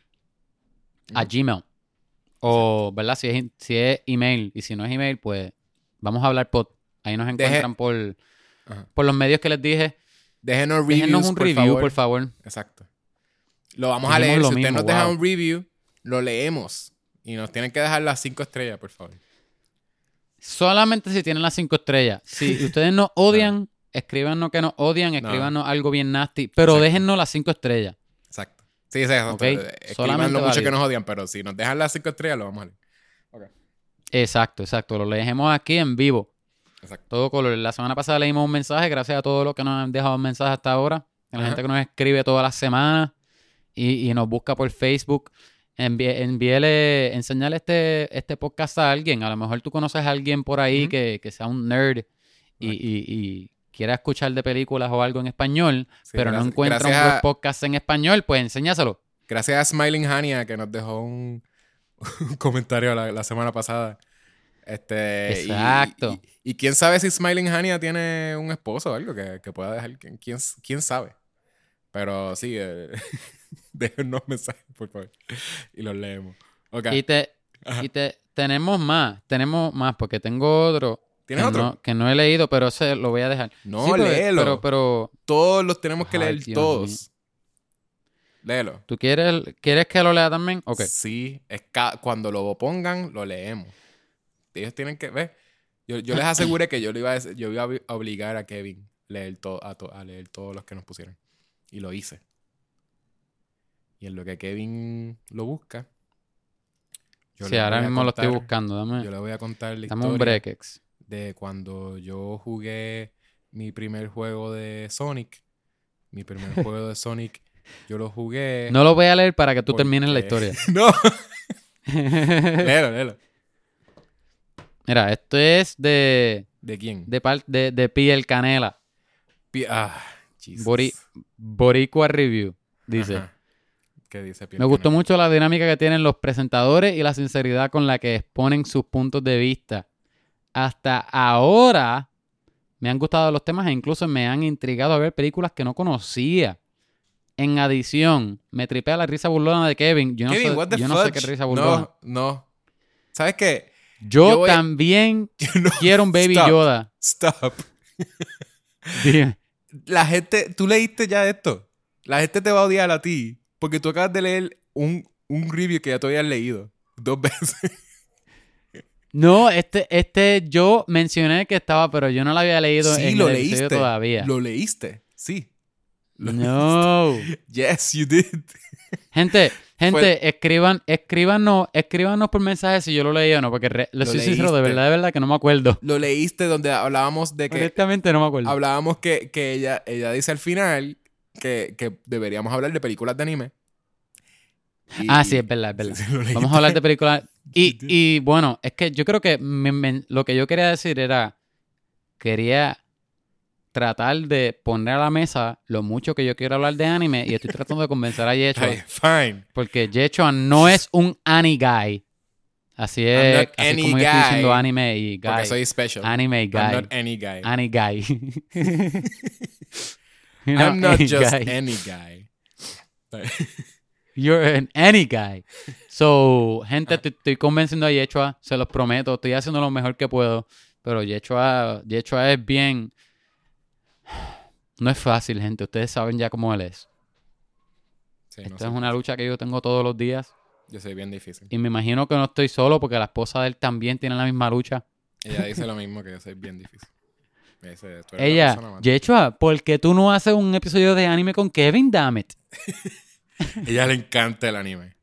[SPEAKER 2] a Gmail. O, ¿verdad? Si es email y si no es email, pues vamos a hablar pod. Ahí nos encuentran por los medios que les dije.
[SPEAKER 1] Déjenos
[SPEAKER 2] un review, por favor.
[SPEAKER 1] Exacto. Lo vamos a leer. Si ustedes nos dejan un review, lo leemos. Y nos tienen que dejar las 5 estrellas, por favor.
[SPEAKER 2] Solamente si tienen las 5 estrellas. Si ustedes nos odian, escríbanos que nos odian, escríbanos algo bien nasty, pero déjennos las 5 estrellas.
[SPEAKER 1] Exacto. Sí, exacto.
[SPEAKER 2] Okay.
[SPEAKER 1] Escriban lo mucho que nos odian, pero si nos dejan las 5 estrellas, lo vamos a leer. Okay.
[SPEAKER 2] Exacto. Lo leemos aquí en vivo.
[SPEAKER 1] Exacto.
[SPEAKER 2] Todo color. La semana pasada leímos un mensaje, gracias a todos los que nos han dejado un mensaje hasta ahora. A la gente que nos escribe todas las semanas y nos busca por Facebook. Enseñale este podcast a alguien. A lo mejor tú conoces a alguien por ahí que sea un nerd y quiera escuchar de películas o algo en español, pero no encuentra un buen podcast en español, pues enséñaselo.
[SPEAKER 1] Gracias a Smiling Hania que nos dejó un comentario la semana pasada.
[SPEAKER 2] Exacto.
[SPEAKER 1] Y quién sabe si Smiling Hania tiene un esposo o algo que pueda dejar. ¿Quién sabe? Pero sí, déjenos mensajes, por favor. Y los leemos. Okay.
[SPEAKER 2] Tenemos más, porque tengo otro.
[SPEAKER 1] ¿Tienes otro?
[SPEAKER 2] Que no he leído, pero ese lo voy a dejar.
[SPEAKER 1] No, sí, léelo.
[SPEAKER 2] Pero
[SPEAKER 1] todos los tenemos que leer, Dios todos. Mío. Léelo.
[SPEAKER 2] ¿Tú quieres que lo lea también? Okay.
[SPEAKER 1] Sí, cuando lo pongan, lo leemos. Ellos tienen que ver. Yo les aseguré que yo iba a obligar a Kevin a leer todos los que nos pusieron. Y lo hice. Y en lo que Kevin lo busca.
[SPEAKER 2] Ahora mismo lo estoy buscando.
[SPEAKER 1] Yo le voy a contar la
[SPEAKER 2] historia un breakex
[SPEAKER 1] de cuando yo jugué mi primer juego de Sonic. Mi primer juego de Sonic, yo lo jugué.
[SPEAKER 2] No lo voy a leer para que tú termines la historia.
[SPEAKER 1] No. Léelo.
[SPEAKER 2] Mira, esto es de...
[SPEAKER 1] ¿De quién?
[SPEAKER 2] De Piel Canela.
[SPEAKER 1] Jesus.
[SPEAKER 2] Boricua Review. Dice...
[SPEAKER 1] Ajá. ¿Qué dice Piel
[SPEAKER 2] Me gustó mucho la dinámica que tienen los presentadores y la sinceridad con la que exponen sus puntos de vista. Hasta ahora me han gustado los temas e incluso me han intrigado a ver películas que no conocía. En adición, me tripea la risa burlona de Kevin. Yo no sé qué risa burlona.
[SPEAKER 1] No. ¿Sabes qué?
[SPEAKER 2] Yo también quiero un Baby Yoda.
[SPEAKER 1] Stop.
[SPEAKER 2] Dime.
[SPEAKER 1] La gente... ¿Tú leíste ya esto? La gente te va a odiar a ti porque tú acabas de leer un review que ya tú habías leído 2 veces.
[SPEAKER 2] No, yo mencioné que estaba, pero yo no lo había leído en el episodio todavía.
[SPEAKER 1] Lo leíste, sí.
[SPEAKER 2] No.
[SPEAKER 1] Yes, you did.
[SPEAKER 2] Gente, escríbanos por mensaje si yo lo leí o no, porque le soy sincero, de verdad que no me acuerdo.
[SPEAKER 1] Lo leíste donde hablábamos de que...
[SPEAKER 2] Honestamente no me acuerdo.
[SPEAKER 1] Hablábamos que ella dice al final que deberíamos hablar de películas de anime.
[SPEAKER 2] Sí, es verdad. Vamos a hablar de películas. Y bueno, es que yo creo que lo que yo quería decir era... Quería tratar de poner a la mesa lo mucho que yo quiero hablar de anime y estoy tratando de convencer a Yechua.
[SPEAKER 1] Fine.
[SPEAKER 2] Porque Yechua no es un anime guy. Así es, así como yo estoy diciendo anime y guy.
[SPEAKER 1] Porque soy special.
[SPEAKER 2] Anime guy.
[SPEAKER 1] I'm not any guy.
[SPEAKER 2] Anime guy.
[SPEAKER 1] I'm not just any guy.
[SPEAKER 2] You're an any guy. So, gente, estoy convenciendo a Yechua, se los prometo, estoy haciendo lo mejor que puedo, pero Yechua es bien... No es fácil, gente, ustedes saben ya cómo él es.
[SPEAKER 1] Sí,
[SPEAKER 2] Esta es una lucha que yo tengo todos los días.
[SPEAKER 1] Yo soy bien difícil.
[SPEAKER 2] Y me imagino que no estoy solo porque la esposa de él también tiene la misma lucha.
[SPEAKER 1] Ella dice lo mismo, que yo soy bien difícil.
[SPEAKER 2] Ella, Yechua, ¿por qué tú no haces un episodio de anime con Kevin, damn it?
[SPEAKER 1] Ella le encanta el anime.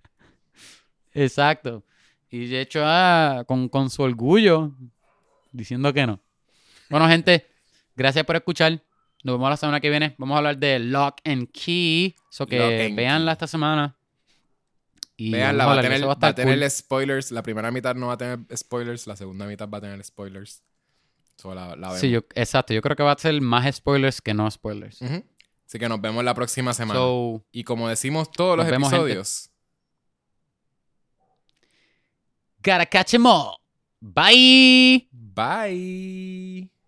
[SPEAKER 2] Exacto. Y Yechua con su orgullo diciendo que no. Bueno, gente, gracias por escuchar. Nos vemos la semana que viene. Vamos a hablar de Lock and Key. So que véanla esta semana.
[SPEAKER 1] Y véanla, va a tener spoilers. La primera mitad no va a tener spoilers. La segunda mitad va a tener spoilers. So, la vemos.
[SPEAKER 2] Sí, exacto. Yo creo que va a ser más spoilers que no spoilers.
[SPEAKER 1] Así que nos vemos la próxima semana. Y como decimos todos los episodios.
[SPEAKER 2] Gotta catch 'em all. Bye.
[SPEAKER 1] Bye.